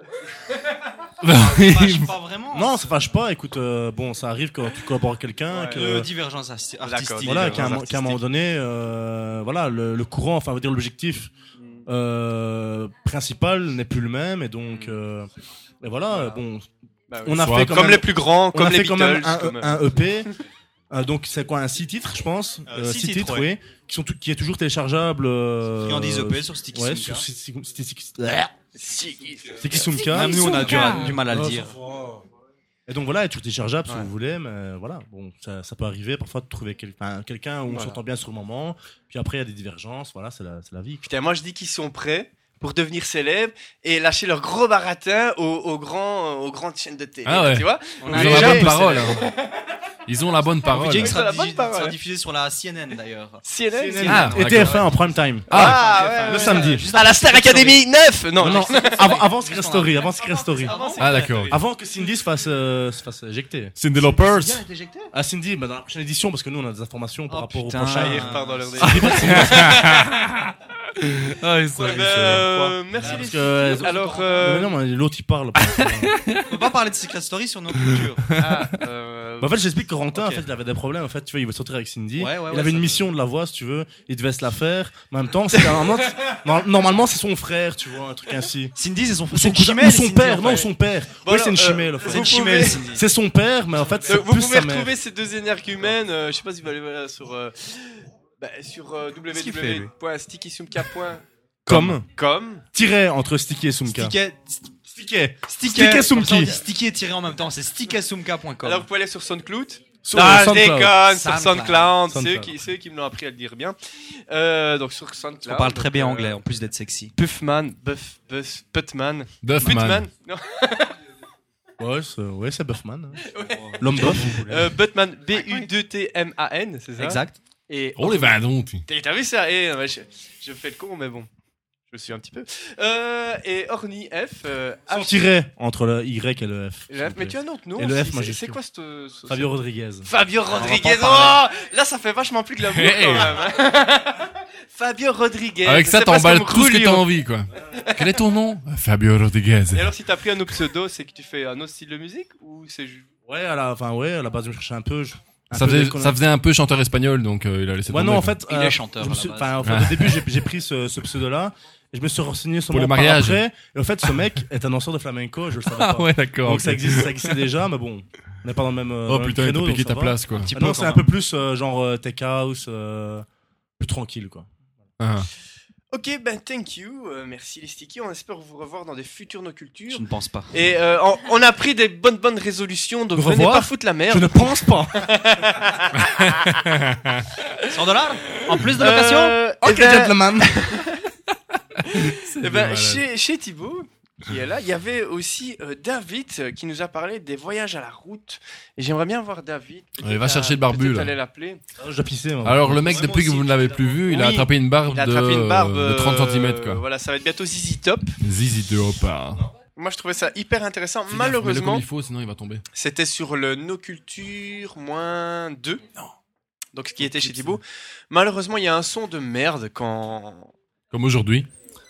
Fâche pas vraiment. Non, ça fâche pas. Écoute, euh, bon, ça arrive quand tu collabores avec quelqu'un. Ouais. que, Euh, divergence arti- artistique. voilà, divergence qu'à un, mo- artistique. qu'à un moment donné, euh, voilà, le, le courant, enfin, on va dire l'objectif euh, principal n'est plus le même, et donc, euh, et voilà, bon, Bah oui. on a Soit fait quand comme même, les plus grands, on comme a les fait quand même Beatles. un, comme- un E P. euh, donc c'est quoi, un six titres, je pense, Euh, six six titres, titres, ouais. oui, qui sont tout- qui est toujours téléchargeable. Euh, Friandise E P sur Sticky ouais, Sumka. sur Sticky Sticky Si- Sticky Sumka. Même nous, on a du, du mal à le Oh, dire. Et donc voilà, est toujours téléchargeable si Ouais. vous voulez, mais voilà, bon, ça, ça peut arriver parfois de trouver quel- enfin, quelqu'un où on Voilà. s'entend bien sur le moment, puis après il y a des divergences, voilà, c'est la, c'est la vie. Putain, moi je dis qu'ils sont prêts pour devenir célèbres et lâcher leur gros baratin aux, aux grands, aux grandes chaînes de télé. Ah ouais. Tu vois? On Ils a ont déjà la bonne un peu parole. célèbre. hein. Ils ont la bonne parole. Vijay Ouais. sera, La bonne diffusé- parole. sera diffusé sur la C N N d'ailleurs. C N N. Ah, Et T F un en prime time. Ah, ouais, le ouais, samedi. ouais. Ah, la Star Academy neuf. Non, Non, non, avant, avant Secret Story, avant Secret Story. Ah d'accord. Avant que Cindy se fasse, euh, se fasse éjecter. Cindy Lopers. Bien été éjecté. Ah, Cindy, bah, dans la prochaine édition, parce que nous on a des informations par Oh, rapport putain. au prochain. Ah, il repart dans leur délire. Cindy va- Cindy va- Ah, oui, c'est Ouais, vrai, ben, c'est euh, vrai. merci Ah, les parce filles. que- Alors, euh, Mais non, mais l'autre il parle. On peut pas parler de Secret Story sur nos cultures. ah, euh, Bah, en fait, j'explique que Corentin, Ok. en fait, il avait des problèmes. En fait, tu vois, il veut sortir avec Cindy. Ouais, ouais, il ouais, avait ça- une mission de la voix, si tu veux. Il devait se la faire. Mais en même temps, c'est un autre. Non, normalement, c'est son frère, tu vois, un truc ainsi. Cindy, c'est son, Ou c'est son une cousin, chimelle, ou son Cindy, père, en non, fait. son père. Bon, oui, c'est une alors, chimelle. euh, en fait. C'est une Vous chimelle, pouvez- Cindy. C'est son père, mais en fait, c'est Euh, vous plus pouvez sa mère. retrouver ces deux énergumènes, euh, je sais pas si vous allez voir sur, euh, bah, sur euh, Qu'est-ce qu'il fait, lui w w w point sticky sumka point Comme. com. Tiret entre Sticky et Sumka. Sticket. Sticky. Sticky. Sticky Sumki. Sticky et tiré en même temps. C'est stickasumka point com. Alors vous pouvez aller sur SoundCloud. Sur non, je SoundCloud. déconne, sur SoundCloud. SoundCloud. C'est eux SoundCloud. qui, c'est eux qui me l'ont appris à le dire bien. Euh, donc sur SoundCloud. On parle très donc, bien euh, anglais, en plus d'être sexy. Puffman, Buff, Buff, Putman. Buffman. Putman. Non. Ouais, c'est, ouais, c'est Buffman. hein. Ouais. L'homme Buff. Euh, Butman, B U deux T M A N, c'est ça? Exact. Et Oh les vadons. T'as t'as vu ça? Et, euh, je, je fais le con, mais bon. Je suis un petit peu. Euh, et Orny F. Euh, Sans H- tiret entre le Y et le F. Le F, mais tu as un autre nom. Et le aussi, F c'est- majuscule. C'est quoi ce. ce- Fabio Rodriguez. Fabio On va Rodriguez. pas Oh, là, ça fait vachement plus de l'amour Hey. quand même. Fabio Rodriguez. Avec ça, C'est parce t'emballes qu'on me tout ce que roule, t'as Lyon. envie, quoi. Quel est ton nom? Fabio Rodriguez. Et alors, si t'as pris un autre pseudo, c'est que tu fais un autre style de musique ou c'est juste. Ouais, à la, enfin, ouais, à la base, je me cherchais un peu. je- un Ça peu faisait, dès qu'on a- ça faisait un peu chanteur espagnol, donc euh, il a laissé Ouais, tomber, non, en quoi. fait. Il euh, est chanteur, je me à la suis- base. Enfin, enfin, Ah. au début, j'ai, j'ai pris ce, ce pseudo-là. Et je me suis renseigné sur Pour le par mariage. après. Et en fait, ce mec est un danseur de flamenco, je le savais Ah pas. ouais, d'accord. Donc ok. ça existe, ça existait déjà, mais bon, on n'est pas dans le même. euh, Oh dans le même putain, il créneau, t'a piqué donc ça ta va. place, quoi. petit Ah peu, non, c'est quand un même. peu plus euh, genre euh, tech house, euh, plus tranquille, quoi. Ah. Ok, ben thank you. Euh, merci les sticky. On espère vous revoir dans des futures nos cultures. Je ne pense pas. Et euh, on, on a pris des bonnes bonnes résolutions, donc De venez revoir pas foutre la merde. Je ne pense pas. cent dollars en plus de location. Euh, Ok, eh ben, gentleman. eh ben, malade. chez, chez Thibaut, qui est là, il y avait aussi euh, David euh, qui nous a parlé des voyages à la route. Et j'aimerais bien voir David. Il va Peut-être chercher à- le barbu, peut-être là. aller l'appeler. Je dois pisser, moi. Alors le mec, Ouais, depuis moi que vous aussi. ne l'avez plus vu, il a Oui. attrapé une barbe Il a attrapé de, une barbe de trente euh, centimètres, quoi. Voilà, ça va être bientôt Zizi Top. Zizi de Opa. Moi, je trouvais ça hyper intéressant. Fais gaffe, mets-le comme Malheureusement, il faut, sinon il va tomber. c'était sur le No Culture moins deux. Donc, ce qui était chez Thibaut. Malheureusement, il y a un son de merde quand. Comme aujourd'hui.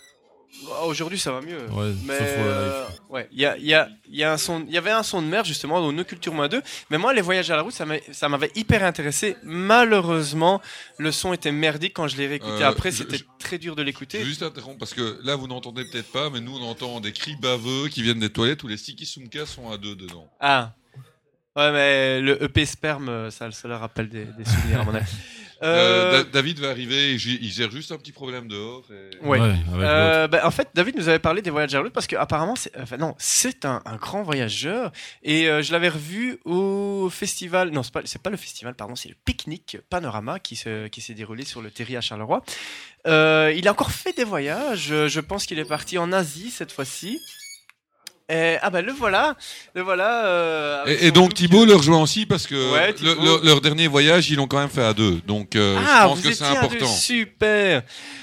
Oh, aujourd'hui, ça va mieux. Ouais, Mais sauf pour le euh, ouais, il y a, il y a, il y a un son, il y avait un son de merde justement au No Culture moins deux. Mais moi, les voyages à la route, ça m'a- ça m'avait hyper intéressé. Malheureusement, le son était merdique quand je l'ai réécouté Euh, après. je- C'était je- très dur de Je l'écouter. vais juste interrompre parce que là vous n'entendez peut-être pas, mais nous on entend des cris baveux qui viennent des toilettes où les sticky sumka sont à deux dedans. Ah. Ouais, mais le E P sperme, ça, ça leur rappelle des, des souvenirs à mon avis. Euh, Euh, Da- David va arriver, et j- il gère juste un petit problème dehors. Et... Ouais. Ouais, avec Euh, bah, en fait, David nous avait parlé des voyages à la route parce qu'apparemment, c'est, enfin non, c'est un, un grand voyageur et euh, je l'avais revu au festival. Non, c'est pas, c'est pas le festival, pardon, c'est le pique-nique Panorama qui se, qui s'est déroulé sur le Terry à Charleroi. Euh, il a encore fait des voyages. Je pense qu'il est parti en Asie cette fois-ci. Et, ah ben le voilà, le voilà. euh, avec Et, et son donc look. Thibaut le rejoint aussi parce que Ouais, le- Thibaut. leur, leur dernier voyage ils l'ont quand même fait à deux. Donc euh, Ah, je pense vous que c'est étiez à deux, important. super.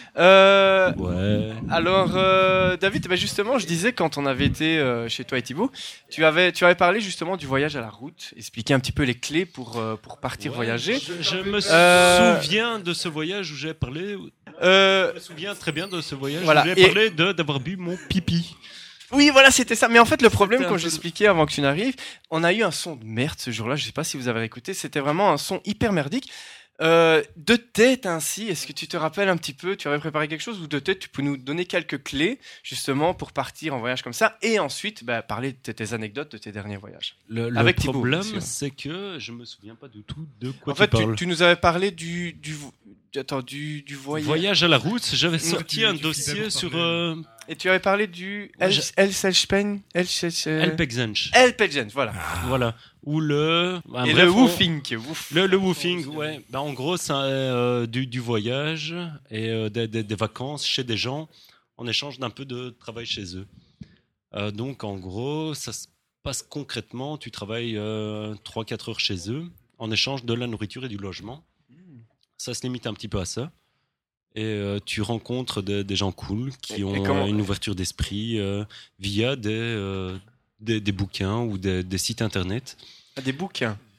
Euh, Ouais. Alors, euh, David, bah justement, je disais quand on avait été euh, chez toi et Thibaut, tu avais, tu avais parlé justement du voyage à la route, expliquer un petit peu les clés pour, euh, pour partir Ouais, voyager. Je, je me Euh, souviens de ce voyage où j'ai parlé. Euh, Je me souviens très bien de ce voyage Voilà, où j'ai et- parlé de- d'avoir bu mon pipi. Oui, voilà, c'était ça. Mais en fait, le problème, C'était un quand peu- j'expliquais avant que tu n'arrives, on a eu un son de merde ce jour-là. Je sais pas si vous avez écouté. C'était vraiment un son hyper merdique. Euh, de tête ainsi, est-ce que tu te rappelles un petit peu, tu avais préparé quelque chose ou de tête, tu peux nous donner quelques clés justement pour partir en voyage comme ça et ensuite bah, parler de tes anecdotes de tes derniers voyages. Le, le Avec Thibaut, problème, bien sûr. c'est que je me souviens pas du tout de quoi En fait, tu tu, parles. tu nous avais parlé du du vo- du- attends, du, du voyage. Voyage à la route, j'avais Non, sorti tu- un tu dossier flippais sur pour euh, Et tu avais parlé du Ouais, El je- Elselspeng, El Elpexench. Elpexench, voilà. Voilà. Ou le. bah, Et bref, le on- woofing, woofing. Le, le woofing, ouais. Bah, en gros, c'est euh, du, du voyage et euh, des, des- des vacances chez des gens en échange d'un peu de travail chez eux. Euh, donc, en gros, ça se passe concrètement. Tu travailles euh, trois à quatre heures chez eux en échange de la nourriture et du logement. Ça se limite un petit peu à ça. Et euh, tu rencontres des, des gens cool qui Et- et ont comment- euh, une ouverture d'esprit euh, via des, euh, des, des bouquins ou des, des sites internet. Ah, des bouquins.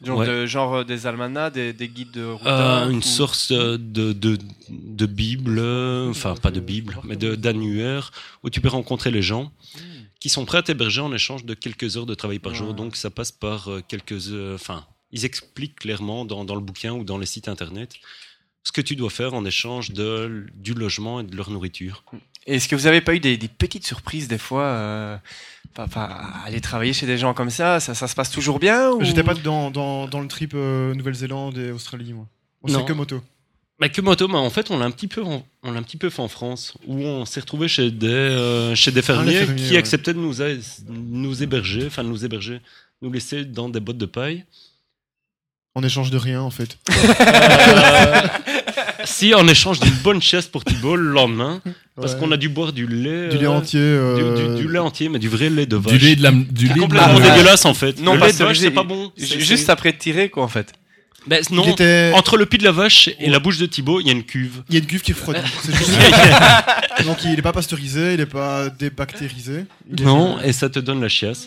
Genre, Ouais. de, genre euh, des almanachs, des, des guides de route. Euh, une source de, de, de, de Bible, euh, enfin pas de Bible, mais de, d'annuaire, où tu peux rencontrer les gens qui sont prêts à t'héberger en échange de quelques heures de travail par jour. Donc ça passe par euh, quelques heures, enfin, ils expliquent clairement dans, dans le bouquin ou dans les sites internet ce que tu dois faire en échange de, du logement et de leur nourriture. Et est-ce que vous avez pas eu des, des petites surprises des fois euh, pas, pas, aller travailler chez des gens comme ça, ça, ça se passe toujours bien ou... J'étais pas dans, dans, dans le trip euh, Nouvelle-Zélande et Australie, moi. Moi, Non. c'est que moto. Bah, que moto, bah, en fait, on l'a un petit peu, on, on l'a un petit peu fait en France, où on s'est retrouvé chez des, euh, chez des fermiers, Ah, les fermiers, qui ouais. acceptaient de nous, a- nous héberger, enfin de nous héberger, nous laisser dans des bottes de paille. En échange de rien, en fait. Euh, si, en échange d'une bonne chaise pour Thibault le lendemain, parce Ouais. qu'on a dû boire du lait. Du lait euh, entier, euh, Du, du- du lait entier, mais du vrai lait de vache. Du lait de la- du lait de complètement la- dégueulasse en fait. Non, le lait de vache, pasteurisé, c'est pas bon. ju- C'est- Juste c'est- après tirer, quoi, en fait. Ben, non, Il était- entre le pied de la vache et la bouche de Thibault, il y a une cuve. Il y a une cuve qui refroidit. C'est juste... Donc il est pas pasteurisé, il est pas débactérisé. Il est- Non, et ça te donne la chiasse.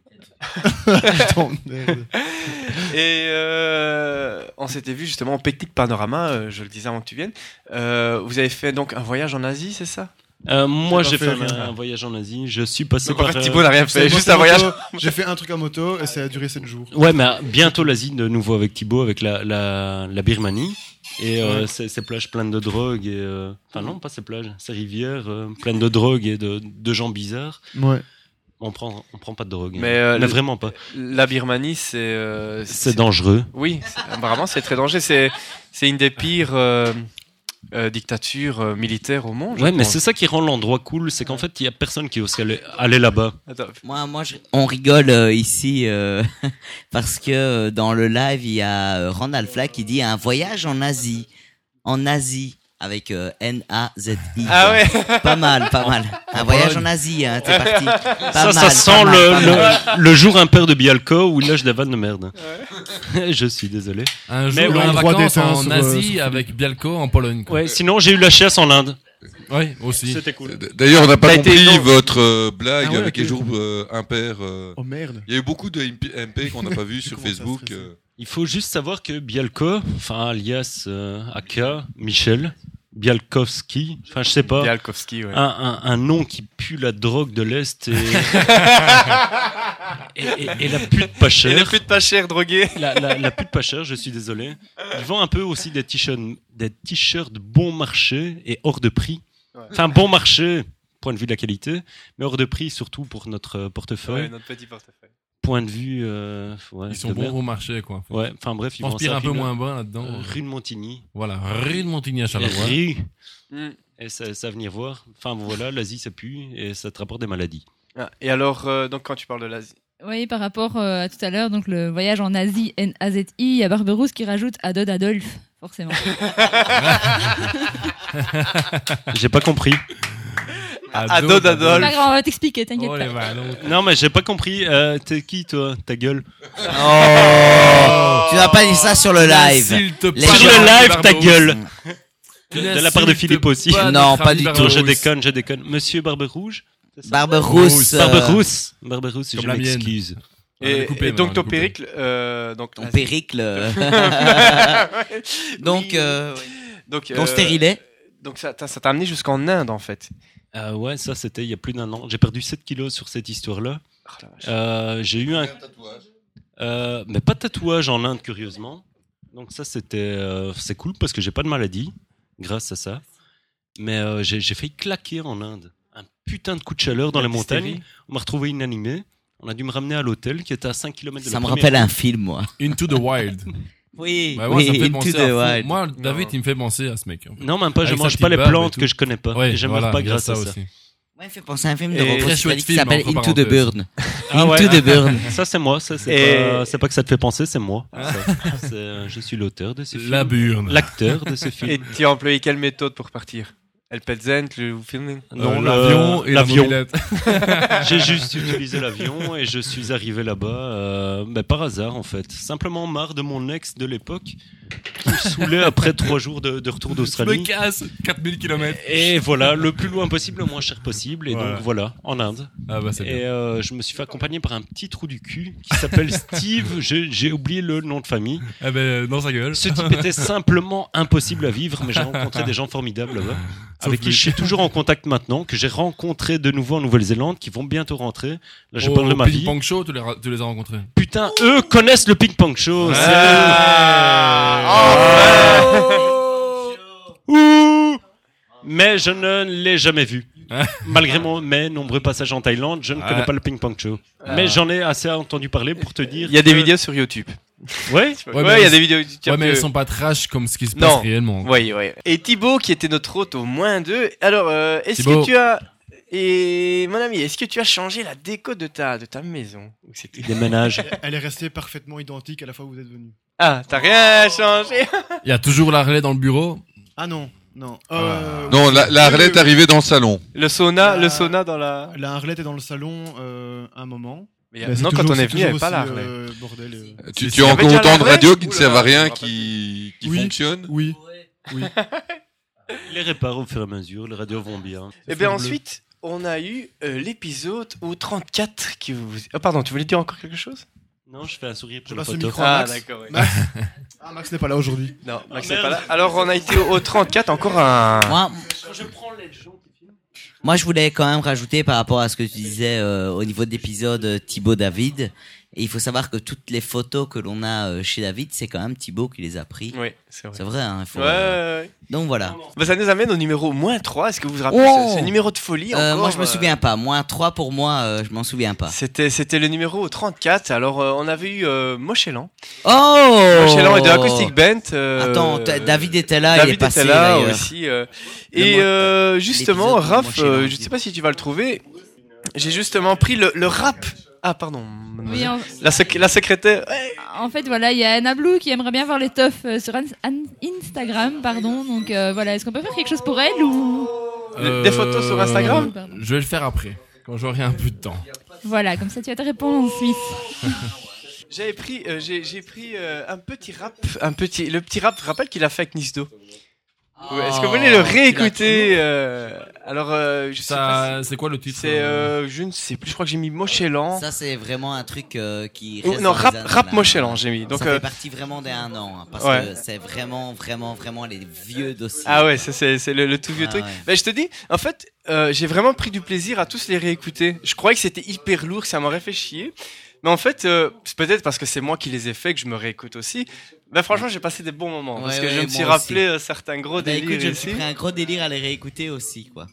Putain, merde. Et euh, on s'était vu justement au Petit Panorama, euh, je le disais avant que tu viennes. Euh, vous avez fait donc un voyage en Asie, c'est ça? Euh, moi, J'ai j'ai pas fait fait un, rien. un voyage en Asie. Je suis passé Donc, en par. fait, euh, Thibault n'a rien fait, C'est- juste moi, un voyage. moto, J'ai fait un truc en moto et ça a duré sept jours. Ouais, mais bientôt l'Asie de nouveau avec Thibault, avec la, la, la Birmanie. Et euh, Ouais. ces, ces plages pleines de drogue. Et, euh, enfin, non, pas ces plages, ces rivières euh, pleines de drogue et de, de gens bizarres. Ouais. On prend, on prend pas de drogue. Mais, euh, mais le- vraiment pas. La Birmanie, c'est. euh, C'est dangereux. Oui, c'est- apparemment, c'est très dangereux. C'est, c'est une des pires euh, euh, dictatures euh, militaires au monde. je Ouais, mais pense. c'est ça qui rend l'endroit cool, c'est qu'en fait, il y a personne qui ose aller, aller là-bas. Attends. Moi, moi, je- on rigole euh, ici euh, parce que euh, dans le live, il y a euh, Randall Flagg qui dit un voyage en Asie, en Asie avec euh, N A Z I. Ah ouais. Pas mal, pas mal. Un voyage en Asie, hein, c'est parti. Pas Ça, mal, ça pas sent mal, le, pas le, mal. le jour impair de Bialco où il lâche des vannes de merde. Je suis désolé. Un Mais jour ouais, en droit vacances d'éteint en sur, euh, Asie sur avec Bialco en Pologne. quoi. Ouais, sinon, j'ai eu la chasse en Inde. Ouais, aussi. C'était cool. D'ailleurs, on n'a pas T'as été- compris non. votre euh, blague Ah ouais, avec ok. les jours euh, impairs. euh. Oh merde. Il y a eu beaucoup de M P M P qu'on n'a pas vu sur Comment ça, Facebook. stressé. euh. Il faut juste savoir que Bialko, enfin alias euh, Aka, Michel, Bialkowski, enfin je sais pas, Bialkowski, ouais. un, un, un nom qui pue la drogue de l'Est et, et, et, et la pute pas Et chère. les putes pas chères droguées. La, la, la pute pas chère, je suis désolé. Ils vendent un peu aussi des t-shirts, des t-shirts bon marché et hors de prix. Ouais. Enfin bon marché, point de vue de la qualité, mais hors de prix surtout pour notre euh, portefeuille. Ouais, notre petit portefeuille. Point de vue, euh, ouais, Ils sont de bons merde. au marché, quoi. Ouais, enfin bref, ils On vont se pire un peu moins bas là-dedans. Euh, rue de Montigny. Voilà, rue de Montigny à Charleroi. Rue. Mm. Et ça, ça venir voir. Enfin voilà, l'Asie ça pue et ça te rapporte des maladies. Ah, et alors, euh, donc quand tu parles de l'Asie. Oui, par rapport euh, à tout à l'heure, donc le voyage en Asie, N A Z I, il y a Barberousse qui rajoute Adod Adolphe, forcément. J'ai pas compris. Ado C'est d'Adolphe. pas grave, on va t'expliquer, t'inquiète Oh, pas. les ballons. Non mais j'ai pas compris. Euh, T'es qui toi? Ta gueule. Oh, tu n'as pas dit ça sur le live. N'insulte Les pas Sur gens- le live, ta Barberousse. gueule. Tu De la part de n'insultes Philippe aussi. pas Non, notre pas ami du tout. Non, Barberousse. je déconne, je déconne. Monsieur Barbe Rouge. c'est ça Barberousse. euh, Barberousse. Barberousse, Comme je la mienne. m'excuse. On va Et, le couper, et maintenant, donc on va ton le couper. périple, euh, donc Ton Asie. péricle. euh. Donc, Oui. euh, donc, ton euh, stérilet. Donc ça t'a ça t'a amené jusqu'en Inde en fait. Euh, ouais, ça c'était il y a plus d'un an. J'ai perdu sept kilos sur cette histoire-là. Oh, la vache. Euh, j'ai eu un. Euh, mais pas de tatouage en Inde, curieusement. Donc ça, c'était, euh, c'est cool parce que j'ai pas de maladie grâce à ça. Mais euh, j'ai, j'ai failli claquer en Inde. Un putain de coup de chaleur dans La les montagnes. dystérie. On m'a retrouvé inanimé. On a dû me ramener à l'hôtel qui était à cinq kilomètres de Ça la me première rappelle un route. film, moi. Into the Wild. Oui, Bah, moi, oui, ça me fait Into penser the à fou. Wild. Moi, David, Non. il me fait penser à ce mec. en fait. Non, même pas. Je Avec sa mange petite pas les barbe et plantes tout. que je connais pas. Ouais, et je voilà, meurs pas il y a grâce ça à ça. aussi. Ouais, il fait penser à un film de Et- Rocco Très Siffredi chouette qui film, s'appelle entre Into the parenthèses. Burn. Ah ouais. Into the Burn. Ça c'est moi. Ça c'est Et- pas, c'est pas que ça te fait penser, c'est moi. Ça, c'est, euh, je suis l'auteur de ce film. La burne. L'acteur de ce film. Et tu as employé quelle méthode pour partir? El Petzent, le filming? Non, Euh, le- l'avion et l'avion. la mobilette. J'ai juste utilisé l'avion et je suis arrivé là-bas euh, bah, par hasard en fait. Simplement marre de mon ex de l'époque qui me saoulait après trois jours de, de retour Je d'Australie. me casse, quatre mille kilomètres. Et voilà, le plus loin possible, le moins cher possible. Et Voilà. donc voilà, en Inde. Ah bah, c'est et bien. euh, je me suis fait accompagner par un petit trou du cul qui s'appelle Steve. J'ai, j'ai oublié le nom de famille. Eh ben, dans sa gueule. Ce type était simplement impossible à vivre, mais j'ai rencontré des gens formidables là-bas, Sauf avec qui lui. je suis toujours en contact maintenant, que j'ai rencontré de nouveau en Nouvelle-Zélande, qui vont bientôt rentrer. Là, je Au parle de ma vie. ping-pong show, tu les, ra- tu les as rencontrés. Putain, eux connaissent le ping-pong show. Ouais. C'est... Ouh. Mais je ne l'ai jamais vu. Malgré mon, mes nombreux passages en Thaïlande, je ne Ouais. connais pas le ping-pong show. Ah. Mais j'en ai assez entendu parler pour te dire. Il y a des que- vidéos sur YouTube. Ouais. Ouais, mais il y a elles- des vidéos YouTube. Ouais, mais que- elles sont pas trash comme ce qui se passe Non. réellement. Oui, oui. Et Thibaut, qui était notre hôte au moins deux. Alors, euh, est-ce Thibaut. que tu as. Et mon ami, est-ce que tu as changé la déco de ta, de ta maison? Ou c'était- Déménage. Elle est restée parfaitement identique à la fois où vous êtes venu. Ah, t'as rien changé. Il y a toujours la relais dans le bureau. Ah non, non. Euh, Non, oui, la, la oui, relais oui, est arrivée dans le salon. Le sauna, La- le sauna dans la. La Harlette est dans le salon euh, un moment. Mais y a- Bah, c'est non, quand toujours- on est c'est venu, il y avait toujours pas la aussi, Harley. euh, bordel, euh. Tu, Si, tu si, as y avait encore déjà autant la de relais, radios je qui ne trouve, servent à là, rien, je me qui, qui Oui. fonctionnent. Oui. Oui. Il les répare au fur et à mesure, les radios vont bien. Et bien ensuite, on a eu euh, l'épisode au trente-quatre qui vous. Oh, pardon, tu voulais dire encore quelque chose? Non, je fais un sourire Je pour la passe le photo. micro à Ah, Max. d'accord, oui. Max. Ah, Max n'est pas là aujourd'hui. Non, Max Ah, n'est pas merde. là. Alors, on a été au trente-quatre, encore un. Moi, Quand je prends les gens qui filment. moi, je voulais quand même rajouter par rapport à ce que tu disais euh, au niveau de l'épisode euh, Thibaut David. Et il faut savoir que toutes les photos que l'on a euh, chez David, c'est quand même Thibaut qui les a pris. Oui, c'est vrai. C'est vrai, hein. il faut, Ouais, euh, ouais, ouais. Donc voilà. Bah, ça nous amène au numéro moins trois. Est-ce que vous vous rappelez Oh ce, ce numéro de folie Euh, encore, moi, je me euh, souviens pas. Moins trois pour moi, euh, je m'en souviens pas. C'était, c'était le numéro trente-quatre. Alors, euh, on avait eu euh, Mochelan. Oh Mochelan et de Acoustic Band. euh, Attends, t- David était là, il David est passé, était là d'ailleurs. aussi. euh, Le et mo- euh, justement, l'épisode de Raph, Mochelan, euh, je je sais pas si tu vas le trouver. J'ai justement pris le, le rap. Ah, pardon. Oui, en- La, sec- la secrétaire. Ouais. En fait, voilà, il y a Anna Blue qui aimerait bien voir les teufs euh, sur An- An- Instagram, pardon. Donc euh, voilà, est-ce qu'on peut faire quelque chose pour elle ou Des- des photos sur Instagram Pardon. Je vais le faire après, quand j'aurai un peu de temps. Voilà, comme ça tu as ta réponse, Suisse. J'avais pris, euh, j'ai, j'ai pris euh, un petit rap, un petit, le petit rap, rappelle qu'il a fait avec Nisdo. Ouais, Est-ce que vous voulez le réécouter euh, Alors, euh, je sais pas. Ça, c'est quoi le titre C'est, euh, je ne sais plus. Je crois que j'ai mis Mochelan. Ça, c'est vraiment un truc euh, qui. Oh, reste non, dans les rap, annales, rap là. Mochelan, j'ai mis. Donc, ça euh, fait partie vraiment des un an, hein, parce ouais. que c'est vraiment, vraiment, vraiment les vieux dossiers. Ah ouais, ça, c'est, c'est le, le tout vieux Ah truc. ouais. Mais je te dis, en fait, euh, j'ai vraiment pris du plaisir à tous les réécouter. Je croyais que c'était hyper lourd, que ça m'aurait fait chier. Mais en fait, euh, c'est peut-être parce que c'est moi qui les ai faits que je me réécoute aussi. Mais franchement, j'ai passé des bons moments. parce Ouais, que ouais, je me suis moi rappelé aussi. euh, certains gros Bah, délires écoute, je me ici. suis pris un gros délire à les réécouter aussi, quoi.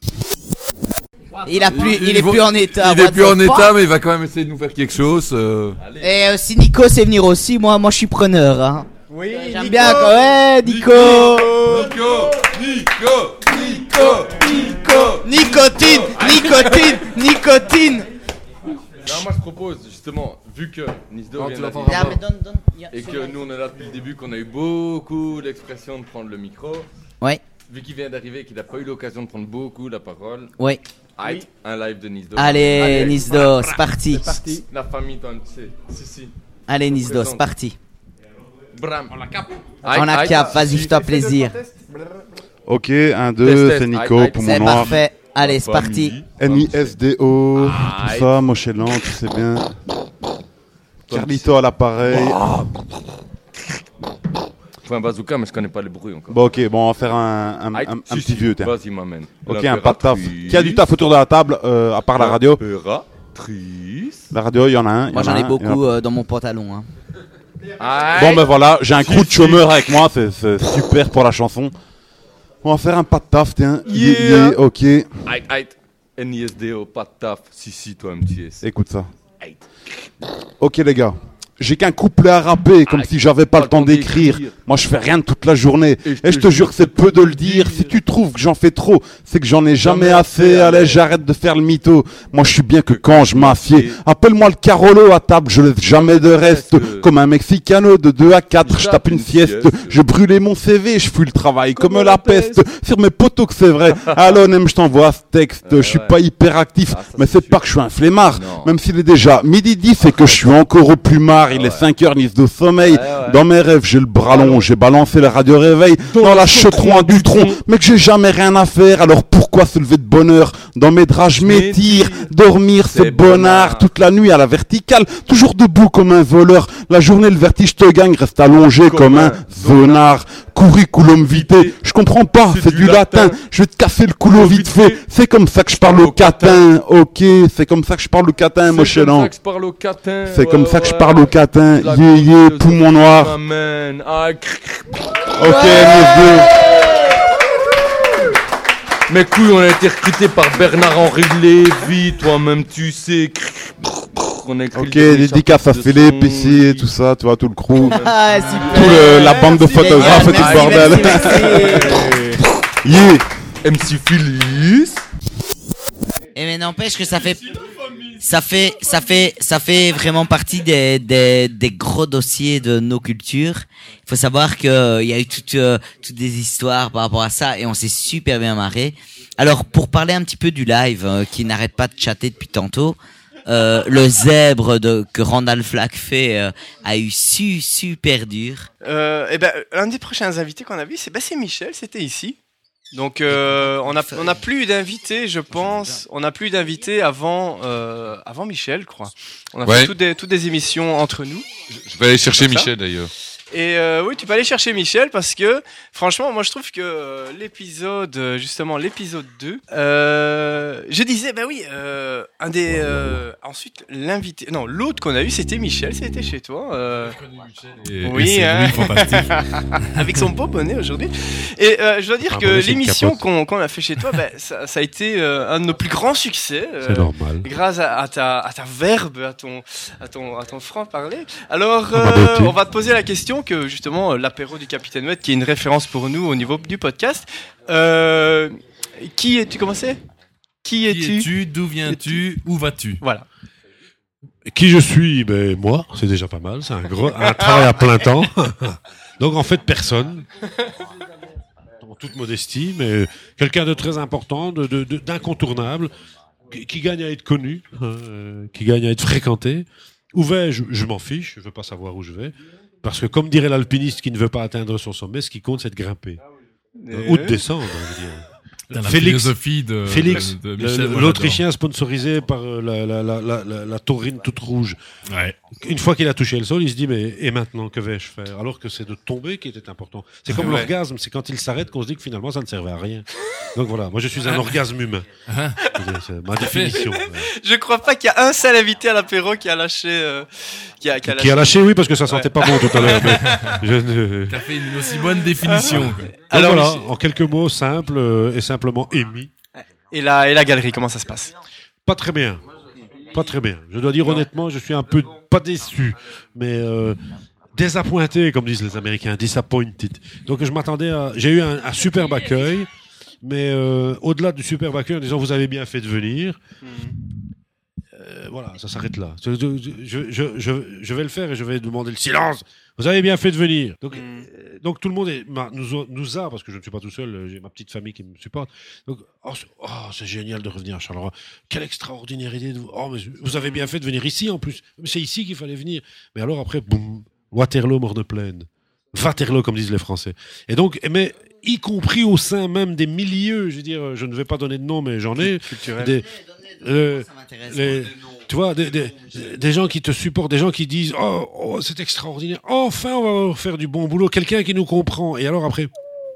Il a plus, il, Il est va- plus en état. Il est what plus the en fuck. état, mais il va quand même essayer de nous faire quelque chose. euh. Et euh, si Nico sait venir aussi, moi, moi, je suis preneur. Hein. Oui, J'aime Nico. bien quand ouais, Nico. Nico, Nico, Nico, Nico. Nicotine, nicotine, nicotine. Non, moi je propose justement, vu que Nisdo Non, vient tu vas d'arriver pas- Ah, mais donne, donne. y a- et que nous on est là depuis le début, qu'on a eu beaucoup l'expression de prendre le micro, Ouais, vu qu'il vient d'arriver et qu'il n'a pas eu l'occasion de prendre beaucoup la parole, ouais. aïe, un live de Nisdo. Allez, Nisdo, c'est parti. C'est parti. La famille, toi, tu sais. Si, si. Allez, Nisdo, Présente. c'est parti. Bram. On la cape. On a cap, vas-y, fais-toi plaisir. Ok, un, deux, Test, c'est test. Nico Aïe, pour aïe, mon C'est noir. parfait. Allez, c'est parti. N I S D O, Aïe. tout ça, Mochelan, tu sais bien. Carlito à l'appareil. Faut un bazooka, mais je connais pas les bruits encore. Bon, ok, bon, on va faire un, un, Aïe, un- un si, petit si. vieux, tiens. Vas-y, m'amène. Ok, un pas de taf. Qui a du taf autour de la table, euh, à part la radio? Impératrice. La radio, il y en a un. il y Moi, en j'en a ai un, beaucoup il y en a- euh, dans mon pantalon. Hein. Bon, ben voilà, j'ai un crew de chômeurs avec moi, c'est c'est super pour la chanson. On va faire un pas de taf, tiens. Yeah, Yeah. yeah, ok. Aïe, aïe. N I S D O, pas de taf. Si, si, toi, M T S. Écoute ça. Aïe. Ok les gars, j'ai qu'un couplet à rapper, comme si j'avais pas le temps d'écrire. Moi je fais rien de toute la journée. Et je te jure que c'est peu de le dire. Si tu trouves que j'en fais trop, c'est que j'en ai jamais assez. Allez, j'arrête de faire le mytho. Moi je suis bien que quand je m'assieds. Appelle-moi le Carolo à table, je laisse jamais de reste. Comme un Mexicano de deux à quatre, je tape une sieste. Je brûlais mon C V, je fuis le travail comme la peste. Sur mes potos que c'est vrai. Allô Nem, je t'envoie ce texte. Je suis pas hyper actif, mais c'est pas que je suis un flemmard. Même s'il est déjà midi dix, c'est que je suis encore au plumard. soir, il est cinq heures, nice de sommeil. Ouais, ouais. Dans mes rêves, j'ai le bras long, j'ai balancé le radio réveil dans, dans la chaude-roin du tronc. Mais que j'ai jamais rien à faire, alors pourquoi se lever de bonne heure? Dans mes draps, je m'étire. Dormir, c'est bonnard. Toute la nuit à la verticale, toujours debout comme un voleur. La journée, le vertige te gagne, reste allongé comme, comme un zonard. Curriculum vitae, je comprends pas, c'est du latin. latin. Je vais te casser le coulo vite fait. C'est comme ça que je parle au catin. Ok, c'est comme ça que je parle au catin, moi chélan. C'est comme ça que je parle au catin. C'est comme ça que je parle au catin. Yé yé, poumon noir. Amen. Ah, ok, mes Mes couilles, on a été recrutés par Bernard-Henri Lévy, toi-même tu sais. On a ok, dédicace à Philippe ici et tout ça, tu vois, tout le crew. Ah, tout le, la bande de photographes et tout le bordel. Yeah. M C Phyllis. Et mais n'empêche que ça fait, ça fait, ça fait, ça fait vraiment partie des, des, des gros dossiers de nos cultures. Il faut savoir que euh, il y a eu toutes, euh, toutes des histoires par rapport à ça et on s'est super bien marré. Alors, pour parler un petit peu du live, euh, qui n'arrête pas de chatter depuis tantôt, euh, le zèbre de, que Randall Flagg fait euh, a eu su, super dur. Euh, et ben, l'un des prochains invités qu'on a vu, c'est, ben, c'est Michel, c'était ici. Donc euh, on a on a plus d'invités, je pense. On a plus d'invités avant euh, avant Michel, je crois. On a ouais. fait toutes des toutes des émissions entre nous. Je vais aller chercher Michel d'ailleurs. Et euh, oui, tu peux aller chercher Michel parce que franchement, moi je trouve que euh, l'épisode, justement l'épisode deux, euh, je disais, bah oui, euh, un des, euh, ensuite l'invité, non, l'autre qu'on a eu, c'était Michel, c'était chez toi. Euh, et, oui, et hein, lui, avec son beau bonnet aujourd'hui. Et euh, je dois dire ah, que l'émission qu'on qu'on a fait chez toi, bah, ça, ça a été euh, un de nos plus grands succès. Euh, C'est normal. Grâce à, à ta à ta verbe, à ton à ton à ton franc parler. Alors, euh, on va te poser la question. Que justement l'apéro du Capitaine Oued, qui est une référence pour nous au niveau du podcast. Euh, qui es-tu? Comment c'est? Qui es-tu? Qui es-tu? D'où viens-tu? Où vas-tu? Voilà. Qui je suis? Ben moi, c'est déjà pas mal. C'est un gros un travail à plein temps. Donc en fait personne. En toute modestie, mais quelqu'un de très important, de, de, de d'incontournable, qui, qui gagne à être connu, euh, qui gagne à être fréquenté. Où vais-je? Je m'en fiche. Je veux pas savoir où je vais. Parce que comme dirait l'alpiniste qui ne veut pas atteindre son sommet, ce qui compte, c'est de grimper. Euh, ou de descendre, je veux dire. Dans la Félix, philosophie de, Félix de, de Michel le, l'Autrichien sponsorisé par la, la, la, la, la, la taurine toute rouge. Ouais. Une fois qu'il a touché le sol, il se dit, mais et maintenant, que vais-je faire? Alors que c'est de tomber qui était important. C'est comme ouais. l'orgasme, c'est quand il s'arrête qu'on se dit que finalement, ça ne servait à rien. Donc voilà, moi je suis un orgasme humain. C'est ma définition. Je crois pas qu'il y a un seul invité à l'apéro qui a lâché... Euh, qui, a, qui, a lâché... qui a lâché, oui, parce que ça sentait ouais. pas bon tout à l'heure. Mais je ne... Qui a fait une aussi bonne définition. Donc alors voilà, en quelques mots simples euh, et simplement émis. Et la, et la galerie, comment ça se passe? Pas très bien. Pas très bien. Je dois dire non. honnêtement, je suis un peu, pas déçu, mais euh, désappointé, comme disent les Américains, disappointed. Donc je m'attendais à... J'ai eu un, un superbe accueil, mais euh, au-delà du superbe accueil, en disant vous avez bien fait de venir, mmh. euh, voilà, ça s'arrête là. Je, je, je, je, je vais le faire et je vais demander le silence. Vous avez bien fait de venir. Donc, mmh. euh, donc tout le monde est, bah, nous, nous a, parce que je ne suis pas tout seul, j'ai ma petite famille qui me supporte. Donc, oh, c'est, oh, c'est génial de revenir à Charleroi. Quelle extraordinaire idée de vous. Oh, mais vous avez bien fait de venir ici en plus. Mais c'est ici qu'il fallait venir. Mais alors après, boum, Waterloo, mort de plaine. Waterloo, comme disent les Français. Et donc, mais y compris au sein même des milieux, je veux dire, je ne vais pas donner de nom, mais j'en ai. Des, euh, les, tu vois, des, des, des gens qui te supportent, des gens qui disent oh, oh c'est extraordinaire, enfin on va faire du bon boulot, quelqu'un qui nous comprend. Et alors après,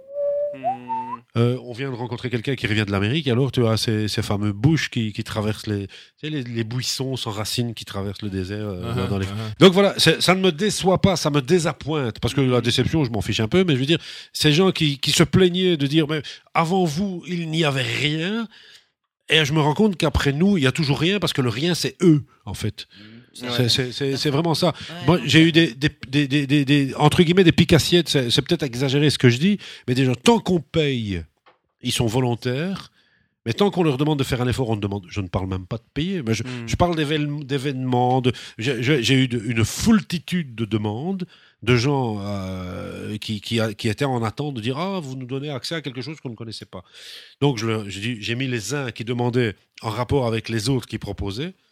euh, on vient de rencontrer quelqu'un qui revient de l'Amérique, et alors tu as ces, ces fameux bush qui, qui traversent les, tu sais, les, les buissons sans racines qui traversent le désert. Euh, uh-huh, dans les... uh-huh. Donc voilà, ça ne me déçoit pas, ça me désappointe, parce que la déception, je m'en fiche un peu, mais je veux dire, ces gens qui, qui se plaignaient de dire mais avant vous, il n'y avait rien. Et je me rends compte qu'après nous, il y a toujours rien parce que le rien, c'est eux, en fait. Ouais. C'est, c'est, c'est, c'est vraiment ça. Ouais. Moi, j'ai eu des, des, des, des, des, des, entre guillemets, des piques-assiettes. C'est, c'est peut-être exagéré ce que je dis, mais déjà, tant qu'on paye, ils sont volontaires. Mais tant qu'on leur demande de faire un effort, on demande. Je ne parle même pas de payer, mais je, mm. je parle d'événements. d'événements de, j'ai, j'ai eu de, une foultitude de demandes de gens euh, qui, qui, a, qui étaient en attente de dire ah vous nous donnez accès à quelque chose qu'on ne connaissait pas. Donc je, je dis, j'ai mis les uns qui demandaient en rapport avec les autres qui proposaient,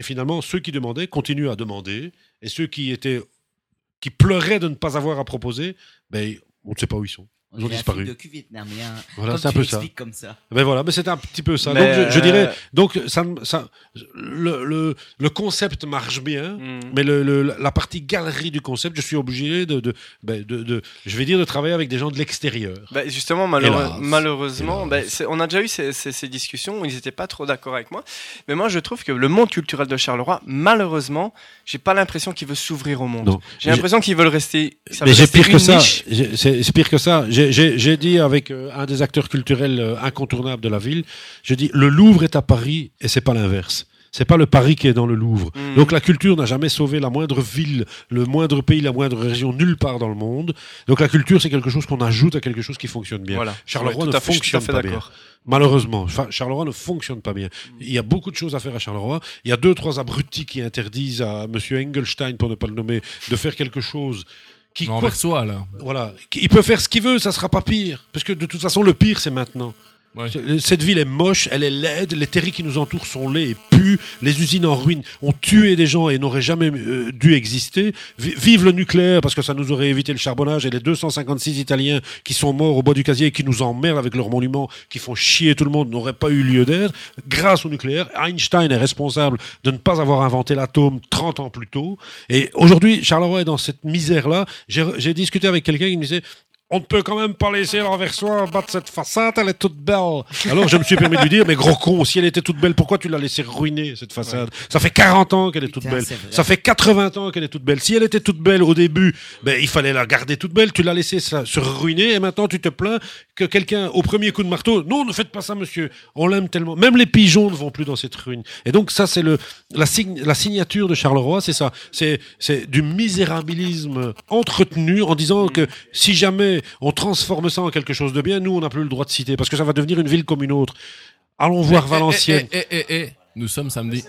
Et finalement, ceux qui demandaient continuent à demander. Et ceux qui étaient, qui pleuraient de ne pas avoir à proposer, ben, on ne sait pas où ils sont. Ils ont J'ai un disparu. film docu vietnamien. Voilà, Comme c'est un tu peu ça. l'expliques comme ça. Ben voilà, mais c'est un petit peu ça. Mais donc je, je euh, dirais, donc ça, ça, le, le, le concept marche bien, Mm. mais le, le, la partie galerie du concept, je suis obligé de, de, ben, de, de, je vais dire, de travailler avec des gens de l'extérieur. Bah, justement, malheureux- Hélas. malheureusement, bah, c'est- on a déjà eu ces, ces- ces discussions où ils n'étaient pas trop d'accord avec moi. Mais moi, je trouve que le monde culturel de Charleroi, malheureusement, j'ai pas l'impression qu'il veut s'ouvrir au monde. Non. J'ai l'impression qu'ils veulent rester. ça Mais veut j'ai rester pire que une ça. niche. J'ai- C'est c'est pire que ça. J'ai- J'ai j'ai dit avec euh, un des acteurs culturels euh, incontournables de la ville, je dis le Louvre est à Paris et c'est pas l'inverse. C'est pas le Paris qui est dans le Louvre. Mm. Donc la culture n'a jamais sauvé la moindre ville, le moindre pays, la moindre région nulle part dans le monde. Donc la culture c'est quelque chose qu'on ajoute à quelque chose qui fonctionne bien. Voilà. Charleroi Ouais, tout ne à fait, je suis tout à fonctionne fait pas bien. d'accord. Malheureusement, Enfin, Charleroi ne fonctionne pas bien. Il y a beaucoup de choses à faire à Charleroi. Il y a deux, trois abrutis qui interdisent à Monsieur Engelstein, pour ne pas le nommer, de faire quelque chose qui Mais envers soi, là. Voilà, il peut faire ce qu'il veut, ça sera pas pire, parce que de toute façon le pire c'est maintenant. Ouais. Cette ville est moche, elle est laide, les terris qui nous entourent sont laids et puent, les usines en ruine ont tué des gens et n'auraient jamais euh, dû exister. Vi- Vive le nucléaire, parce que ça nous aurait évité le charbonnage, et les deux cent cinquante-six Italiens qui sont morts au bois du casier et qui nous emmerdent avec leurs monuments, qui font chier tout le monde, n'auraient pas eu lieu d'être. Grâce au nucléaire, Einstein est responsable de ne pas avoir inventé l'atome trente ans plus tôt. Et aujourd'hui, Charleroi est dans cette misère-là. J'ai j'ai discuté avec quelqu'un qui me disait... On ne peut quand même pas laisser l'Anversois battre cette façade, elle est toute belle. Alors je me suis permis de lui dire, mais gros con, si elle était toute belle, pourquoi tu l'as laissé ruiner, cette façade? Ça fait quarante ans qu'elle est toute Putain, belle. c'est vrai. Ça fait quatre-vingts ans qu'elle est toute belle. Si elle était toute belle au début, ben, il fallait la garder toute belle, tu l'as laissée ça- se ruiner, et maintenant tu te plains que quelqu'un, au premier coup de marteau, non, ne faites pas ça, monsieur, on l'aime tellement. Même les pigeons ne vont plus dans cette ruine. Et donc ça, c'est le, la, signe- la signature de Charleroi, c'est ça. C'est, c'est du misérabilisme entretenu en disant que si jamais on transforme ça en quelque chose de bien, nous, on n'a plus le droit de citer, parce que ça va devenir une ville comme une autre. Allons voir Eh, Valenciennes. Eh, eh, eh, eh, nous sommes samedi.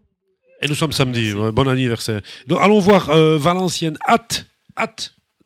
Et nous sommes samedi, ouais, bon anniversaire. Donc allons voir euh, Valenciennes, At, At,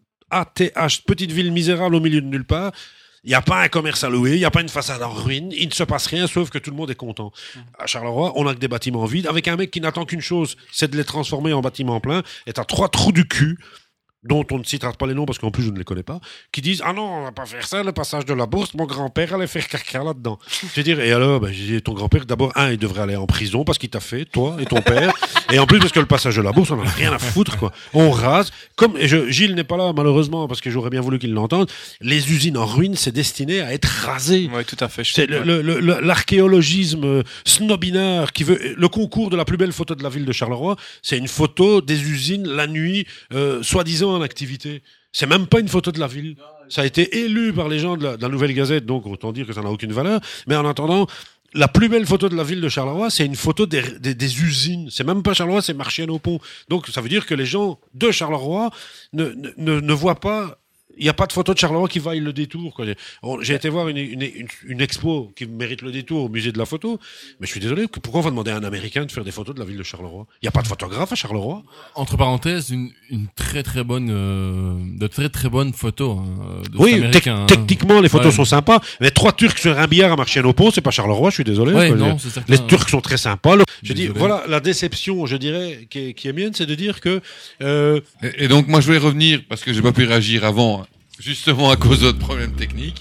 A T H, petite ville misérable au milieu de nulle part. Il n'y a pas un commerce à louer, il n'y a pas une façade en ruine, il ne se passe rien sauf que tout le monde est content. À Charleroi, on n'a que des bâtiments vides, avec un mec qui n'attend qu'une chose, c'est de les transformer en bâtiments pleins, et t'as trois trous du cul, dont on ne citera pas les noms parce qu'en plus je ne les connais pas, qui disent « Ah non, on va pas faire ça, le passage de la bourse, mon grand-père allait faire caca là-dedans. » Je veux dire, et alors, ben, j'ai dit, ton grand-père, d'abord, un, il devrait aller en prison parce qu'il t'a fait, toi et ton père, et en plus parce que le passage de la bourse, on n'en a rien à foutre, quoi. On rase, comme, et je, Gilles n'est pas là, malheureusement, parce que j'aurais bien voulu qu'il l'entende, les usines en ruine, c'est destiné à être rasé. Oui, tout à fait. je C'est suis- le- ouais. le- le- le- l'archéologisme euh, snobinard qui veut le concours de la plus belle photo de la ville de Charleroi, c'est une photo des usines la nuit, euh, soi-disant en activité. C'est même pas une photo de la ville. Ça a été élu par les gens de la, de la Nouvelle Gazette, donc autant dire que ça n'a aucune valeur. Mais en attendant, la plus belle photo de la ville de Charleroi, c'est une photo des, des, des usines. C'est même pas Charleroi, c'est Marchienne-au-Pont. Donc ça veut dire que les gens de Charleroi ne, ne, ne, ne voient pas. Il n'y a pas de photo de Charleroi qui vaille le détour, quoi. On- J'ai été voir une, une, une, une expo qui mérite le détour au musée de la photo, mais je suis désolé, pourquoi on va demander à un Américain de faire des photos de la ville de Charleroi? Il n'y a pas de photographe à Charleroi? Entre parenthèses, une, une très très bonne, euh, de très très bonnes photos. Hein, de Oui, cet tec- Américain, hein. techniquement, les photos Ouais. sont sympas, mais trois Turcs sur un billard à Marchienne-au-Pont, c'est pas Charleroi, je suis désolé. Ouais, quoi. non, c'est certain. Les Turcs sont très sympas. Le- Je dis, Désolé. voilà, la déception, je dirais, qui est, qui est mienne, c'est de dire que, euh, Et, et donc, moi, je voulais revenir, parce que j'ai pas pu réagir avant, justement à cause de notre problème technique.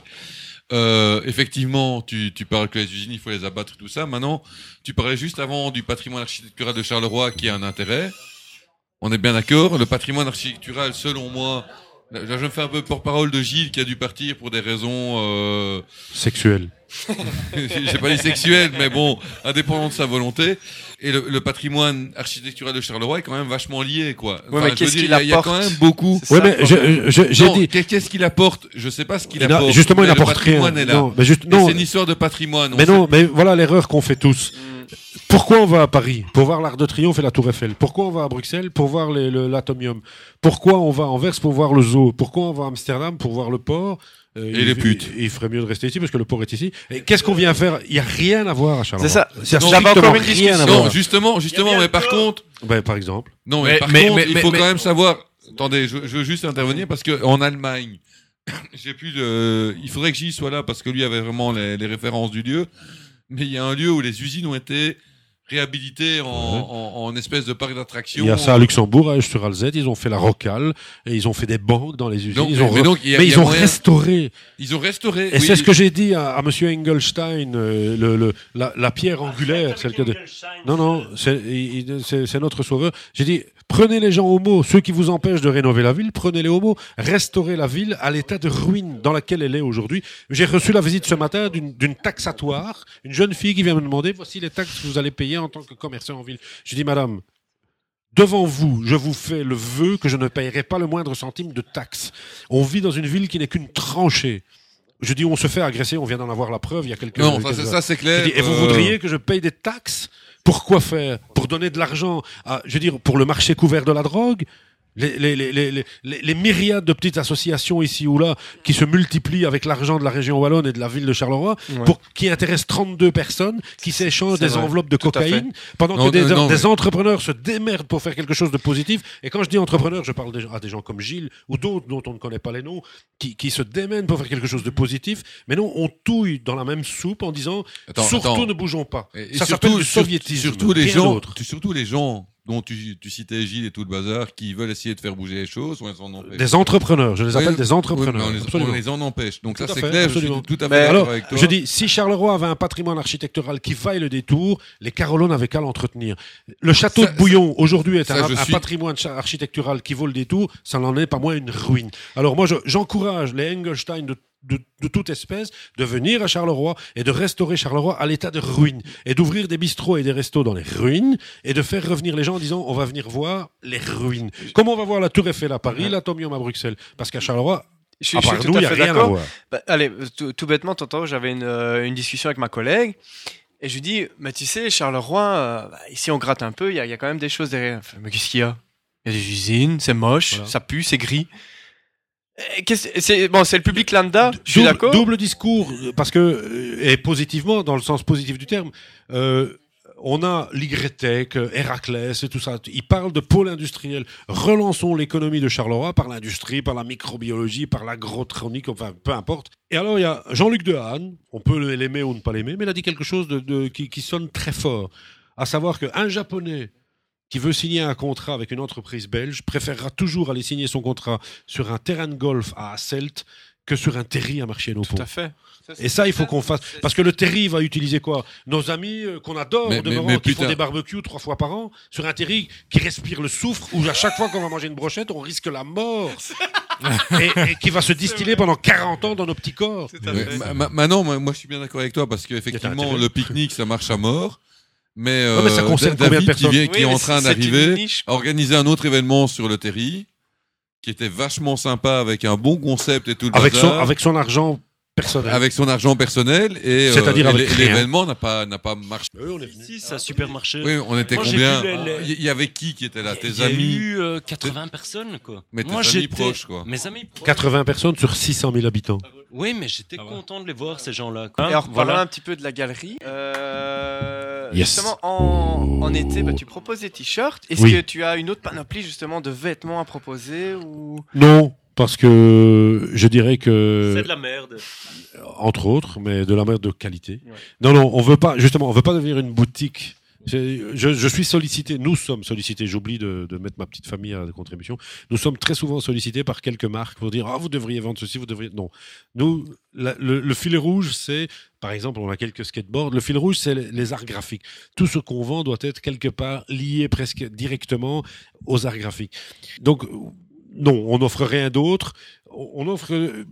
Euh, effectivement, tu, tu parles que les usines, il faut les abattre, tout ça. Maintenant, tu parlais juste avant du patrimoine architectural de Charleroi qui a un intérêt. On est bien d'accord. Le patrimoine architectural, selon moi, là, je me fais un peu porte-parole de Gilles qui a dû partir pour des raisons... Euh... sexuelles. J'ai pas dit sexuelles, mais bon, indépendant de sa volonté. Et le, le patrimoine architectural de Charleroi est quand même vachement lié, quoi. Ouais, mais je qu'est-ce veux qu'il dire, il y a- apporte? Il y a quand même beaucoup. Ouais, mais je- je- j'ai Non, dit- qu'est- Qu'est-ce qu'il apporte? Je sais pas ce qu'il Il n'a- apporte. justement, il mais le n'apporte rien. patrimoine est là. Non, mais juste- Et non. c'est une histoire de patrimoine. on Mais sait- non, mais voilà l'erreur qu'on fait tous. Pourquoi on va à Paris? Pour voir l'Arc de Triomphe et la Tour Eiffel. Pourquoi on va à Bruxelles? Pour voir les- le- l'Atomium. Pourquoi on va à Anvers? Pour voir le zoo. Pourquoi on va à Amsterdam? Pour voir le port. Euh, Et il- les putes. Il, il ferait mieux de rester ici parce que le port est ici. Et qu'est-ce qu'on vient faire? Il n'y a rien à voir à Charleroi. C'est ça. Il y a Non, strictement j'avais encore une rien discussion. à Non, voir. justement, justement, mais par contre. Ben, par exemple. Non, mais, Mais- par mais- contre, mais- il mais- faut mais- quand même savoir. Attendez, je, je veux juste intervenir parce que en Allemagne, j'ai plus le. Il faudrait que j'y sois là parce que lui avait vraiment les, les références du lieu. Mais il y a un lieu où les usines ont été réhabilité en, Ouais. en, en espèce de parc d'attractions. Il y a ça à Luxembourg, à sur Alzette, ils ont fait la rocale et ils ont fait des banques dans les usines. Donc, ils ont mais re- donc, il y a- mais il y ils a ont moyen- restauré. Ils ont restauré. Et oui. c'est ce que j'ai dit à, à Monsieur Engelstein, euh, le, le, la, la pierre angulaire, celle que de... non non, c'est, il- c'est, c'est notre sauveur. J'ai dit prenez les gens au mot, ceux qui vous empêchent de rénover la ville, prenez-les au mot, restaurez la ville à l'état de ruine dans laquelle elle est aujourd'hui. J'ai reçu la visite ce matin d'une, d'une taxatoire, une jeune fille qui vient me demander voici les taxes que vous allez payer en tant que commerçant en ville. Je dis madame, devant vous, je vous fais le vœu que je ne paierai pas le moindre centime de taxes. On vit dans une ville qui n'est qu'une tranchée. Je dis, on se fait agresser, on vient d'en avoir la preuve il y a quelques Non, ça, quelques c'est- heures. ça, c'est clair, Je dis, et vous euh, voudriez que je paye des taxes? Pour quoi faire? Pour donner de l'argent à, je veux dire, pour le marché couvert de la drogue? Les, les, les, les, les, les myriades de petites associations ici ou là qui se multiplient avec l'argent de la région wallonne et de la ville de Charleroi, Ouais. pour, qui intéressent trente-deux personnes, qui s'échangent C'est des vrai. enveloppes de Tout à fait. cocaïne, pendant Non, que des, non, non, des mais- entrepreneurs se démerdent pour faire quelque chose de positif. Et quand je dis entrepreneurs, je parle des gens- à des gens comme Gilles ou d'autres dont on ne connaît pas les noms, qui, qui se démènent pour faire quelque chose de positif. Mais non, on touille dans la même soupe en disant Attends, surtout attends. ne bougeons pas. Et Ça surtout- s'appelle du sur- soviétisme. Surtout les rien gens, d'autre. tu- surtout les gens dont tu, tu citais Gilles et tout le bazar, qui veulent essayer de faire bouger les choses, on les en empêche. Des entrepreneurs, je les appelle des entrepreneurs, oui, mais on, les, absolument. on les en empêche. Donc Tout ça à c'est fait, clair, absolument. je suis tout à fait Mais d'accord alors, avec toi. je dis, si Charleroi avait un patrimoine architectural qui vaille le détour, les Carolo n'avaient qu'à l'entretenir. Le château Ça- de Bouillon, aujourd'hui, est ça, un, je un suis- patrimoine cha- architectural qui vaut le détour, ça n'en est pas moins une ruine. Alors moi, je- j'encourage les Engelstein de De, de toute espèce, de venir à Charleroi et de restaurer Charleroi à l'état de ruine et d'ouvrir des bistrots et des restos dans les ruines et de faire revenir les gens en disant on va venir voir les ruines. Comme on va voir la Tour Eiffel à Paris, l'Atomium à Bruxelles. Parce qu'à Charleroi, Je suis, à je part suis nous, tout il à n'y a fait rien à d'accord. voir. Bah, allez, tout, tout bêtement, tantôt, j'avais une, euh, une discussion avec ma collègue et je lui dis, mais tu sais, Charleroi, euh, bah, ici on gratte un peu, il y, a- il y a quand même des choses derrière. Elle fait, mais qu'est-ce qu'il y a? Il y a des usines, c'est moche, Voilà. ça pue, c'est gris. Et qu'est-ce- C'est bon, c'est le public lambda, je suis Double- d'accord. Double discours, euh, parce que, euh, et positivement, dans le sens positif du terme, euh, on a l'Y-Tech, euh, Héraclès et tout ça. Ils parlent de pôle industriel. Relançons l'économie de Charleroi par l'industrie, par la microbiologie, par l'agrotronique, enfin, peu importe. Et alors, il y a Jean-Luc Dehaene, on peut l'aimer ou ne pas l'aimer, mais il a dit quelque chose de, de- qui, qui sonne très fort. À savoir qu'un Japonais qui veut signer un contrat avec une entreprise belge préférera toujours aller signer son contrat sur un terrain de golf à Asselt que sur un terri à Marchienne-au-Pont. Tout à fait. Ça, c'est- Et ça, il faut qu'on fasse. Parce que le terri va utiliser quoi? Nos amis euh, qu'on adore, Mais- au mais- demeurant, mais qui font putain. des barbecues trois fois par an, sur un terri qui respire le soufre, où à chaque fois qu'on va manger une brochette, on risque la mort. et, et qui va se distiller pendant quarante ans dans nos petits corps. Ouais, ma- ma- Maintenant, moi, moi, je suis bien d'accord avec toi parce Il y a qu'effectivement, intérêt. le pique-nique, ça marche à mort. Mais, Ouais, mais ça euh, concerne Da- combien de David qui, personnes vient- qui Oui, est en mais train c'est- c'est une d'arriver niche, a organisé un autre événement sur le terri qui était vachement sympa avec un bon concept et tout le Avec son, bazar. avec son argent personnel. Avec son argent personnel et, euh, C'est-à-dire et avec l'é- rien. l'événement n'a pas n'a pas marché. Si, ça a super marché. Oui, on était Moi, j'ai combien? vu les- les- Il y avait qui qui était là? Tes Il y a amis? eu euh, quatre-vingts personnes, quoi. Mais tes Moi, amis j'étais- proches, quoi. Mes amis proches. quatre-vingts personnes sur six cent mille habitants. Oui, mais j'étais content de les voir, ces gens-là. Et quoi. alors, parlons Voilà. un petit peu de la galerie. Euh, Yes. Justement, en, en été, bah, tu proposes des t-shirts. Est-ce Oui. que tu as une autre panoplie justement de vêtements à proposer ou Non, parce que je dirais que. C'est de la merde. Entre autres, mais de la merde de qualité. Non, non, on veut pas, justement, on veut pas devenir une boutique. C'est- Je, je suis sollicité, nous sommes sollicités, j'oublie de, de mettre ma petite famille à la contribution, nous sommes très souvent sollicités par quelques marques pour dire « Ah, vous devriez vendre ceci, vous devriez... » Non. Nous, la- le, le fil rouge, c'est, par exemple, on a quelques skateboards, le fil rouge, c'est les, les arts graphiques. Tout ce qu'on vend doit être quelque part lié presque directement aux arts graphiques. Donc, non, on n'offre rien d'autre. On on offre...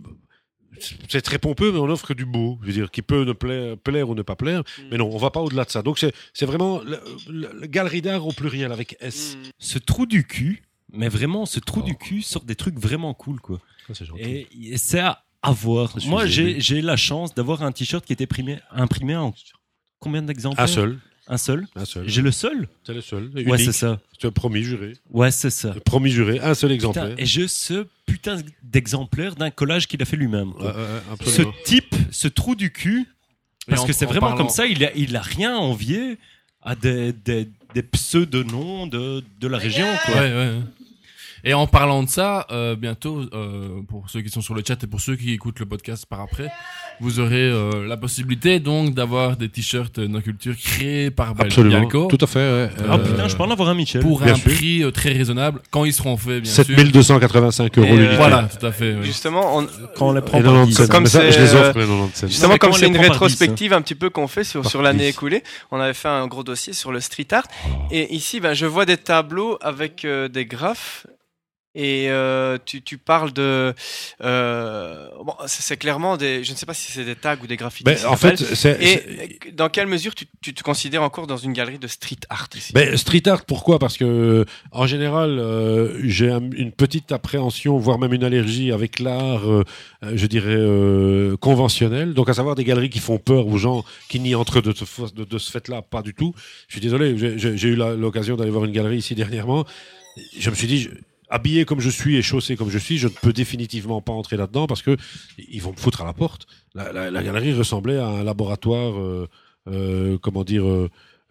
C'est très pompeux, mais on offre du beau, je veux dire, qui peut ne plaire, plaire ou ne pas plaire. Mais non, on va pas au-delà de ça. Donc c'est c'est vraiment le, le- le galerie d'art au pluriel avec S. Ce trou du cul, mais vraiment, ce trou du cul sort des trucs vraiment cool, quoi. Ça, c'est gentil. Et, et c'est à, à voir. Je suis Moi, j'ai ému. j'ai la chance d'avoir un t-shirt qui était imprimé, imprimé en combien d'exemplaires? Un seul. Un seul. Un seul. J'ai le seul. C'est le seul. Ouais, unique. c'est ça. C'est promis juré. Ouais, c'est ça. Promis juré, un seul Putain, exemplaire. et j'ai ce putain d'exemplaire d'un collage qu'il a fait lui-même. quoi. Ouais, ouais, ouais, ce absolument. type, ce trou du cul, parce en- que c'est en vraiment parlant- comme ça, il a, il a rien envié à des, des, des pseudo-noms de, de la région. Quoi. Ouais, ouais. Et en parlant de ça, euh, bientôt, euh, pour ceux qui sont sur le chat et pour ceux qui écoutent le podcast par après, vous aurez euh, la possibilité donc d'avoir des t-shirts No Culture créés par Absolument, Bialco. tout à fait. Ouais. Euh, Ah putain, je peux en avoir un, Michel. Pour Bien un sûr. prix euh, très raisonnable quand ils seront faits, bien sept mille deux cent quatre-vingt-cinq euros Et, euh, l'unité. Voilà, tout à fait. Oui. Justement, on, Quand on les prend Et par quatre-vingt-dix, dix. comme mais ça, c'est, je les offre euh, les quatre-vingt-dix. Justement, mais comme comment c'est on une les prend par rétrospective un petit peu qu'on fait sur, Par sur l'année dix. écoulée, on avait fait un gros dossier sur le street art. Et ici, ben, je vois des tableaux avec euh, des graphes. Et euh, tu, tu parles de... Euh, bon, c'est, c'est clairement des... Je ne sais pas si c'est des tags ou des graffitis. Ben, en fait, c'est- Et dans quelle mesure tu, tu te considères encore dans une galerie de street art ici? Ben, street art, pourquoi? Parce que, en général, euh, j'ai un- une petite appréhension, voire même une allergie avec l'art, euh, euh, je dirais, euh, conventionnel. Donc, à savoir des galeries qui font peur aux gens qui n'y entrent de, ce- de, de ce fait-là, pas du tout. Je suis désolé, j'ai- j'ai j'ai eu la- l'occasion d'aller voir une galerie ici dernièrement. Je me suis dit, je- habillé comme je suis et chaussé comme je suis, je ne peux définitivement pas entrer là-dedans parce que ils vont me foutre à la porte. La, la, la galerie ressemblait à un laboratoire, euh, euh, comment dire, euh,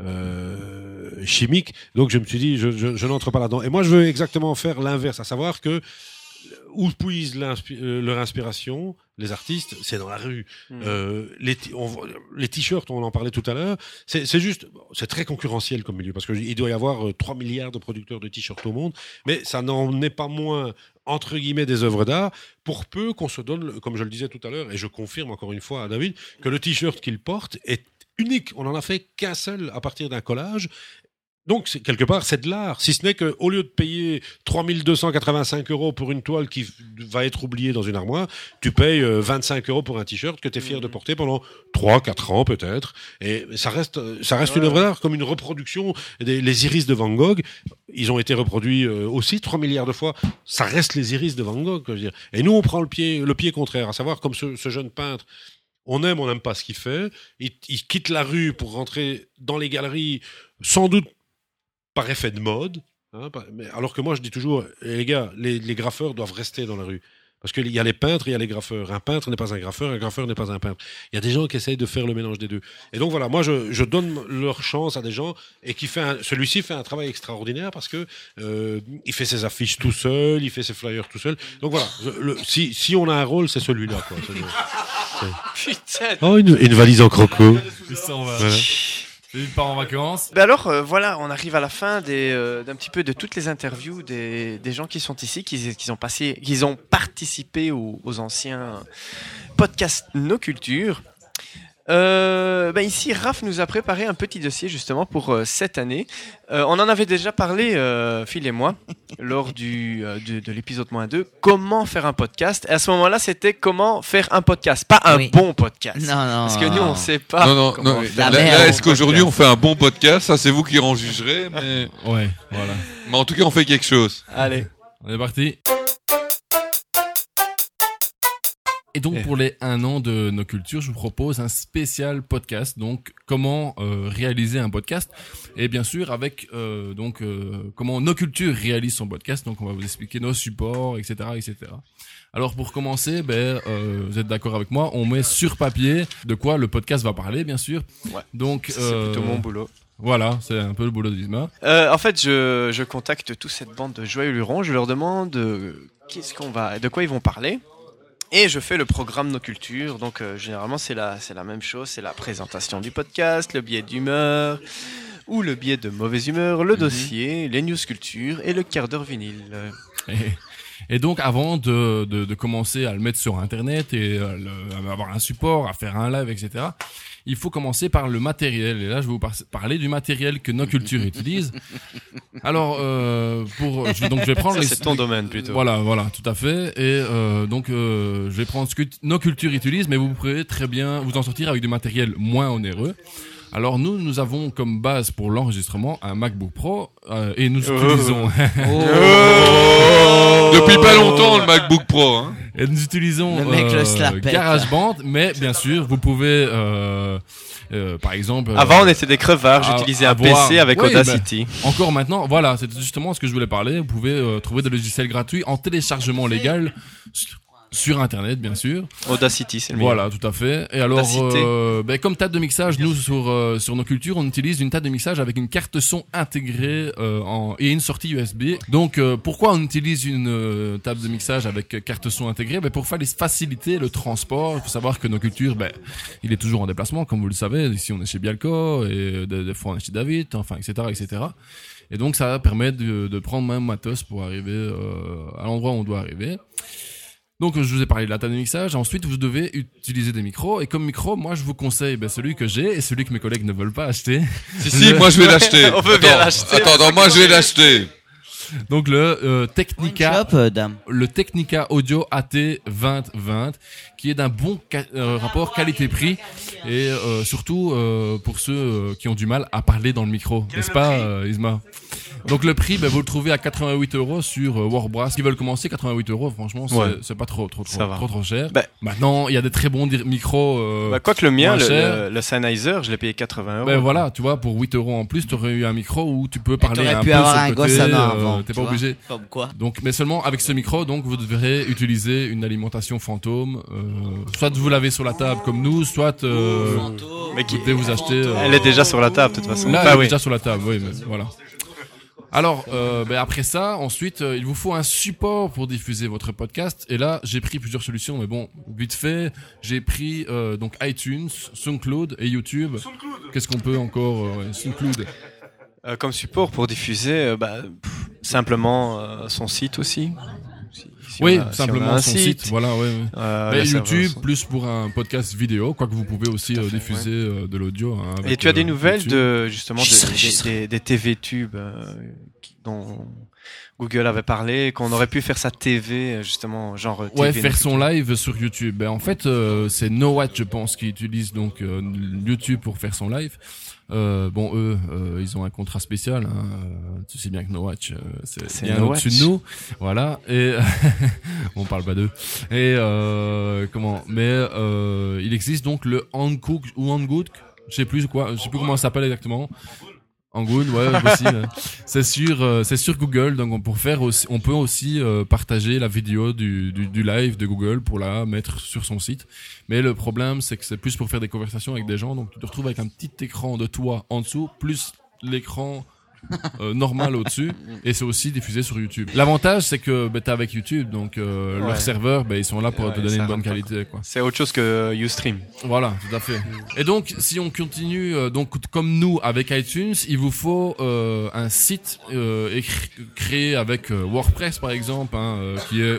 euh, chimique. Donc je me suis dit, je, je, je n'entre pas là-dedans. Et moi, je veux exactement faire l'inverse, à savoir que où puisent l'inspi- euh, leur inspiration, les artistes, c'est dans la rue. Mmh. Euh, les, t- on, voit- les t-shirts, on en parlait tout à l'heure, c'est c'est juste, c'est très concurrentiel comme milieu, parce qu'il doit y avoir euh, trois milliards de producteurs de t-shirts au monde, mais ça n'en est pas moins, entre guillemets, des œuvres d'art, pour peu qu'on se donne, le- comme je le disais tout à l'heure, et je confirme encore une fois à David, que le t-shirt qu'il porte est unique. On n'en a fait qu'un seul à partir d'un collage. Donc, c'est- quelque part, c'est de l'art. Si ce n'est qu'au lieu de payer trois mille deux cent quatre-vingt-cinq euros pour une toile qui va être oubliée dans une armoire, tu payes euh, vingt-cinq euros pour un t-shirt que tu es fier de porter pendant trois quatre ans peut-être. Et ça reste, euh, ça reste Ouais. une œuvre d'art, comme une reproduction des les iris de Van Gogh. Ils ont été reproduits euh, aussi trois milliards de fois. Ça reste les iris de Van Gogh, je veux dire. Et nous, on prend le pied, le pied contraire, à savoir comme ce, ce jeune peintre. On aime, on n'aime pas ce qu'il fait. Il, il quitte la rue pour rentrer dans les galeries, sans doute par effet de mode. Hein, par- mais alors que moi, je dis toujours, eh, les gars, les, les graffeurs doivent rester dans la rue. Parce qu'il y a les peintres et il y a les graffeurs. Un peintre n'est pas un graffeur, un graffeur n'est pas un peintre. Il y a des gens qui essayent de faire le mélange des deux. Et donc voilà, moi, je, je donne leur chance à des gens et qui fait un- celui-ci fait un travail extraordinaire parce que euh, il fait ses affiches tout seul, il fait ses flyers tout seul. Donc voilà, je- le- si, si on a un rôle, c'est celui-là. Quoi. C'est le- c'est- Putain. Oh, une, une valise en croco. Il s'en va. Voilà. Il part en vacances. Ben alors, euh, voilà, on arrive à la fin des, euh, d'un petit peu de toutes les interviews des, des gens qui sont ici, qui, qui ont passé, qui ont participé aux, aux anciens podcasts No Culture. Euh, ben ici, Raph nous a préparé un petit dossier justement pour euh, cette année. Euh, on en avait déjà parlé, euh, Phil et moi, lors du, euh, de, de l'épisode moins deux. Comment faire un podcast? Et à ce moment-là, c'était comment faire un podcast, pas un Oui. bon podcast. Non, non. Parce que nous, on ne sait pas. Non, non, comment non. faire Là, un là, bon est-ce qu'aujourd'hui on podcast. fait un bon podcast? Ça, c'est vous qui en jugerez, mais. Ouais, voilà. Mais en tout cas, on fait quelque chose. Allez. On est parti. Et donc pour les un an de nos cultures, je vous propose un spécial podcast. Donc comment euh, réaliser un podcast et bien sûr avec euh, donc euh, comment nos cultures réalise son podcast. Donc on va vous expliquer nos supports, et cetera, et cetera. Alors pour commencer, ben euh, vous êtes d'accord avec moi, on met sur papier de quoi le podcast va parler, bien sûr. Ouais. Donc C'est euh, plutôt mon boulot. Voilà, c'est un peu le boulot d'Isma. Euh, en fait, je, je contacte toute cette bande de joyeux lurons. Je leur demande euh, qu'est-ce qu'on va, de quoi ils vont parler. Et je fais le programme Nos Cultures. Donc, euh, généralement, c'est la, c'est la même chose. C'est la présentation du podcast, le billet d'humeur ou le billet de mauvaise humeur, le dossier, les news culture et le quart d'heure vinyle. Et, et donc, avant de, de, de commencer à le mettre sur Internet et à, le, à avoir un support, à faire un live, et cetera, il faut commencer par le matériel. Et là, je vais vous par- parler du matériel que nos cultures utilisent. Alors, euh, pour, je vais, donc je vais prendre Ça, les- c'est ton domaine, plutôt. Voilà, voilà, tout à fait. Et euh, donc, euh, je vais prendre ce que t- nos cultures utilisent, mais vous pourrez très bien vous en sortir avec du matériel moins onéreux. Alors nous, nous avons comme base pour l'enregistrement un MacBook Pro euh, et nous Oh. utilisons... Oh. Depuis pas longtemps, le MacBook Pro, hein. Et nous utilisons Le mec le euh, slapette. GarageBand, mais bien sûr, vous pouvez, euh, euh, par exemple... euh, Avant, on était des crevards. a- J'utilisais un avoir- P C avec Oui, Audacity. ben, encore maintenant, voilà, c'est justement ce que je voulais parler. Vous pouvez euh, trouver des logiciels gratuits en téléchargement légal sur- sur Internet, bien sûr. Audacity, c'est le meilleur. Voilà, tout à fait. Et alors, Audacity. euh, ben, comme table de mixage, nous, sur, euh, sur nos cultures, on utilise une table de mixage avec une carte son intégrée euh, en, et une sortie U S B. Donc, euh, pourquoi on utilise une euh, table de mixage avec carte son intégrée? Ben, pour faciliter le transport. Il faut savoir que nos cultures, ben, il est toujours en déplacement, comme vous le savez. Ici, on est chez Bialco, et des, des fois, on est chez David, enfin, et cetera, et cetera. Et donc, ça permet de, de prendre même matos pour arriver euh, à l'endroit où on doit arriver. Donc, je vous ai parlé de la table de mixage. Ensuite, vous devez utiliser des micros. Et comme micro, moi, je vous conseille ben, celui que j'ai et celui que mes collègues ne veulent pas acheter. Si, si, moi, je vais l'acheter. On veut Attends, bien l'acheter. Attends, attends, moi, je vais l'acheter. Donc, le euh, Technica, Shop, euh, dame. le Technica Audio A T vingt vingt, qui est d'un bon ca- euh, rapport qualité-prix. Et euh, surtout, euh, pour ceux euh, qui ont du mal à parler dans le micro. N'est-ce pas, euh, Isma? Donc le prix, ben, vous le trouvez à quatre-vingt-huit euros sur euh, Warbrass. Qui veulent commencer, quatre-vingt-huit euros, franchement, c'est, Ouais. c'est pas trop, trop, trop, Ça va. trop, trop cher. Bah- Maintenant, il y a des très bons dir- micros. Euh, Bah, quoique le mien, moins le, chers. le, le Sennheiser, je l'ai payé quatre-vingts euros. Ben voilà, tu vois, pour huit euros en plus, tu aurais eu un micro où tu peux parler t'aurais un pu peu avoir sur un le côté. gosse Sana euh, avant, t'es tu pas vois. obligé. Comme quoi. Donc, mais seulement avec ce micro, donc vous devrez utiliser une alimentation fantôme. Euh, soit vous l'avez sur la table comme nous, soit euh, Mais qui- vous devez vous acheter. euh, Elle est déjà sur la table, de toute façon. Là, Bah elle est oui. déjà sur la table, oui, mais voilà. Alors, euh, ben après ça, ensuite, euh, il vous faut un support pour diffuser votre podcast. Et là, j'ai pris plusieurs solutions, mais bon, vite fait, j'ai pris euh, donc iTunes, SoundCloud et YouTube. Qu'est-ce qu'on peut encore euh, ouais, SoundCloud. Euh, comme support pour diffuser, euh, bah, pff, simplement euh, son site aussi. Si- si Oui, on a- si simplement on a un son site, voilà, ouais, ouais. Euh, Ben, le serveur YouTube son- plus pour un podcast vidéo, quoique vous pouvez aussi Tout à euh, fait, diffuser ouais. euh, de l'audio. Hein, Et avec, tu as des euh, nouvelles YouTube. de justement J'y des, serai, j'y des- serai. des- des T V tubes euh, qui- dont Google avait parlé, qu'on aurait pu faire sa T V euh, justement genre euh, T V Ouais, faire non son live sur YouTube. Ben, en fait, euh, c'est NoWatch, je pense, qui utilise donc euh, YouTube pour faire son live. Euh, bon, eux, euh, ils ont un contrat spécial. Hein. Euh, Tu sais bien que NoWatch, euh, c'est, C'est bien NoWatch. au-dessus de nous. Voilà. Et on parle pas d'eux. Et euh, comment Mais euh, il existe donc le Hankook ou Hangook, je sais plus quoi, je sais plus comment ça s'appelle exactement. Angoon, ouais, possible. C'est sur, euh, c'est sur Google, donc on peut faire aussi, on peut aussi euh, partager la vidéo du, du, du live de Google pour la mettre sur son site. Mais le problème, c'est que c'est plus pour faire des conversations avec des gens, donc tu te retrouves avec un petit écran de toi en dessous, plus l'écran euh, normal au-dessus, et c'est aussi diffusé sur YouTube. L'avantage, c'est que bah, t'es avec YouTube, donc euh, Ouais. leurs serveurs, bah, ils sont là pour te Ouais, donner ça une bonne rentre pas. qualité, quoi. C'est autre chose que Ustream. Voilà, tout à fait. Et donc, si on continue, euh, donc comme nous avec iTunes, il vous faut euh, un site euh, écrit- créé avec euh, WordPress par exemple, hein, euh, qui est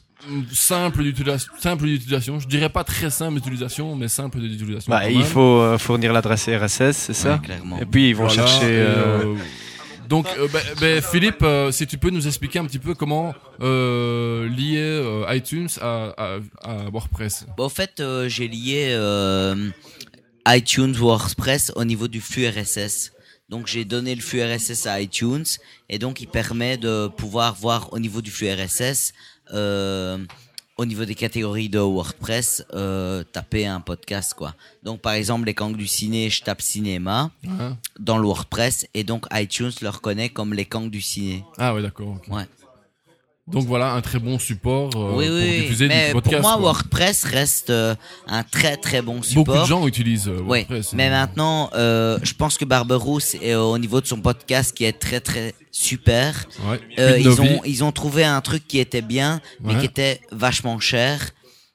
simple d'utilisation, simple d'utilisation. Je dirais pas très simple d'utilisation, mais simple d'utilisation. Bah, quand il même. faut euh, fournir l'adresse R S S, c'est ça Ouais, clairement. Et puis ils vont Voilà, chercher. et, euh, euh, donc, euh, ben, ben, Philippe, euh, si tu peux nous expliquer un petit peu comment euh, lier euh, iTunes à, à, à WordPress. Bon, en fait, euh, j'ai lié euh, iTunes WordPress au niveau du flux R S S. Donc j'ai donné le flux R S S à iTunes et donc il permet de pouvoir voir au niveau du flux R S S, euh, au niveau des catégories de WordPress, euh, taper un podcast quoi. Donc par exemple les Kangs du ciné, je tape cinéma Ouais. dans le WordPress et donc iTunes le reconnaît comme les Kangs du ciné. Ah ouais, d'accord. ok. Ouais. Donc voilà un très bon support euh, oui, pour oui, diffuser mais du podcast. pour moi, quoi. WordPress reste euh, un très très bon support. Beaucoup de gens utilisent euh, Oui, WordPress. mais maintenant, euh, je pense que Barberousse, est, euh, au niveau de son podcast, qui est très très super, Ouais. euh, Plus de ils nos ont vies. ils ont trouvé un truc qui était bien, mais Ouais. qui était vachement cher.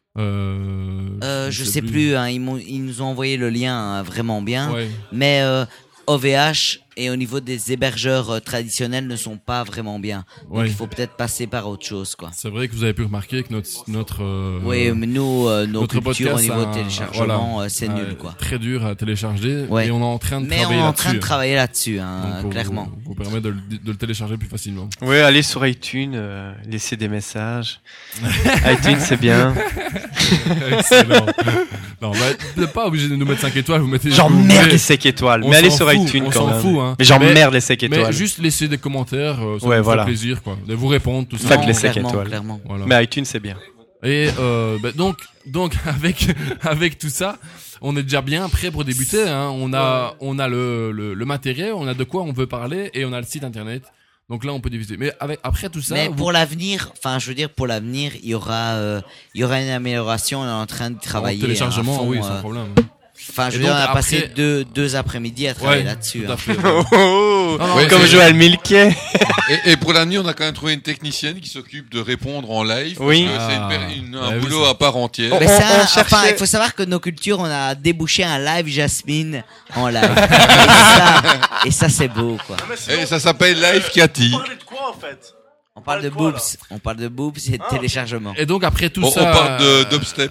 Euh, Euh, je sais plus, hein, ils, m'ont- ils nous ont envoyé le lien hein, vraiment bien, Ouais. mais euh, O V H et au niveau des hébergeurs euh, traditionnels ne sont pas vraiment bien. Donc Ouais. il faut peut-être passer par autre chose, quoi. C'est vrai que vous avez pu remarquer que notre notre euh, Oui, mais nous, euh, nos notre cultures au podcast niveau a un- téléchargement, voilà, euh, c'est a- nul, quoi. Très dur à télécharger. Ouais. Et on est en train de Mais on travailler est en là-dessus. train de travailler là-dessus, hein, Donc, pour clairement. Vous, vous permet de, le- de le télécharger plus facilement. Oui, allez sur iTunes, euh, laissez des messages. iTunes, c'est bien. Excellent. Non, bah, vous n'êtes pas obligé de nous mettre cinq étoiles, vous mettez. J'emmerde les cinq étoiles, On mais allez s'en sur fout, iTunes on quand s'en même. fout, hein. Mais j'emmerde les cinq Mais étoiles. juste laisser des commentaires, euh, ça Ouais, nous voilà. fait plaisir, quoi. De vous répondre, tout ça. Faites les cinq étoiles. Voilà. Mais iTunes, c'est bien. Et euh, bah, donc, donc avec avec tout ça, on est déjà bien prêt pour débuter. Hein. On a on a le, le le matériel, on a de quoi on veut parler et on a le site internet. Donc là, on peut diviser. Mais avec, après tout ça. Mais vous- pour l'avenir, enfin, je veux dire, pour l'avenir, il y aura, euh, il y aura une amélioration. On est en train de travailler. En téléchargement, à fond, oui, euh, sans problème. Enfin, je Et veux dire, on donc, a après- passé deux, deux après-midi à travailler Ouais, là-dessus. tout à hein. fait. Oh, oh, Non, non, comme mais- Joël Milquet. Et, et pour l'avenir, on a quand même trouvé une technicienne qui s'occupe de répondre en live. Oui. Parce que c'est une Ah. per- une- un Ouais, oui, boulot ça. à part entière. Mais On- ça, on enfin, cherchait- il faut savoir que nos cultures, on a débouché un live Jasmine en live. et, ça, et ça, c'est beau, quoi. Et ça s'appelle Live Cathy. Parler de quoi en fait? On parle de boobs. On parle de boobs et de téléchargement. Et donc après tout On, ça. on parle de euh, dubstep.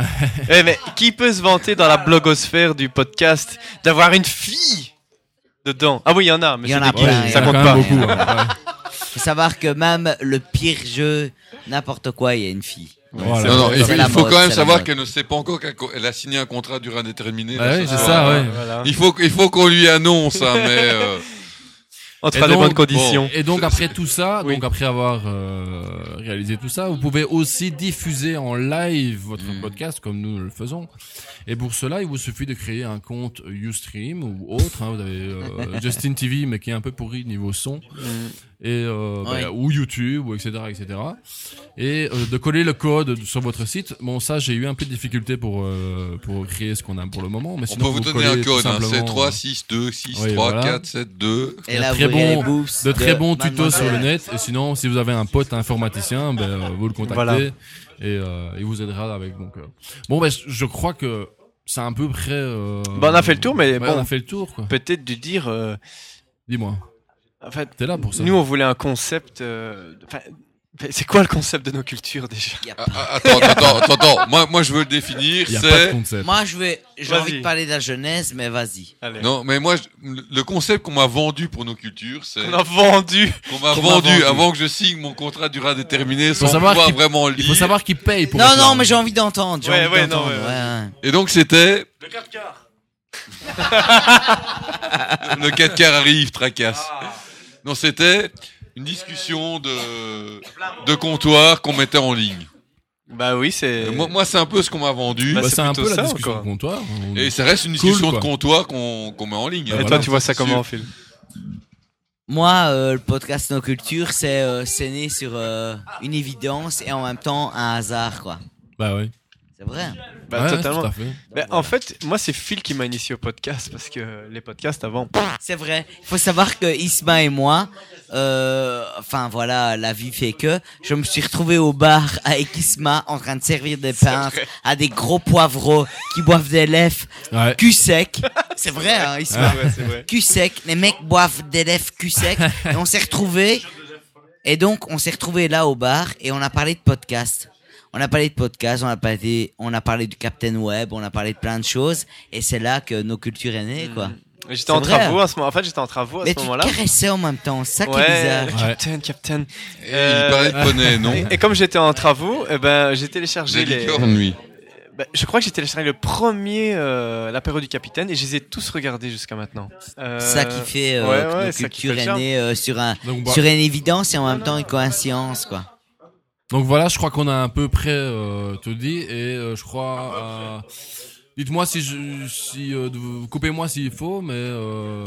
Eh, mais qui peut se vanter dans la blogosphère du podcast d'avoir une fille dedans? Ah oui, il y en a, mais Il y en c'est a des- plein, il y ça en a compte quand pas. même beaucoup. hein, ouais. Faut savoir que même le pire jeu, n'importe quoi, il y a une fille. Donc, Voilà. c'est- Non, non, il c'est faut, la il faut mode, quand même c'est la savoir mode. qu'elle ne sait pas encore qu'elle co- elle a signé un contrat à durée indéterminée. Ah là, oui, ce c'est soir. ça, ouais. Voilà. Il faut, il faut qu'on lui annonce, hein, mais. euh, On Et fera des donc- bonnes conditions. Et donc après tout ça, Oui. donc après avoir euh, réalisé tout ça, vous pouvez aussi diffuser en live votre Mm. podcast comme nous le faisons. Et pour cela, il vous suffit de créer un compte Ustream ou autre. Hein, vous avez euh, Justin T V, mais qui est un peu pourri niveau son, Mm. et euh, Ouais. bah, ou YouTube, ou et cetera, et cetera. Et euh, de coller le code sur votre site. Bon, ça, j'ai eu un peu de difficulté pour euh, pour créer ce qu'on a pour le moment. Mais On sinon, peut vous donner collez un tout code, hein, c'est simplement- trois, six, deux, six, Oui, trois, voilà. quatre, sept, deux. Et Il y a là, très vous voyez bon- les boobs de très bons Mademoiselle. tutos sur le net. Et sinon, si vous avez un pote informaticien, ben, euh, vous le contactez Voilà. et euh, il vous aidera avec. Donc, euh. Bon, ben, je- je crois que c'est un peu près. Euh... Bon, on a fait le tour, mais ouais, bon. on a fait le tour, quoi. Peut-être de dire. euh, Dis-moi. En fait, T'es là pour ça. nous, on voulait un concept. euh, enfin, c'est quoi le concept de nos cultures déjà? Y a Ah, pas- ah, Attends, attends, attends, attends. Moi, moi, je veux le définir. Il n'y a pas de C'est. concept. Moi, je vais, j'ai Vas-y. envie de parler de la jeunesse, mais vas-y. Allez. Non, mais moi, je- le concept qu'on m'a vendu pour nos cultures, c'est. On a vendu. Qu'on m'a Qu'on m'a vendu vendu. avant que je signe mon contrat à durée indéterminée Faut sans savoir pouvoir qu'il- vraiment le Il lire. faut savoir qui paye pour. Non, être là. non, mais j'ai envie d'entendre. J'ai Ouais, envie ouais, non, d'entendre. ouais, ouais, ouais. Et donc, c'était. Le quatre quarts. Le quatre quarts arrive, tracasse. Non, c'était une discussion de, de comptoir qu'on mettait en ligne. Bah oui, c'est. Euh, moi, moi c'est un peu ce qu'on m'a vendu. Bah, Bah, c'est c'est un plutôt peu la ça, discussion quoi. de comptoir. On- Et ça reste une Cool, discussion quoi. de comptoir qu'on qu'on met en ligne. Et hein. toi, voilà, tu vois ça c'est comment, sûr. Phil? Moi, euh, le podcast Nos Cultures, c'est euh, c'est né sur euh, une évidence et en même temps un hasard, quoi. Bah oui. C'est vrai. Bah, Ouais, totalement. tout à fait. Bah, en fait, moi, c'est Phil qui m'a initié au podcast parce que les podcasts avant. C'est vrai. Il faut savoir que Isma et moi, euh, enfin voilà, la vie fait que je me suis retrouvé au bar avec Isma en train de servir des pintes vrai. à des gros poivreaux qui boivent des lèvres Ouais. cul sec. C'est vrai, hein, Isma. C'est vrai, c'est vrai. Cul sec. Les mecs boivent des lèvres cul sec. Et on s'est retrouvés. Et donc, on s'est retrouvés là au bar et on a parlé de podcast. On a parlé de podcast, on a parlé, on a parlé du Captain Web, on a parlé de plein de choses. Et c'est là que Nos Cultures est née, quoi. Et J'étais C'est en vrai. travaux à ce moment. En fait, j'étais en travaux à Mais ce tu te moment-là. caressais en même temps, c'est ça qui est Ouais, bizarre. le Ouais. Captain, Captain. Et il parlait de poney, non? Et, et comme j'étais en travaux, eh ben, j'ai téléchargé Des les. licornes, lui. Ben, je crois que j'ai téléchargé le premier, euh, l'apéro du capitaine, et je les ai tous regardés jusqu'à maintenant. Euh, Ça qui fait euh, ouais, que ouais, Nos ça qui Cultures fait le est charme. née euh, sur, un, Donc, bah- sur une évidence et en même temps une coïncidence, quoi. Donc voilà, je crois qu'on a un peu près euh, tout dit et euh, je crois. Euh, dites-moi si je, si euh, de- coupez-moi s'il faut, mais euh,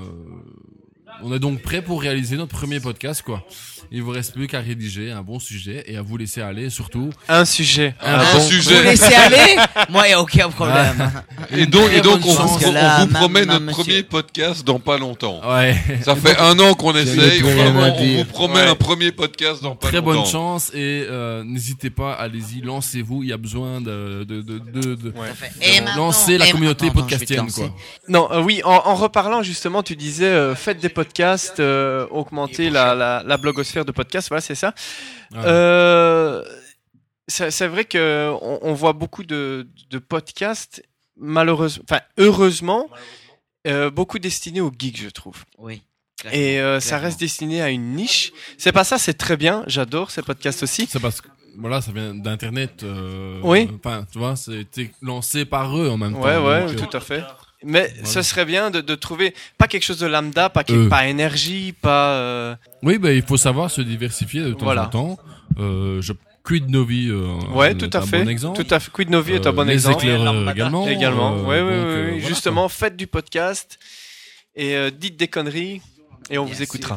on est donc prêt pour réaliser notre premier podcast, quoi. Il vous reste plus qu'à rédiger un bon sujet et à vous laisser aller, surtout. Un sujet. Un, Un bon sujet. Vous laissez aller? Moi, il n'y a aucun problème. Et donc, et donc on, bonne vous, chance. on Là, vous promet maman, notre monsieur. premier podcast dans pas longtemps. Ouais. Ça fait un an qu'on Je essaye. n'ai plus On, rien à on dire. vous promet Ouais. un premier podcast dans pas Très longtemps. bonne chance et euh, n'hésitez pas, allez-y, lancez-vous. Il y a besoin de de de de, de, Ouais. Et de maintenant- lancer la et communauté maintenant, attends, je vais te podcastienne, lancer. quoi. Non, euh, oui, en, en reparlant justement, tu disais euh, faites des podcasts, euh, augmenter la, la, la blogosphère de podcasts, voilà, c'est ça. Ouais. Euh, c'est c'est vrai que on, on voit beaucoup de, de podcasts, malheureusement, enfin heureusement, euh, beaucoup destinés aux geeks, je trouve. Oui. Et euh, ça clairement. reste destiné à une niche. C'est pas ça, c'est très bien. J'adore ces podcasts aussi. C'est parce que voilà, ça vient d'internet. Euh, Oui. Enfin, tu vois, c'était lancé par eux en même Ouais, temps. ouais, donc, euh, tout à fait. Mais voilà. ce serait bien de, de trouver pas quelque chose de lambda, pas, que- Euh. pas énergie, pas. euh, Oui, bah, il faut savoir se diversifier de temps Voilà. en temps. Euh, je Quid Novi. Euh, Ouais, est tout un à fait. Bon exemple. Tout à fait. Quid Novi est un Euh, bon les exemple. éclaireurs également. Également. Euh, ouais, ouais, donc, ouais, euh, ouais. voilà, Justement, faites du podcast et euh, dites des conneries et on vous Bien écoutera.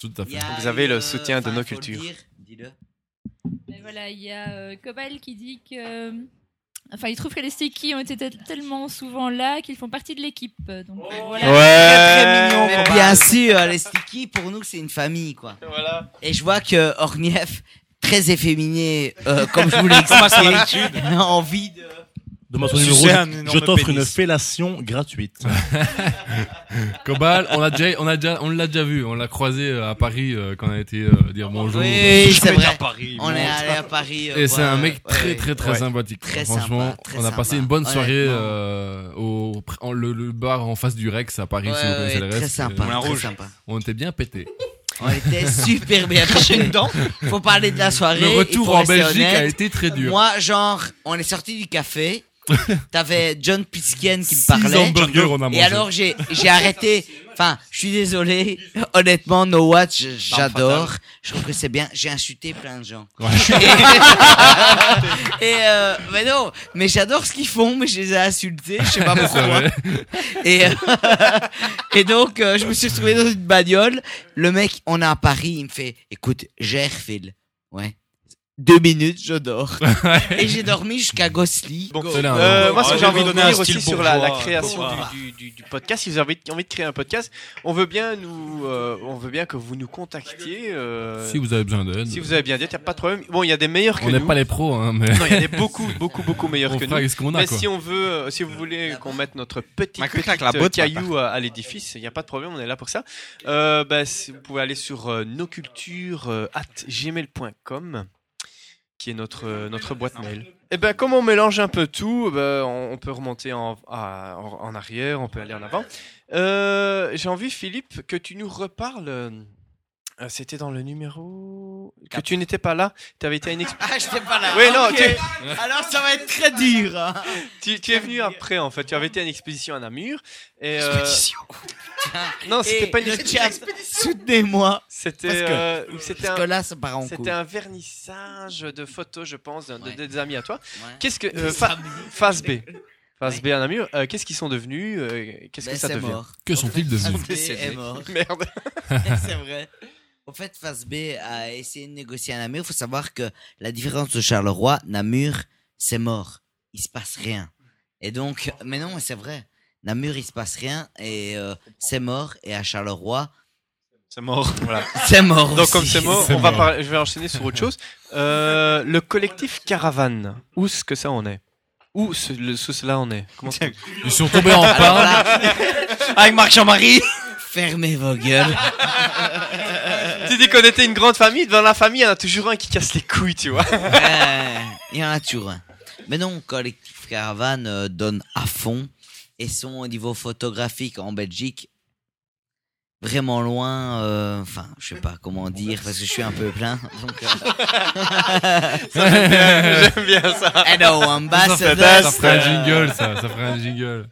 Tout à fait. Vous avez le soutien de nos cultures. Dis-le. Et voilà, il y a euh, Cobal qui dit que. Enfin, il trouve que les stickies ont été tel- tellement souvent là qu'ils font partie de l'équipe. Donc, euh, voilà. Très, très mignon. Mais bien sûr, les stickies, pour nous, c'est une famille, quoi. Voilà. Et je vois que Ornief, très efféminé, euh, comme je vous l'ai Comme à son expliqué, habitude. a envie de... Demande ton Je numéro, suis un je énorme t'offre pénis. une fellation gratuite. Cobal, on l'a déjà, on a déjà, on l'a déjà vu. On l'a croisé euh, à Paris euh, quand on a été euh, dire bonjour. Oui, c'est Jamais vrai. à Paris, On monte. est allé à Paris. euh, Et c'est un voir, mec ouais, très ouais. très très Ouais. sympathique. Très Franchement, sympa, très on a passé sympa. une bonne soirée Honnêtement. euh, au en- le, le bar en face du Rex à Paris. Ouais, si vous connaissez ouais, le très reste. sympa, Euh, très sympa. On était bien pétés. On était super bien touchés dedans. Faut parler de la soirée. Le retour il faut en rester Belgique honnête. a été très dur. Moi, genre, on est sorti du café. T'avais John Piskien qui me Six parlait. hamburgers, on a Et mangé. alors, j'ai, j'ai arrêté. Enfin, je suis désolé. Honnêtement, No Watch, j'adore. Je trouve que c'est bien. J'ai insulté plein de gens. Ouais. Et, euh, mais non, mais j'adore ce qu'ils font, mais je les ai insultés. Je sais pas C'est pourquoi. vrai. Et, euh, et donc, euh, je me suis retrouvé dans une bagnole. Le mec, on est à Paris, il me fait, écoute, gère Phil. Ouais. Deux minutes, je dors. Et j'ai dormi jusqu'à Gosli. Bon, C'est là, euh, hein. moi, ce que Oh, j'ai envie de donner un dire style aussi sur la, la bourgeois, création bourgeois. du, du, du, du podcast, si vous avez envie de créer un podcast, on veut bien nous, euh, on veut bien que vous nous contactiez. euh, Si vous avez besoin d'aide. Si vous avez bien d'aide, il n'y a pas de problème. Bon, il y a des meilleurs que On nous. n'est pas les pros, hein, mais. Non, il y en a des beaucoup, beaucoup, beaucoup meilleurs On que fera nous. avec ce qu'on a, mais quoi. si on veut, euh, si vous voulez qu'on mette notre petit, Ma petit avec la botte, caillou à, à l'édifice, il n'y a pas de problème, on est là pour ça. Euh, bah, si- vous pouvez aller sur euh, noculture euh, arobase gmail point com, qui est notre euh, notre boîte mail. Et ben, comme on mélange un peu tout, ben, on, on peut remonter en, à- en, en arrière, on peut aller en avant. Euh, J'ai envie, Philippe, que tu nous reparles. euh, C'était dans le numéro que tu n'étais pas là. Tu avais été à une expo. Ah, j'étais pas là. Oui, non. Ok. tu- Alors, ça va être très dur. hein. tu, tu es venu après, en fait. Tu avais été à une exposition à Namur. Et, euh, Expédition. Non, c'était Et pas une le exposition. Soutenez-moi. C'était Parce que- euh, où c'était parce un, que là, ça part en c'était couille. un vernissage de photos, je pense, d'un- de- Ouais. des amis à toi. Ouais. Qu'est-ce que Des euh, fa- amis. Phase B, Phase B à Namur. euh, Qu'est-ce qu'ils sont devenus euh, Qu'est-ce Ben, que ça c'est devient mort. Que sont-ils devenus Phase B est mort. Merde. C'est vrai. Au fait, Phase B a essayé de négocier à Namur. Il faut savoir que la différence de Charleroi, Namur, c'est mort. Il se passe rien. Et donc, mais non, mais c'est vrai. Namur, il se passe rien et euh, c'est mort. Et à Charleroi, c'est mort. Voilà. C'est mort. Donc comme aussi. c'est mort, C'est on va mort. parler- je vais enchaîner sur autre chose. Euh, le collectif Caravane. Où est-ce que ça en est Où ce, le, ce- cela en est Comment ça- Ils sont tombés en Alors panne. là, Avec Marc Jean-Marie. Fermez vos gueules. Tu dis qu'on était une grande famille. Dans la famille, il y en a toujours un qui casse les couilles, tu vois. Ouais, il y en a toujours un. Mais non, Collectif Caravane euh, donne à fond et sont au niveau photographique en Belgique vraiment loin. euh, Enfin, je sais pas comment dire parce que je suis un peu plein. Donc, euh... Ça, j'aime bien, j'aime bien ça. Hello, Ça ambassador. ferait, ça ferait un jingle, ça. Ça ferait un jingle.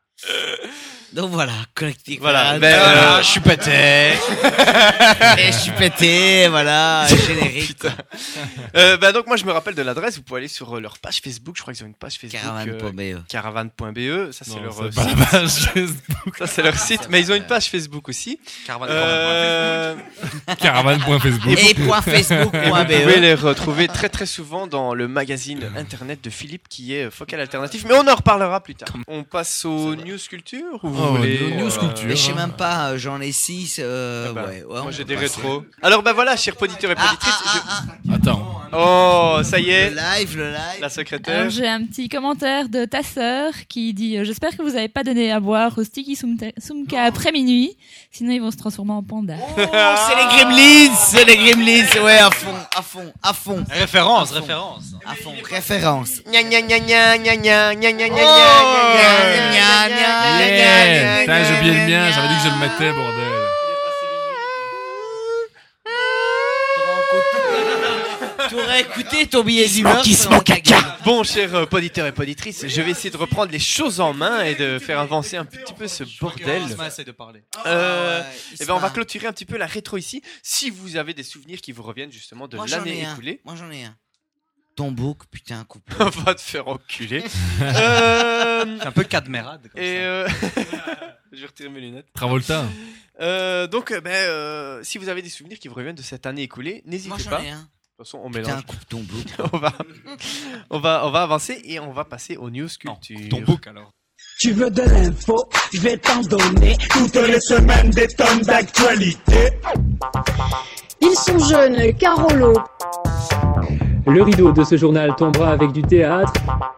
Donc voilà, Collectif Voilà, Caravane. ben, Voilà, euh, je suis pété. Et je suis pété, voilà, générique. quoi. Euh, bah donc moi je me rappelle de l'adresse. Vous pouvez aller sur euh, leur page Facebook. Je crois qu'ils ont une page Facebook. Caravane point B E. euh, Caravane point B E. Ça c'est Non, leur c'est euh, pas la site. page Facebook. Ça c'est leur site. Mais ils ont une page Facebook aussi. Caravane. Euh, Caravane point Facebook. Et point Facebook Et point vous B E. pouvez les retrouver très très souvent dans le magazine internet de Philippe qui est euh, Focal Alternatif. Mais on en reparlera plus tard. On passe aux news culture ou vous Oh, voulez news- news euh, culture. Mais je sais même pas, euh, j'en ai six. Euh, eh ben, ouais, ouais, moi on j'ai peut des passer. rétros. Alors ben voilà, chers auditeurs et Ah, auditrices. ah, ah, ah. Attends. je- Oh, ça y Le est. live, le live. La secrétaire. Alors j'ai un petit commentaire de ta sœur qui dit euh, j'espère que vous n'avez pas donné à boire au Sticky Sumta- Sumka après minuit, sinon ils vont se transformer en panda. Oh, c'est les Gremlins, c'est les Gremlins, ouais, à fond, à fond, à fond. Référence, À fond. référence. À fond, référence. Gna gna gna gna gna gna gna gna gna gna Oh, gna gna, gna, Yeah. Putain, j'ai oublié le mien. J'avais dit que je le mettais, bordel. T'aurais écouté ton billet d'humeur. selon ta gueule. Bon, chers euh, auditeurs et auditrices, je vais essayer de reprendre les choses en main et de faire avancer un petit peu ce bordel. Isma essaie de parler. Euh, Ouais, et ben on va Isma. clôturer un petit peu la rétro ici. Si vous avez des souvenirs qui vous reviennent justement de Moi j'en l'année ai un. écoulée, Moi j'en ai un. Ton bouc, putain, coupe. va te faire enculer. euh, C'est un peu cadmérade. Comme et ça. euh, Je vais retirer mes lunettes. Travolta. Euh, donc, euh, ben, euh, si vous avez des souvenirs qui vous reviennent de cette année écoulée, n'hésitez Moi, j'en pas. ai un. De toute façon, on Putain, mélange. coupe ton bouc. on, va, on, va, on va avancer et on va passer aux news culture. Ton bouc alors. Tu veux de l'info, je vais t'en donner toutes les semaines des tonnes d'actualité. Ils sont jeunes, Carolo. Le rideau de ce journal tombera avec du théâtre.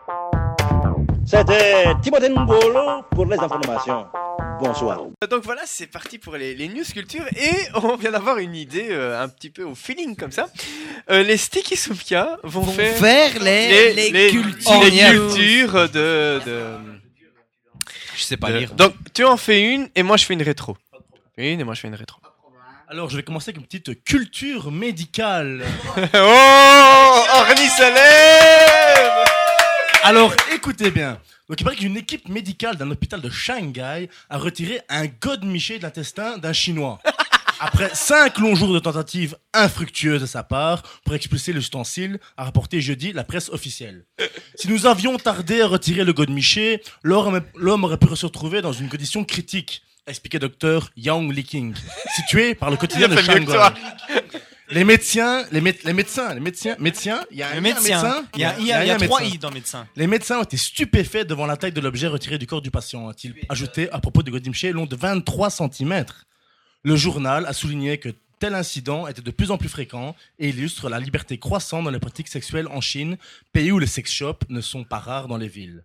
C'était Timothée Ngolo pour les informations. Bonsoir. Donc voilà, c'est parti pour les, les news culture et on vient d'avoir une idée euh, un petit peu au feeling comme ça. Euh, les Sticky Soupia vont, Vont faire, faire les- les cultures. les cultures de, de... Je sais pas de- lire. Donc tu en fais une et moi je fais une rétro. Une et moi je fais une rétro. Alors, je vais commencer avec une petite culture médicale. Oh, Orly se lève. Alors, écoutez bien. Donc, il paraît qu'une équipe médicale d'un hôpital de Shanghai a retiré un godemiché de l'intestin d'un Chinois. Après cinq longs jours de tentatives infructueuses de sa part pour expulser l'ustensile, a rapporté jeudi la presse officielle. Si nous avions tardé à retirer le godemiché, l'homme l'homme aurait pu se retrouver dans une condition critique, a expliqué docteur Yang Liking, situé par le quotidien Il de a fait mieux que Shanghai. toi. Les médecins, les, mé- les médecins, les médecins, médecins, il y a un Le un médecin. Il y a- il y a- il y a un trois médecin. I dans médecin. Les médecins ont été stupéfaits devant la taille de l'objet retiré du corps du patient, a-t-il ajouté à propos du godemiché long de vingt-trois centimètres. Le journal a souligné que tel incident était de plus en plus fréquent et illustre la liberté croissante dans les pratiques sexuelles en Chine, pays où les sex shops ne sont pas rares dans les villes.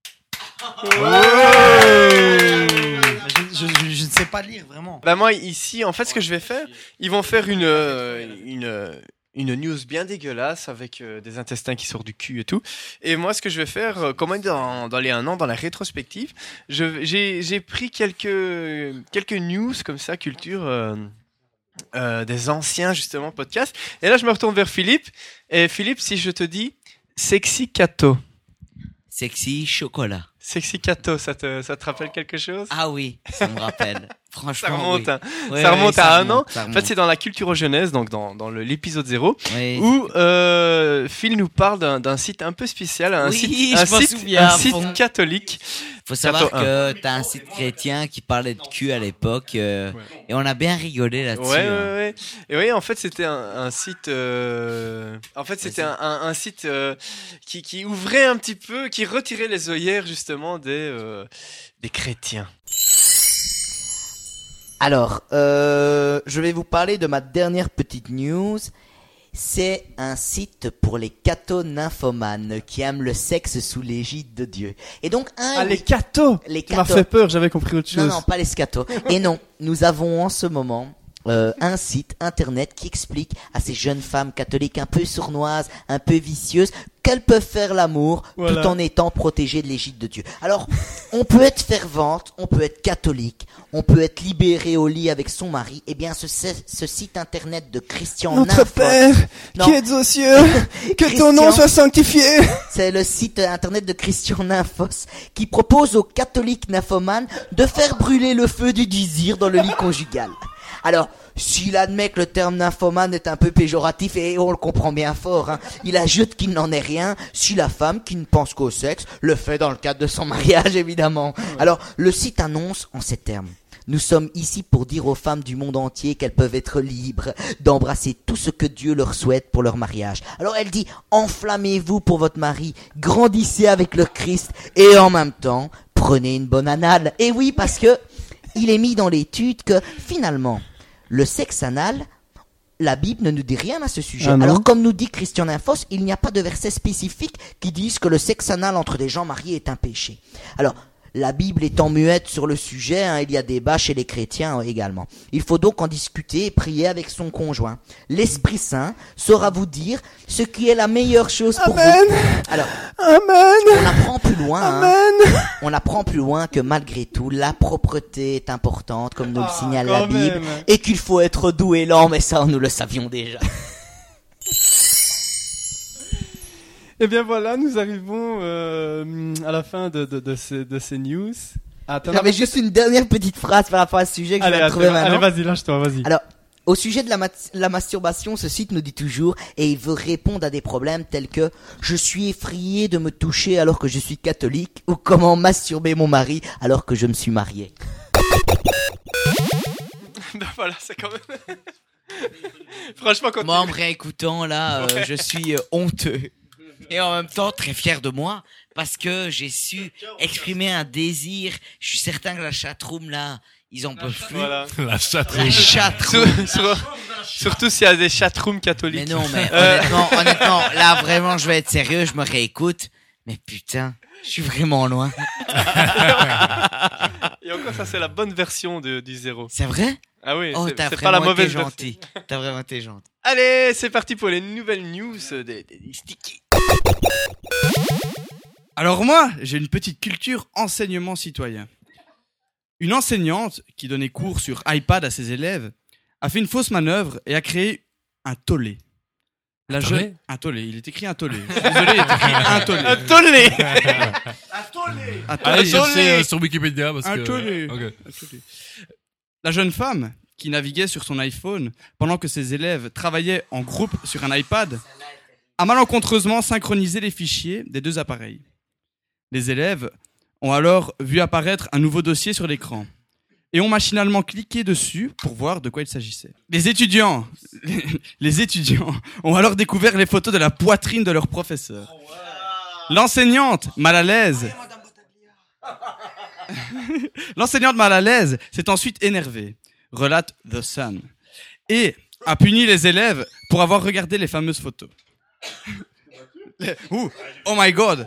Je, je- je- je ne sais pas lire vraiment. Bah moi ici, en fait, ce que je vais faire, ils vont faire une euh, une euh, une news bien dégueulasse avec euh, des intestins qui sortent du cul et tout. Et moi, ce que je vais faire, euh, comme dans dans les un an, dans la rétrospective, je j'ai j'ai pris quelques quelques news comme ça, culture. Euh, euh, des anciens justement podcasts. Et là, je me retourne vers Philippe. Et Philippe, si je te dis Sexy Cato. Sexy chocolat. Sexy Cato, ça te, ça te rappelle quelque chose? Ah oui, ça me rappelle. Franchement, ça remonte, oui. hein. Ouais, ça ouais, remonte ça à remonte, un an. ça En fait, remonte. c'est dans la culture jeunesse, donc dans, dans le- l'épisode zéro, Oui. où euh, Phil nous parle d'un, d'un site un peu spécial, un Oui, site, je un m'en site, souviens, un site fond. catholique. Faut savoir Cato un. que t'as un site chrétien qui parlait de cul à l'époque, euh, et on a bien rigolé là-dessus. Ouais, ouais, hein. ouais. Et oui, en fait, c'était un, un site. euh, En fait, c'était un, un, un site euh, qui, qui ouvrait un petit peu, qui retirait les œillères justement des euh, des chrétiens. Alors, euh, je vais vous parler de ma dernière petite news. C'est un site pour les cathos-nymphomanes qui aiment le sexe sous l'égide de Dieu. Et donc, un, Ah, oui, les cathos les Tu m'as cathos. fait peur, j'avais compris autre chose. Non, non, pas les scatos. Et non, nous avons en ce moment euh, un site internet qui explique à ces jeunes femmes catholiques un peu sournoises, un peu vicieuses, qu'elles peuvent faire l'amour Voilà. tout en étant protégées de l'égide de Dieu. Alors, on peut être fervente, on peut être catholique, on peut être libéré au lit avec son mari. Eh bien, ce, ce, ce site internet de Christian Notre Nymphos- Père, Non. qui êtes aux cieux, que ton nom Christian- soit sanctifié. C'est le site internet de Christian Nymphos qui propose aux catholiques nymphomanes de faire brûler le feu du désir dans le lit conjugal. Alors, s'il admet que le terme nymphomane est un peu péjoratif, et on le comprend bien fort, hein, il ajoute qu'il n'en est rien si la femme qui ne pense qu'au sexe le fait dans le cadre de son mariage, évidemment. Alors, le site annonce en ces termes. Nous sommes ici pour dire aux femmes du monde entier qu'elles peuvent être libres d'embrasser tout ce que Dieu leur souhaite pour leur mariage. Alors elle dit, enflammez-vous pour votre mari, grandissez avec le Christ et en même temps, prenez une bonne anale. Et oui, parce que il est mis dans l'étude que finalement, le sexe anal, la Bible ne nous dit rien à ce sujet. Ah non. Alors comme nous dit Christian Nymphos, il n'y a pas de verset spécifique qui dise que le sexe anal entre des gens mariés est un péché. Alors, la Bible étant muette sur le sujet, hein, il y a débat chez les chrétiens euh, également. Il faut donc en discuter et prier avec son conjoint. L'Esprit Saint saura vous dire ce qui est la meilleure chose pour Amen. vous. Alors, Amen. on apprend plus loin. hein. Amen. On apprend plus loin que malgré tout, la propreté est importante, comme nous le Ah, signale la quand Bible, même. et qu'il faut être doux et lent, mais ça, nous le savions déjà. Eh bien voilà, nous arrivons euh, à la fin de, de, de, ces, de ces news. Attends, J'avais juste une dernière petite phrase par rapport à ce sujet que Allez, je vais attends, trouver maintenant. allez, vas-y, lâche-toi, vas-y. Alors, au sujet de la, mat- la masturbation, ce site nous dit toujours, et il veut répondre à des problèmes tels que « Je suis effrayé de me toucher alors que je suis catholique » ou « Comment masturber mon mari alors que je me suis marié ». voilà, c'est quand même. Franchement, quand moi, en me réécoutant, là, euh, Ouais. je suis euh, honteux. Et en même temps, très fier de moi, parce que j'ai su exprimer un désir. Je suis certain que la chatroom, là, ils en peuvent plus. Voilà. La chatroom. La chatroom. Sur- sur- surtout s'il y a des chatrooms catholiques. Mais non, mais Euh, honnêtement, honnêtement, là, vraiment, je vais être sérieux, je me réécoute. Mais putain, je suis vraiment loin. Et encore, ça, c'est la bonne version de, du zéro. C'est vrai? Ah oui, Oh, c'est, t'as c'est vraiment pas la été mauvaise gentil. version. T'as vraiment été gentil. Allez, c'est parti pour les nouvelles news des, des, des sticky. Alors moi, j'ai une petite culture enseignement citoyen. Une enseignante qui donnait cours sur iPad à ses élèves a fait une fausse manœuvre et a créé un tollé. La Un jeune- tollé un tollé, il est écrit un tollé. Je suis désolé, il est écrit un tollé. Un tollé. Un tollé. Un Allez tollé. chercher euh, sur Wikipédia parce Un que. tollé. Ok. Un tollé. La jeune femme qui naviguait sur son iPhone pendant que ses élèves travaillaient en groupe sur un iPad a malencontreusement synchronisé les fichiers des deux appareils. Les élèves ont alors vu apparaître un nouveau dossier sur l'écran et ont machinalement cliqué dessus pour voir de quoi il s'agissait. Les étudiants, les étudiants ont alors découvert les photos de la poitrine de leur professeur. L'enseignante, mal à l'aise, l'enseignante mal à l'aise s'est ensuite énervée, relate The Sun, et a puni les élèves pour avoir regardé les fameuses photos. Ouh, oh my god!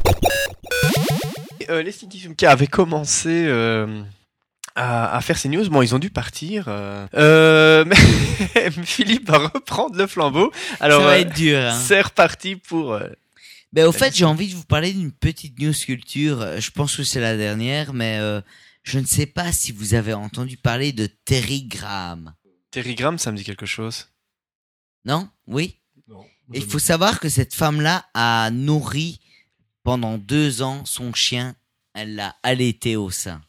Euh, les Sticky Fumka avaient commencé euh, à, à faire ces news. Bon, ils ont dû partir. Euh, euh, mais Philippe va reprendre le flambeau. Alors, Ça va euh, être dur, hein. c'est reparti pour. Euh, Ben, au fait, j'ai envie de vous parler d'une petite news culture. Euh, Je pense que c'est la dernière, mais euh, je ne sais pas si vous avez entendu parler de Terry Graham. Terry Graham, ça me dit quelque chose. Non? Oui? Il faut savoir que cette femme-là a nourri pendant deux ans son chien. Elle l'a allaité au sein.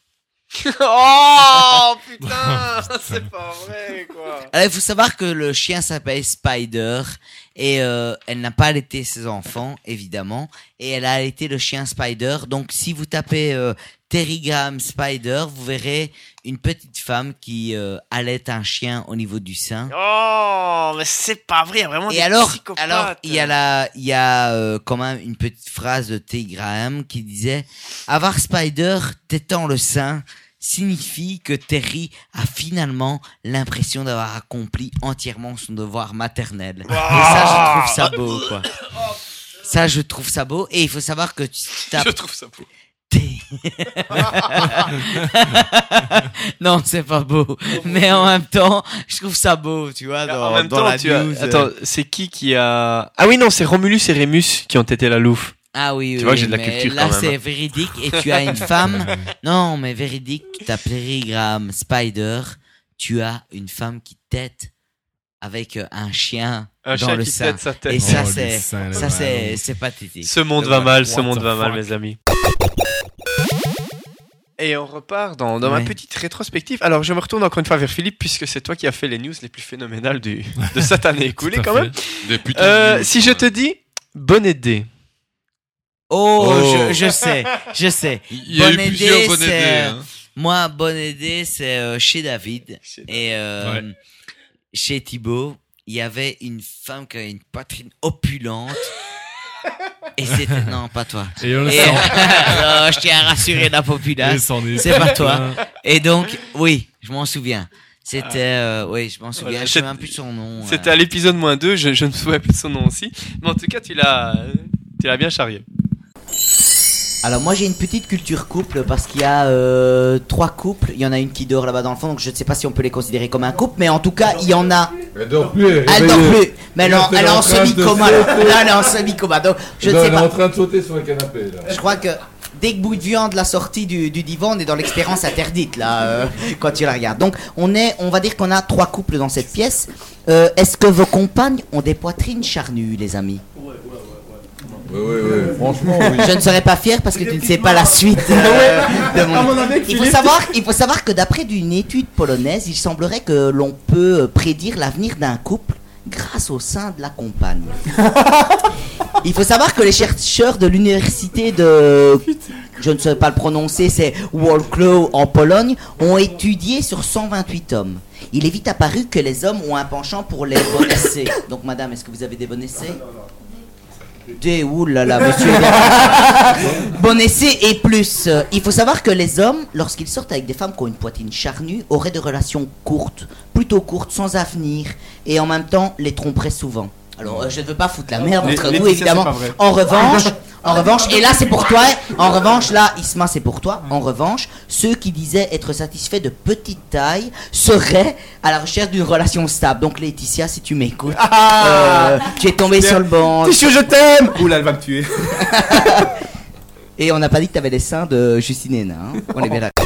Oh putain, c'est pas vrai quoi. Alors, il faut savoir que le chien s'appelle Spider et euh, elle n'a pas allaité ses enfants, évidemment, et elle a allaité le chien Spider. Donc, si vous tapez euh, Terry Graham Spider, vous verrez une petite femme qui euh, allaite un chien au niveau du sein. Oh, mais c'est pas vrai, il y a vraiment Et des alors, psychopathes. alors il y a la, il y a euh, quand même une petite phrase de Terry Graham qui disait avoir Spider tétant le sein signifie que Terry a finalement l'impression d'avoir accompli entièrement son devoir maternel. Wow. Et ça, je trouve ça beau, quoi. Ça, je trouve ça beau. Et il faut savoir que tu tapes... Je trouve ça beau. Non, c'est pas beau. Mais en même temps, je trouve ça beau, tu vois, dans, en même dans temps, la tu as... news. euh. Attends, c'est qui qui a... Ah oui, non, c'est Romulus et Rémus qui ont été la louve. Ah oui, Tu oui, vois que j'ai de la mais culture là quand même. c'est véridique et tu as une femme. Non, mais véridique, tu as Terry Graham Spider, tu as une femme qui tète avec euh, un chien Un dans chien le qui sein. tète sa tête. Et ça Oh, c'est le sein, le ça mal. c'est c'est pathétique. Ce monde Donc, va voilà. mal, ce What monde the va mal, fuck. mes amis. Et on repart dans, dans Ouais. ma petite rétrospective. Alors, je me retourne encore une fois vers Philippe, puisque c'est toi qui as fait les news les plus phénoménales du, de cette année écoulée, Tout à quand fait. même. Des putains Euh, de news, si je te dis bonnet D. Oh, Oh. Je, je sais, je sais. Il y a eu Bonnet plusieurs D, bonnets c'est, D, euh, hein. Moi, Bonnet D, c'est euh, chez David et euh, Ouais. chez Thibaut. Il y avait une femme qui avait une poitrine opulente. Et c'était... Non, pas toi. Et on le Et- sent. Non, je tiens à rassurer la Et populace. c'en est C'est pas toi. plein. Et donc, oui, je m'en souviens. C'était... euh, oui, je m'en souviens. Voilà, je sais c'est- même plus son nom. C'était euh. à l'épisode moins deux, je, je ne me souviens plus de son nom aussi. Mais en tout cas, tu l'as, tu l'as bien charrié. Alors moi j'ai une petite culture couple parce qu'il y a euh, trois couples. Il y en a une qui dort là-bas dans le fond, donc je ne sais pas si on peut les considérer comme un couple, mais en tout cas il y en a. Elle dort plus, elle est Elle dort réveillée. plus. Mais elle, Là, en- elle est elle est en en train de semi-coma. Là. sauter. Là, elle est en semi-coma. Donc je ne Non, sais elle est pas. en train de sauter sur le canapé, là. Je crois que dès que bout de viande la sortie du, du divan, on est dans l'expérience interdite là euh, quand tu la regardes. Donc on est, on va dire qu'on a trois couples dans cette pièce. Euh, Est-ce que vos compagnes ont des poitrines charnues, les amis? Oui, oui, oui, franchement, oui. Je ne serais pas fier parce que tu ne sais pas la suite euh, de mon... À mon avis, il, faut Philippe- savoir, il faut savoir que d'après d'une étude polonaise, il semblerait que l'on peut euh, prédire l'avenir d'un couple grâce au sein de la compagne. Il faut savoir que les chercheurs de l'université de... Je ne sais pas le prononcer, c'est Wrocław en Pologne, ont étudié sur cent vingt-huit hommes. il est vite apparu que les hommes ont un penchant pour les bonnets C. Donc, madame, est-ce que vous avez des bonnets C? D, oulala, monsieur. Bonnet C et plus. Euh, Il faut savoir que les hommes, lorsqu'ils sortent avec des femmes qui ont une poitrine charnue, auraient des relations courtes, plutôt courtes, sans avenir, et en même temps les tromperaient souvent. Alors, euh, je ne veux pas foutre la merde Les- entre les nous, Laetitia, évidemment. c'est pas vrai. En revanche, en revanche, et là c'est pour toi. En revanche, là, Isma, c'est pour toi. En revanche, ceux qui disaient être satisfaits de petite taille seraient à la recherche d'une relation stable. Donc, Laetitia, si tu m'écoutes, euh, tu es tombé sur le bon. Tissu, je t'aime. Oula, elle va me tuer. Et on n'a pas dit que t'avais les seins de Justine Hénin, hein. On est bien d'accord.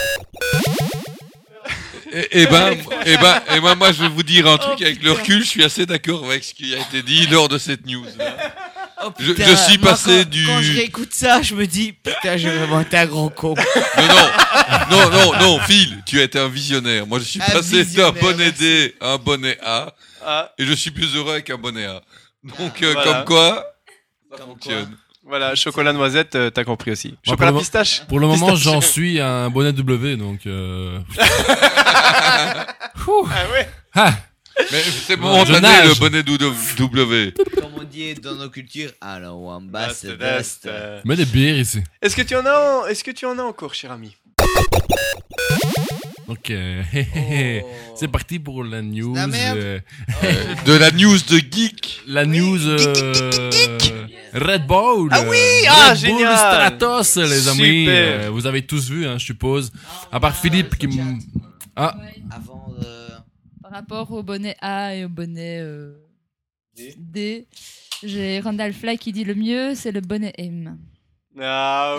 Et, et ben, et ben, et ben, moi, je vais vous dire un truc avec le recul. Je suis assez d'accord avec ce qui a été dit lors de cette news. Oh, je, putain, je suis moi, passé quand, du. Quand je réécoute ça, je me dis, putain, j'ai vraiment été un gros con. Non, non, non, non, non, Phil, tu as été un visionnaire. Moi, je suis Un passé d'un visionnaire, bonnet merci. D à un bonnet A, Ah. et je suis plus heureux avec un bonnet A. Donc, euh, Voilà. comme quoi, ça fonctionne. Voilà, chocolat noisette, euh, t'as compris aussi. Moi, Chocolat pour le mo- pistache. Pour le moment, Pistache. j'en suis à un bonnet W, donc. Euh... Ah ouais. Ah. Mais c'est Je momentané nage. le bonnet W. Comme on dit dans nos cultures, alors Wamba, c'est best. Mais des bières ici. Est-ce que tu en as, en- est-ce que tu en as encore, cher ami? Ok, c'est parti pour la news. la merde. euh, De la news de geek. La news euh, Red Bull. Ah oui, euh, ah, Red Bull génial. Stratos, les amis. Super. Euh, vous avez tous vu, hein, je suppose. À part Philippe qui m- Ah. Avant de... Par rapport au bonnet A et au bonnet euh, D, j'ai Randall Fly qui dit le mieux, c'est le bonnet M. Ah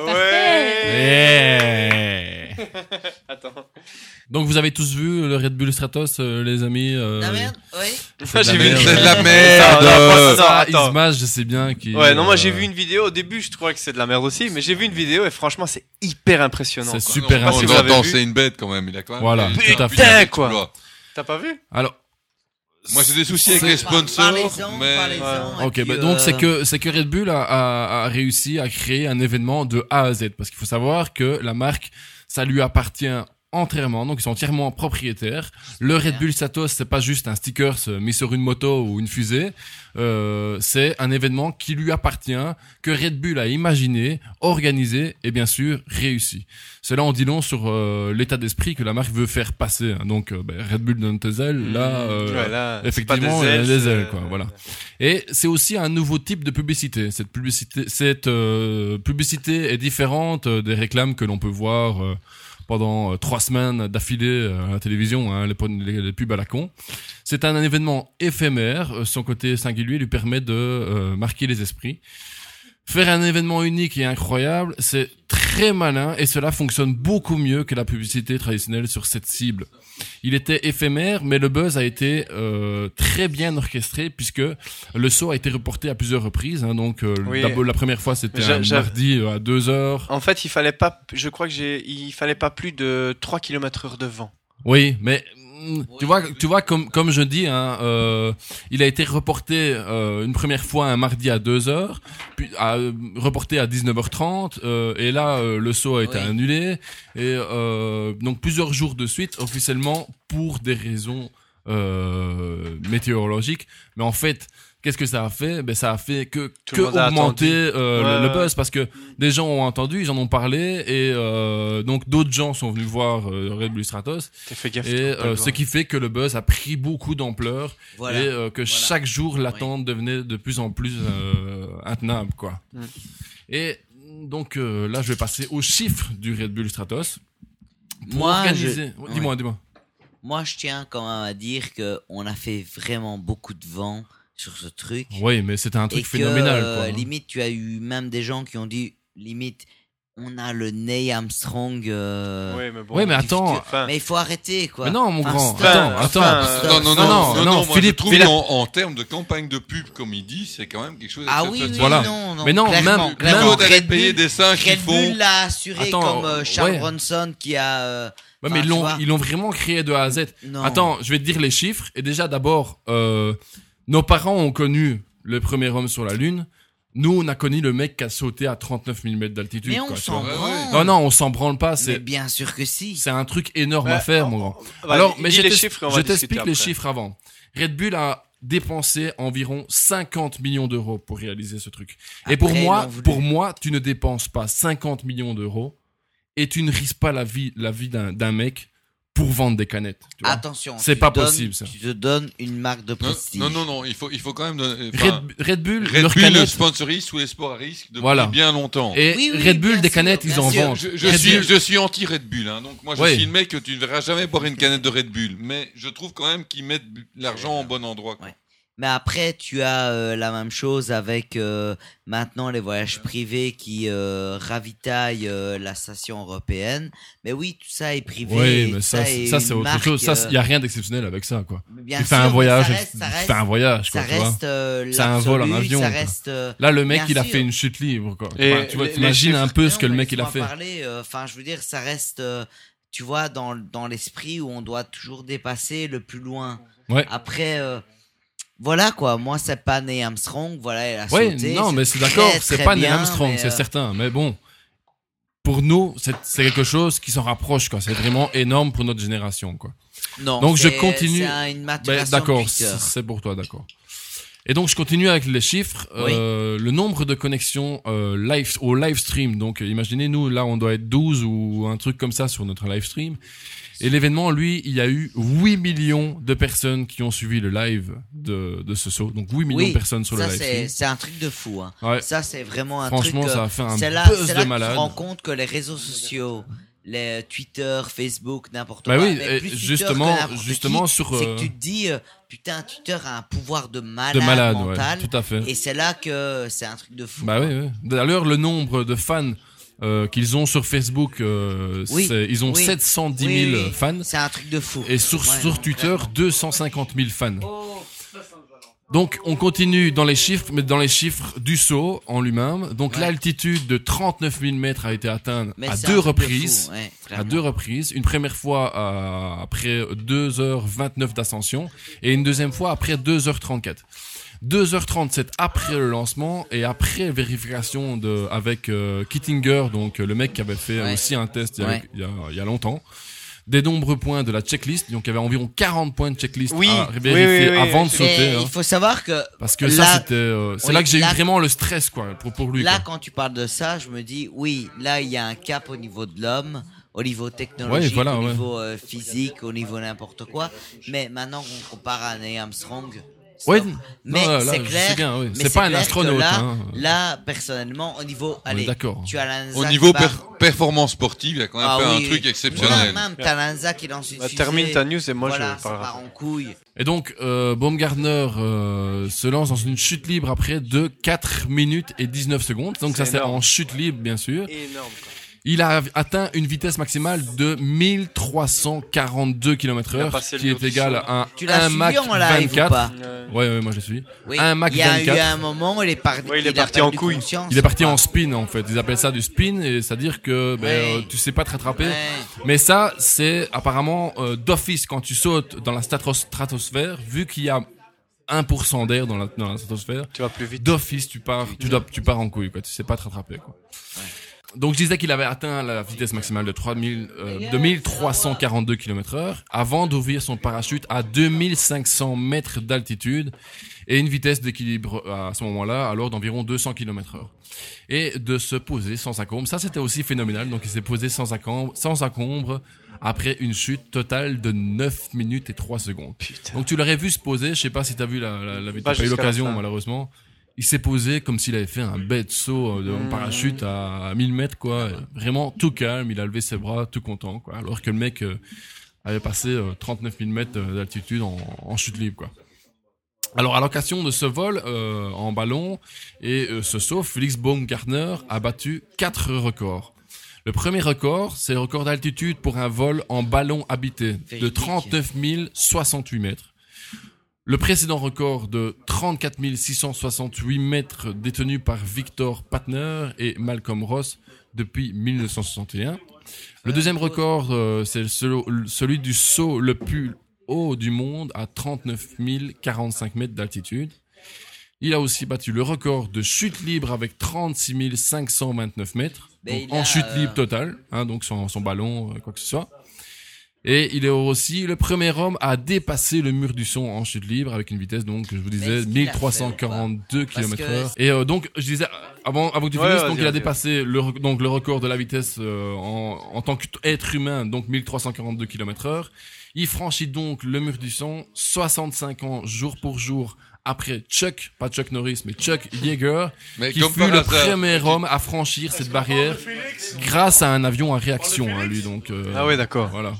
ouais. Attends. Donc vous avez tous vu le Red Bull Stratos, euh, les amis. Euh, La merde, oui. c'est de la J'ai vu- merde. C'est de la Non, merde. non, non, Ça, attends. Isma, je sais bien qui. Ouais, non, moi euh, j'ai vu une vidéo. Au début, je trouvais que c'est de la merde aussi, mais j'ai vu une vidéo et franchement, c'est hyper impressionnant. C'est quoi. super Je sais pas si Non, vous non, avez attends, vu. c'est une bête quand même. Il a quand même. Voilà, il- tout à fait. il a- Putain, quoi. exploit. T'as pas vu? Alors. Moi, j'ai des soucis avec C'est- les sponsors, Parlez-en, mais. parlez-en. et Ok, puis, bah donc euh, c'est que c'est que Red Bull a, a, a réussi à créer un événement de A à Z parce qu'il faut savoir que la marque ça lui appartient entièrement, donc ils sont entièrement propriétaires. Le Red Bull Stratos, c'est pas juste un sticker mis sur une moto ou une fusée, euh, c'est un événement qui lui appartient, que Red Bull a imaginé, organisé et bien sûr réussi. Cela en dit long sur euh, l'état d'esprit que la marque veut faire passer. hein. Donc euh, bah, Red Bull donne tes ailes, là, euh, Ouais, là, c'est pas effectivement, des il y a ailes, des c'est- ailes, quoi. Voilà. Et c'est aussi un nouveau type de publicité. Cette publicité, cette euh, publicité est différente euh, des réclames que l'on peut voir euh, pendant euh, trois semaines d'affilée euh, à la télévision, hein, les, les, les pubs à la con. C'est un, un événement éphémère. euh, Son côté singulier lui permet de euh, marquer les esprits. Faire un événement unique et incroyable, c'est très malin et cela fonctionne beaucoup mieux que la publicité traditionnelle sur cette cible. Il était éphémère, mais le buzz a été euh, très bien orchestré puisque le saut a été reporté à plusieurs reprises. Hein, donc euh, Oui. d'abord, la première fois c'était J'a- un j'a- mardi euh, à deux heures. En fait, il fallait pas, je crois que j'ai, il fallait pas plus de trois kilomètres heure de vent. Oui, mais mm, tu vois, tu vois comme comme je dis, hein, euh, il a été reporté euh, une première fois un mardi à deux heures, puis à, reporté à dix-neuf heures trente, euh, et là euh, le saut a été Oui. annulé, et euh, donc plusieurs jours de suite officiellement pour des raisons euh, météorologiques, mais en fait. Qu'est-ce que ça a fait? Ben ça a fait que, Tout que le monde a augmenter attendu. euh, Ouais, le, le ouais. buzz parce que des gens ont entendu, ils en ont parlé et euh, donc d'autres gens sont venus voir euh, Red Bull Stratos. T'as fait gaffe. Et t'as pas euh, le ce voir. qui fait que le buzz a pris beaucoup d'ampleur Voilà. et euh, que Voilà. chaque jour l'attente devenait de plus en plus euh, intenable quoi. Mm. Et donc euh, là je vais passer aux chiffres du Red Bull Stratos. Pour Moi, organiser... je- Ouais, dis-moi, ouais. dis-moi. Moi, je tiens quand même à dire que on a fait vraiment beaucoup de vent sur ce truc. Oui, mais c'était un Et truc que, phénoménal euh, quoi. hein. Limite, tu as eu même des gens qui ont dit, limite, on a le Neil Armstrong. euh, Ouais, mais bon. Ouais, mais du attends. futur. Enfin, Mais il faut arrêter, quoi. Mais non mon Enfin, grand, stop, attends, stop, attends. stop, Non, non, non, Non, non, non, non, moi, Philippe, je trouve Philippe- qu'en en termes de campagne de pub, comme il dit, c'est quand même quelque chose. Ah de oui, très oui, facile. Voilà. non, non. Mais non, clairement, même- clairement. Plutôt d'aller Red payer Bull- des seins qui Red font. Bull l'a assuré Attends, comme euh, Charles ouais. Bronson qui a. euh, Ouais, enfin, mais ils tu l'ont, vois. ils l'ont vraiment créé de A à Z. Non. Attends, je vais te dire les chiffres. Et déjà, d'abord, euh, nos parents ont connu le premier homme sur la Lune. Nous, on a connu le mec qui a sauté à trente-neuf mille mètres d'altitude. Mais on quoi, tu s'en vois. branle. Non, non, on s'en branle pas. C'est Mais bien sûr que si. C'est un truc énorme Ouais, à faire, on- mon grand. on va- Alors, dis mais je les t'es- chiffres et on je va t'explique discuter les après. chiffres avant. Red Bull a dépensé environ cinquante millions d'euros pour réaliser ce truc. Et pour Après, ils moi, l'ont voulu. pour moi, tu ne dépenses pas cinquante millions d'euros et tu ne risques pas la vie, la vie d'un, d'un mec pour vendre des canettes. tu vois. Attention, C'est tu pas donnes- possible, ça. Tu te donnes une marque de Non, prestige. non, non, non, il faut, il faut quand même. donner- Red, enfin, Red Bull, Red leurs Bull canettes- sponsorise tous les sports à risque depuis Voilà. bien longtemps. Et Oui, oui, Red Bull, bien des sûr, canettes, ils bien en sûr. vendent. Je, je Red suis, Bull- je suis anti Red Bull, hein, donc moi je Ouais. suis le mec que tu ne verras jamais boire une canette de Red Bull, mais je trouve quand même qu'ils mettent bu- l'argent au bon endroit. quoi. Mais après, tu as euh, la même chose avec euh, maintenant les voyages privés qui euh, ravitaillent euh, la station européenne. Mais oui, tout ça est privé. Oui, mais tout ça, est ça c'est une autre marque, chose. Ça, euh, il y a rien d'exceptionnel avec ça, quoi. Mais bien tu fais sûr, un mais voyage, ça reste- tu ça fais reste- un voyage, quoi. ça tu vois. reste, euh, c'est un vol en l'absolu, avion. ça quoi. reste, euh, Là, le mec, bien il a sûr. fait une chute libre, quoi. Et Enfin, tu vois, les- t'imagines les un peu ce Non, que le mais mec il a laisse-moi fait. parler, euh, Enfin, je veux dire, ça reste, euh, tu vois, dans dans l'esprit où on doit toujours dépasser le plus loin. Ouais. Après. euh, Voilà quoi, moi c'est pas Neil Armstrong, voilà, elle a Oui, sauté. non, mais c'est d'accord, très, c'est très pas Neil bien, Armstrong, mais, c'est euh, certain. Mais bon, pour nous, c'est c'est quelque chose qui s'en rapproche, quoi. C'est vraiment énorme pour notre génération, quoi. Non, Donc je c'est- continue. c'est un- une Ben, maturation d'accord, de Twitter. c'est c'est pour toi, d'accord. Et donc je continue avec les chiffres. Oui. Euh, le nombre de connexions euh, live au live stream. Donc euh, imaginez nous là on doit être douze ou un truc comme ça sur notre live stream. Et l'événement, lui, il y a eu huit millions de personnes qui ont suivi le live de, de ce saut. Donc huit millions Oui, de personnes sur ça, le live c'est- stream. c'est un truc de fou. Hein. Ouais. Ça, c'est vraiment un Franchement, truc. ça euh, a fait un c'est là, buzz c'est de là que malade. Tu te rends compte que les réseaux sociaux, les Twitter, Facebook, n'importe Bah quoi. oui, mais et plus Twitter justement- que n'importe justement qui, sur, C'est euh, que tu te dis, euh, putain, Twitter a un pouvoir de malade, De malade, ouais, mental. tout à fait. Et c'est là que c'est un truc de fou. Bah oui, oui. D'ailleurs, le nombre de fans euh, qu'ils ont sur Facebook, euh, Oui, c'est- ils ont oui. sept cent dix Oui, mille oui. fans. C'est un truc de fou. Et sur, Ouais, sur non, Twitter, vraiment. deux cent cinquante mille fans. Donc, on continue dans les chiffres, mais dans les chiffres du saut en lui-même. Donc, Ouais. l'altitude de trente-neuf mille mètres a été atteinte Mais à c'est deux un truc de reprises. fou, ouais, à clairement. deux reprises. Une première fois à- après deux heures vingt-neuf d'ascension et une deuxième fois après deux heures trente-quatre. deux heures trente-sept après le lancement et après vérification de, avec euh, Kittinger, donc euh, le mec qui avait fait Ouais. aussi un test il y, a, Ouais. il, y a, il y a longtemps. Des nombreux points de la checklist, donc il y avait environ quarante points de checklist Oui, à oui, vérifier oui, oui, avant de oui. sauter. Mais hein. il faut savoir que Parce que là- ça, c'était, euh, c'est oui, là que j'ai là- eu vraiment le stress, quoi, pour, pour lui. Là, quoi. quand tu parles de ça, je me dis, oui, là, il y a un cap au niveau de l'homme, au niveau technologique, Ouais, voilà, au ouais. niveau euh, physique, au niveau n'importe quoi. Mais maintenant qu'on compare à Neil Armstrong, Ouais, stop. non, mais là, c'est je clair. sais bien, oui. mais C'est pas un clair que astronaute, Là, hein. là, personnellement, au niveau, allez, d'accord. tu as Lanza Au qui niveau part- per- performance sportive, il a quand même Ah fait oui, un truc oui. exceptionnel. Voilà, même, t'as Lanza qui lance une Bah, fusée. termine ta news et moi, je voilà, ça parlerai part en couille. Et donc, euh, Baumgartner euh, se lance dans une chute libre après de quatre minutes et dix-neuf secondes. Donc C'est ça, c'est énorme. en chute libre, bien sûr. Énorme. Il a atteint une vitesse maximale de mille trois cent quarante-deux kilomètres Il a heure, passé le qui mur est du égal son. à un Tu l'as un suivi Mach en live ou vingt-quatre. pas Ouais, ouais, moi j'ai suivi. Oui, un Mach il y a eu vingt-quatre. un moment où il est, par... Ouais, il est a parti en perdu couille. conscience, Il est parti quoi. en spin en fait. Ils appellent ça du spin et c'est-à-dire que ben, Ouais. euh, tu sais pas te rattraper. Ouais. Mais ça, c'est apparemment euh, d'office quand tu sautes dans la stratos- stratosphère, vu qu'il y a un pour cent d'air dans la, dans la stratosphère. Tu vas plus vite. D'office, tu pars, tu, dois, tu pars en couille, quoi. Tu sais pas te rattraper, quoi. Donc, je disais qu'il avait atteint la vitesse maximale de trois mille, euh, de mille trois cent quarante-deux kilomètres heure avant d'ouvrir son parachute à deux mille cinq cents mètres d'altitude et une vitesse d'équilibre à ce moment-là, alors d'environ deux cents kilomètres heure. Et de se poser sans encombre. Ça, c'était aussi phénoménal. Donc, il s'est posé sans encombre, sans encombre après une chute totale de neuf minutes et trois secondes. Putain. Donc, tu l'aurais vu se poser. Je sais pas si t'as vu la, la, la vidéo. Pas T'as pas eu jusqu'à la l'occasion, fin. malheureusement. Il s'est posé comme s'il avait fait un bête saut de Mmh. parachute à mille mètres, quoi. Vraiment tout calme. Il a levé ses bras, tout content, quoi. Alors que le mec euh, avait passé euh, trente-neuf mille mètres d'altitude en, en chute libre, quoi. Alors, à l'occasion de ce vol euh, en ballon et euh, ce saut, Félix Baumgartner a battu quatre records. Le premier record, c'est le record d'altitude pour un vol en ballon habité de Véridique. trente-neuf mille soixante-huit mètres. Le précédent record de trente-quatre mille six cent soixante-huit mètres détenu par Victor Patner et Malcolm Ross depuis mille neuf cent soixante et un. Le deuxième record, euh, c'est le- celui du saut le plus haut du monde à trente-neuf mille quarante-cinq mètres d'altitude. Il a aussi battu le record de chute libre avec trente-six mille cinq cent vingt-neuf mètres. Mais Donc, il a, en chute euh, libre totale, hein, donc sans, sans ballon, euh, quoi que ce soit. Et il est aussi le premier homme à dépasser le mur du son en chute libre avec une vitesse, donc, je vous disais, mille trois cent quarante-deux kilomètres heure. Et euh, donc, je disais, avant, avant que tu Ouais, finisses, vas-y, donc il a vas-y. dépassé le, rec- donc, le record de la vitesse euh, en, en tant qu'être humain, donc mille trois cent quarante-deux kilomètres heure. Il franchit donc le mur du son soixante-cinq ans jour pour jour après Chuck, pas Chuck Norris, mais Chuck Yeager, Mais qui comme fut par le hasard. premier homme à franchir cette barrière grâce à un avion à réaction, hein, lui. Donc, euh, Ah ouais, d'accord. Voilà.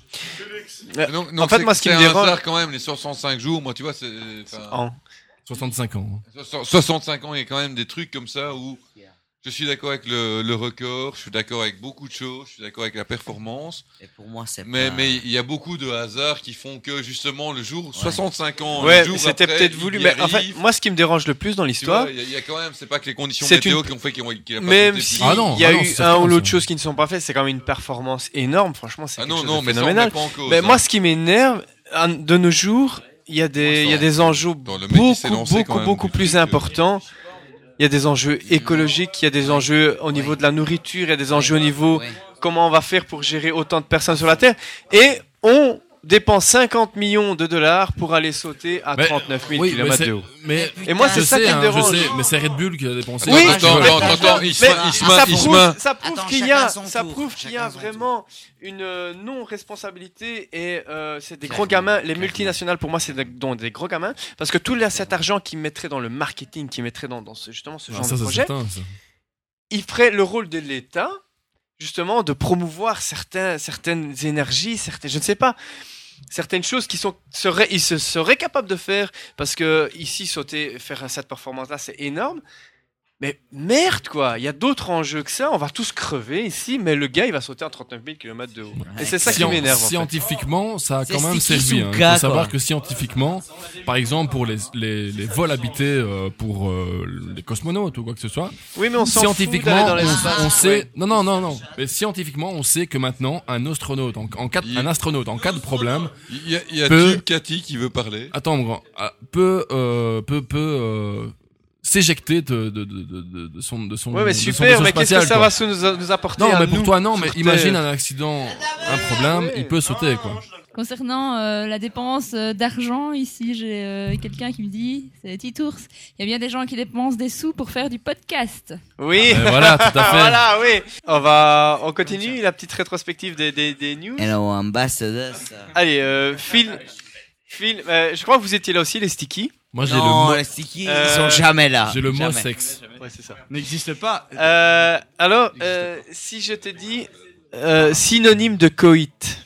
Donc, en donc fait, c'est- moi, ce qui c'est me un dérange. hasard quand même, les soixante-cinq jours, moi, tu vois, c'est. enfin, soixante-cinq ans. So- soixante-cinq ans, il y a quand même des trucs comme ça où je suis d'accord avec le, le record, je suis d'accord avec beaucoup de choses, je suis d'accord avec la performance. Et pour moi, c'est Mais pas- mais il y a beaucoup de hasards qui font que justement le jour soixante-cinq ans, Ouais, le jour c'était après, peut-être il voulu, y mais en fait, arrive. moi, ce qui me dérange le plus dans Tu l'histoire, vois, Il y, a- il y a quand même, c'est pas que les conditions c'est météo une- qui ont fait qu'il qu'il a pas même sauté si plus. il y a eu un ou l'autre chose qui ne sont pas faits, c'est quand même une performance énorme. Franchement, c'est Ah quelque non, chose non, de mais ça, on phénoménal. met pas en cause, mais hein. moi, ce qui m'énerve à- de nos jours, il y a des, il y a des enjeux mec qui s'est beaucoup, lancé quand beaucoup, même beaucoup plus importants. Il y a des enjeux écologiques, il y a des enjeux au niveau de la nourriture, il y a des enjeux au niveau comment on va faire pour gérer autant de personnes sur la Terre. Et on dépense cinquante millions de dollars pour aller sauter à Mais- trente-neuf mille oui, mais kilomètres c'est- de haut. mais- Et moi, c'est je ça sais, qui hein, me je dérange. sais, mais c'est Red Bull qui a dépensé. Oui, Attends, mais- attends, attends, attends, il se mais ma- il se ça ma- il se prouve- ma- ça prouve Attends, qu'il y chacun a, à son ça tour, prouve qu'il y chacun a à son vraiment une euh, non-responsabilité et euh, c'est des gros gamins. Les multinationales, pour moi, c'est des, donc des gros gamins parce que tout là, cet argent qu'ils mettraient dans le marketing, qu'ils mettraient dans, dans ce, justement ce Ah, genre ça, de c'est projet, certain, ça. ils feraient le rôle de l'État, justement, de promouvoir certains, certaines énergies, certaines, je ne sais pas, certaines choses qui sont seraient, ils se seraient capables de faire parce que ici sauter, faire cette performance-là, c'est énorme. Mais merde quoi, il y a d'autres enjeux que ça. On va tous crever ici, mais le gars il va sauter à trente-neuf mille kilomètres de haut. Et c'est ça qui Scien- m'énerve. en fait. Scientifiquement, ça a C'est quand même Stiki servi. hein. Il Souka, faut savoir quoi. que scientifiquement, par exemple pour les, les, les vols habités euh, pour euh, les cosmonautes ou quoi que ce soit, Oui, mais on s'en fout scientifiquement, d'aller dans on, l'espace, on sait. ouais. Non, non, non, non. Mais scientifiquement, on sait que maintenant, un astronaute, en, en cas, de- un astronaute, en cas de problème, Il y a, il y a peut- Tube Cathy qui veut parler. Attends, mon grand. Ah, peut, euh, peut, peut euh, s'éjecter de, de, de, de, de son, de son. Ouais, mais de son super, vaisseau mais qu'est-ce que spatial, ça quoi. va se- nous, nous apporter Non, à mais pour nous, toi, non. Mais sur imagine Terre. un accident, un problème, il peut sauter, quoi. Concernant euh, la dépense euh, d'argent, ici j'ai euh, quelqu'un qui me dit, c'est Titours, il y a bien des gens qui dépensent des sous pour faire du podcast. Oui. Euh, voilà, tout à fait. Voilà, oui. On va, on continue la petite rétrospective des, des, des news. Hello, ambassadors. Allez, euh, Phil, Phil, euh, je crois que vous étiez là aussi les sticky. Moi, j'ai Non, le mot- les sticky, ils sont jamais là. J'ai le mot Jamais. sexe. Ouais, c'est ça. N'existe pas. Euh, alors, euh, si je te dis euh, synonyme de coït,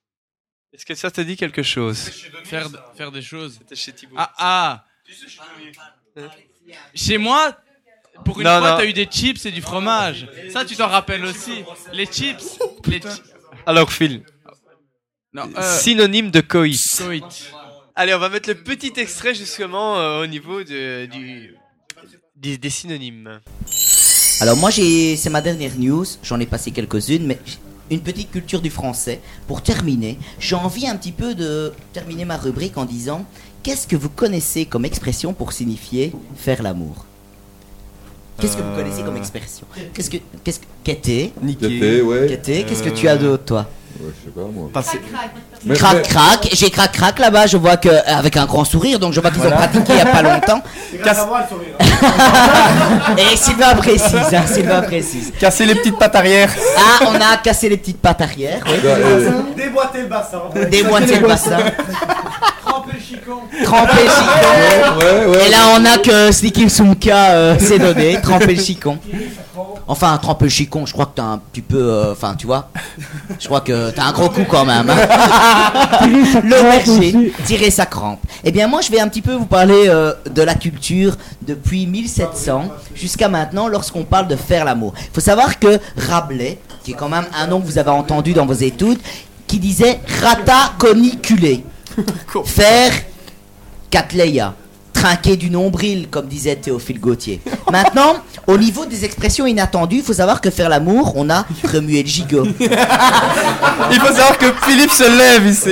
est-ce que ça te dit quelque chose? Faire, faire des choses. C'était chez Thibaut. Ah, ah. Chez moi, pour une Non, fois, non. t'as eu des chips et du fromage. Ça, tu t'en rappelles aussi. Les chips. Les chi- Alors, Phil, Non, euh, synonyme de coït. coït. Allez, on va mettre le petit extrait justement euh, au niveau de, du, des, des synonymes. Alors moi, j'ai, c'est ma dernière news, j'en ai passé quelques-unes, mais une petite culture du français. Pour terminer, j'ai envie un petit peu de terminer ma rubrique en disant, qu'est-ce que vous connaissez comme expression pour signifier faire l'amour? Qu'est-ce que vous connaissez comme expression? Qu'est-ce que, qu'est-ce que, qu'était? Qu'était, ouais. Qu'était, qu'est-ce que tu as d'autre, toi? Ouais, je sais pas moi. Mais- Crac crac, j'ai crac crac là-bas, je vois que avec un grand sourire, donc je vois qu'ils ont pratiqué il y a pas longtemps. Et Sylvain précise, hein, Sylvain précise. Casser les petites pattes arrière. Ah, on a cassé les petites pattes arrière. Oui. Déboîter le bassin. Déboîter le bassin. Tremper le chicon. Tremper le chicon. Ouais, ouais. Et là, on a que Sneaky Sumka euh, s'est donné, tremper le chicon. Enfin, tremper le chicon, je crois que t'as un petit peu. euh, Enfin, tu vois. Je crois que t'as un gros coup quand même. Hein. Le berger, tirer sa crampe. Eh bien, moi, je vais un petit peu vous parler euh, de la culture depuis mille sept cents jusqu'à maintenant lorsqu'on parle de faire l'amour. Il faut savoir que Rabelais, qui est quand même un nom que vous avez entendu dans vos études, qui disait rata coniculé. Faire catleia. trinquer du nombril, comme disait Théophile Gautier. Maintenant, au niveau des expressions inattendues, il faut savoir que faire l'amour, on a remué le gigot. Il faut savoir que Philippe se lève ici.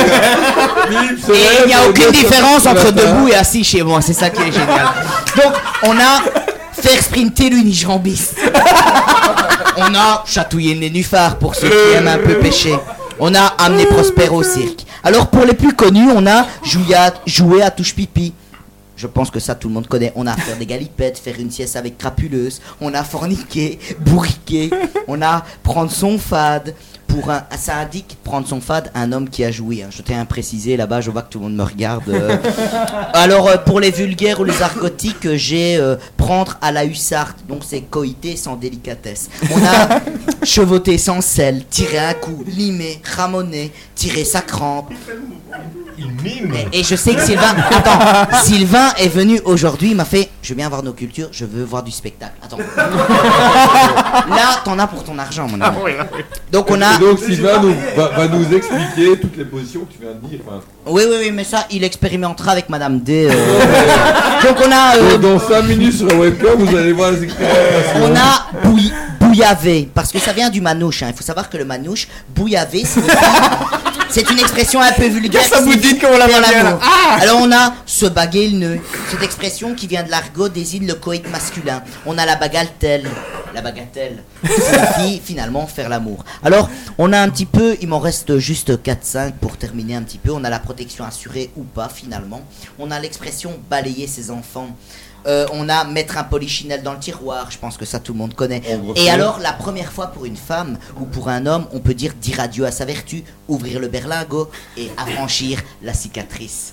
Et il n'y a aucune différence entre debout et assis chez moi, c'est ça qui est génial. Donc, on a faire sprinter l'unijambiste. On a chatouillé le nénuphar pour ceux qui aiment un peu pêcher. On a amené Prosper au cirque. Alors pour les plus connus, on a joué à, joué à touche pipi. Je pense que ça tout le monde connaît. On a à faire des galipettes, faire une sieste avec crapuleuse. On a forniqué, bourriqué. On a prendre son fade. Pour un, ça indique prendre son fade un homme qui a joué. Hein. Je tiens à préciser là-bas, je vois que tout le monde me regarde. Euh. Alors euh, pour les vulgaires ou les argotiques, euh, j'ai euh, prendre à la hussarde. Donc c'est coïter sans délicatesse. On a chevauter sans sel, tirer un coup, limer, ramoner, tirer sa crampe. Il mime. Et, et je sais que Sylvain, attends, Sylvain est venu aujourd'hui, il m'a fait, je veux bien voir nos cultures, je veux voir du spectacle. Attends. Là, t'en as pour ton argent, mon ami. Donc on a. Et donc Sylvain nous, va, va nous expliquer toutes les positions que tu viens de dire. Enfin... Oui, oui, oui, mais ça, il expérimentera avec Madame D. Euh... Donc on a. Euh... Dans cinq minutes sur la webcam, vous allez voir les expérimentations. On a bouilli, bouillavé, parce que ça vient du manouche. Hein. Il faut savoir que le manouche, bouillavé, signifie. C'est une expression un peu vulgaire. Ça vous dit qu'on la voit. Ah Alors on a se baguer le nœud. Cette expression qui vient de l'argot désigne le coït masculin. On a la bagatelle. La bagatelle signifie finalement faire l'amour. Alors on a un petit peu, il m'en reste juste quatre cinq pour terminer un petit peu. On a la protection assurée ou pas finalement. On a l'expression balayer ses enfants. Euh, on a mettre un polichinelle dans le tiroir, je pense que ça tout le monde connaît. Et alors, la première fois pour une femme ou pour un homme, on peut dire dire adieu à sa vertu, ouvrir le berlingot et affranchir la cicatrice.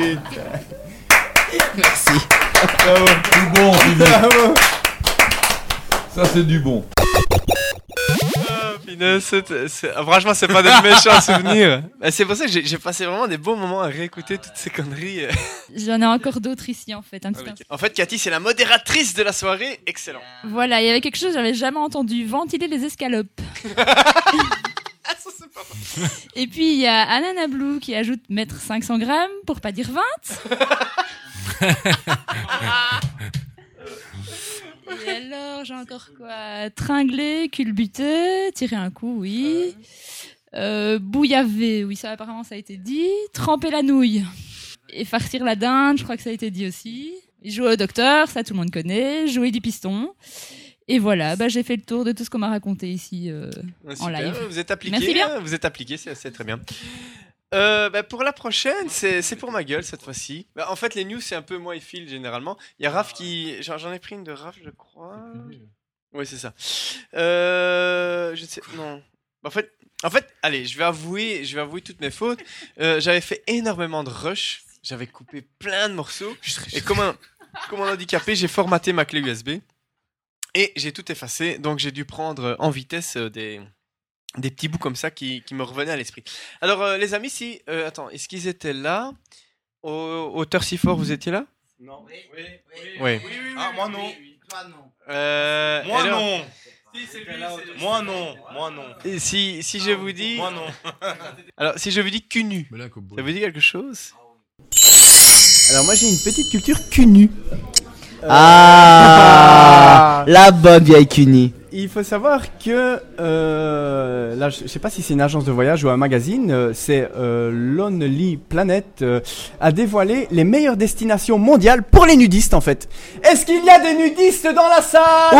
Merci. Bravo. Du bon, Bravo. Ça, c'est du bon. Ah, punaise, c'est, c'est, franchement, c'est pas des méchants souvenirs. C'est pour ça que j'ai, j'ai passé vraiment des beaux moments à réécouter toutes ces conneries. J'en ai encore d'autres ici, en fait. Un petit ah, oui. En fait, Cathy, c'est la modératrice de la soirée. Excellent. Voilà, il y avait quelque chose que j'avais jamais entendu. Ventiler les escalopes. Et puis, il y a Anana Blue qui ajoute mettre cinq cents grammes, pour pas dire vingt. Et alors, j'ai encore quoi? Tringler, culbuter, tirer un coup, oui. Euh, bouillaver, oui, ça apparemment ça a été dit. Tremper la nouille. Et farcir la dinde, je crois que ça a été dit aussi. Et jouer au docteur, ça tout le monde connaît. Jouer du piston. Et voilà, bah, j'ai fait le tour de tout ce qu'on m'a raconté ici euh, ouais, en live. Vous êtes appliqué, Merci bien. Vous êtes appliqué, c'est, c'est très bien. Euh, bah pour la prochaine, c'est, c'est pour ma gueule cette fois-ci. Bah, en fait, les news, c'est un peu moi et Phil généralement. Il y a Raph qui. J'en, j'en ai pris une de Raph, je crois. Oui, c'est ça. Euh, je sais. Non. En fait, en fait, allez, je vais avouer, je vais avouer toutes mes fautes. Euh, j'avais fait énormément de rush. J'avais coupé plein de morceaux. Et comme un, comme un handicapé, j'ai formaté ma clé U S B. Et j'ai tout effacé. Donc j'ai dû prendre en vitesse des. Des petits bouts comme ça qui, qui me revenaient à l'esprit. Alors, euh, les amis, si... Euh, attends, est-ce qu'ils étaient là? Au, au Tercifort, vous étiez là? Non. Oui. Oui. Oui. oui, oui, oui ah, moi non. Oui, toi non. Euh, moi alors, non. Si, c'est lui, c'est moi non. Moi non. Et si, si je vous dis... Moi non. Alors, si je vous dis cul nu, ça vous dit quelque chose? Alors, moi, j'ai une petite culture cul nu. Ah, la bonne vieille cunie. Il faut savoir que euh, là, je sais pas si c'est une agence de voyage ou un magazine, euh, c'est euh, Lonely Planet euh, a dévoilé les meilleures destinations mondiales pour les nudistes en fait. Est-ce qu'il y a des nudistes dans la salle?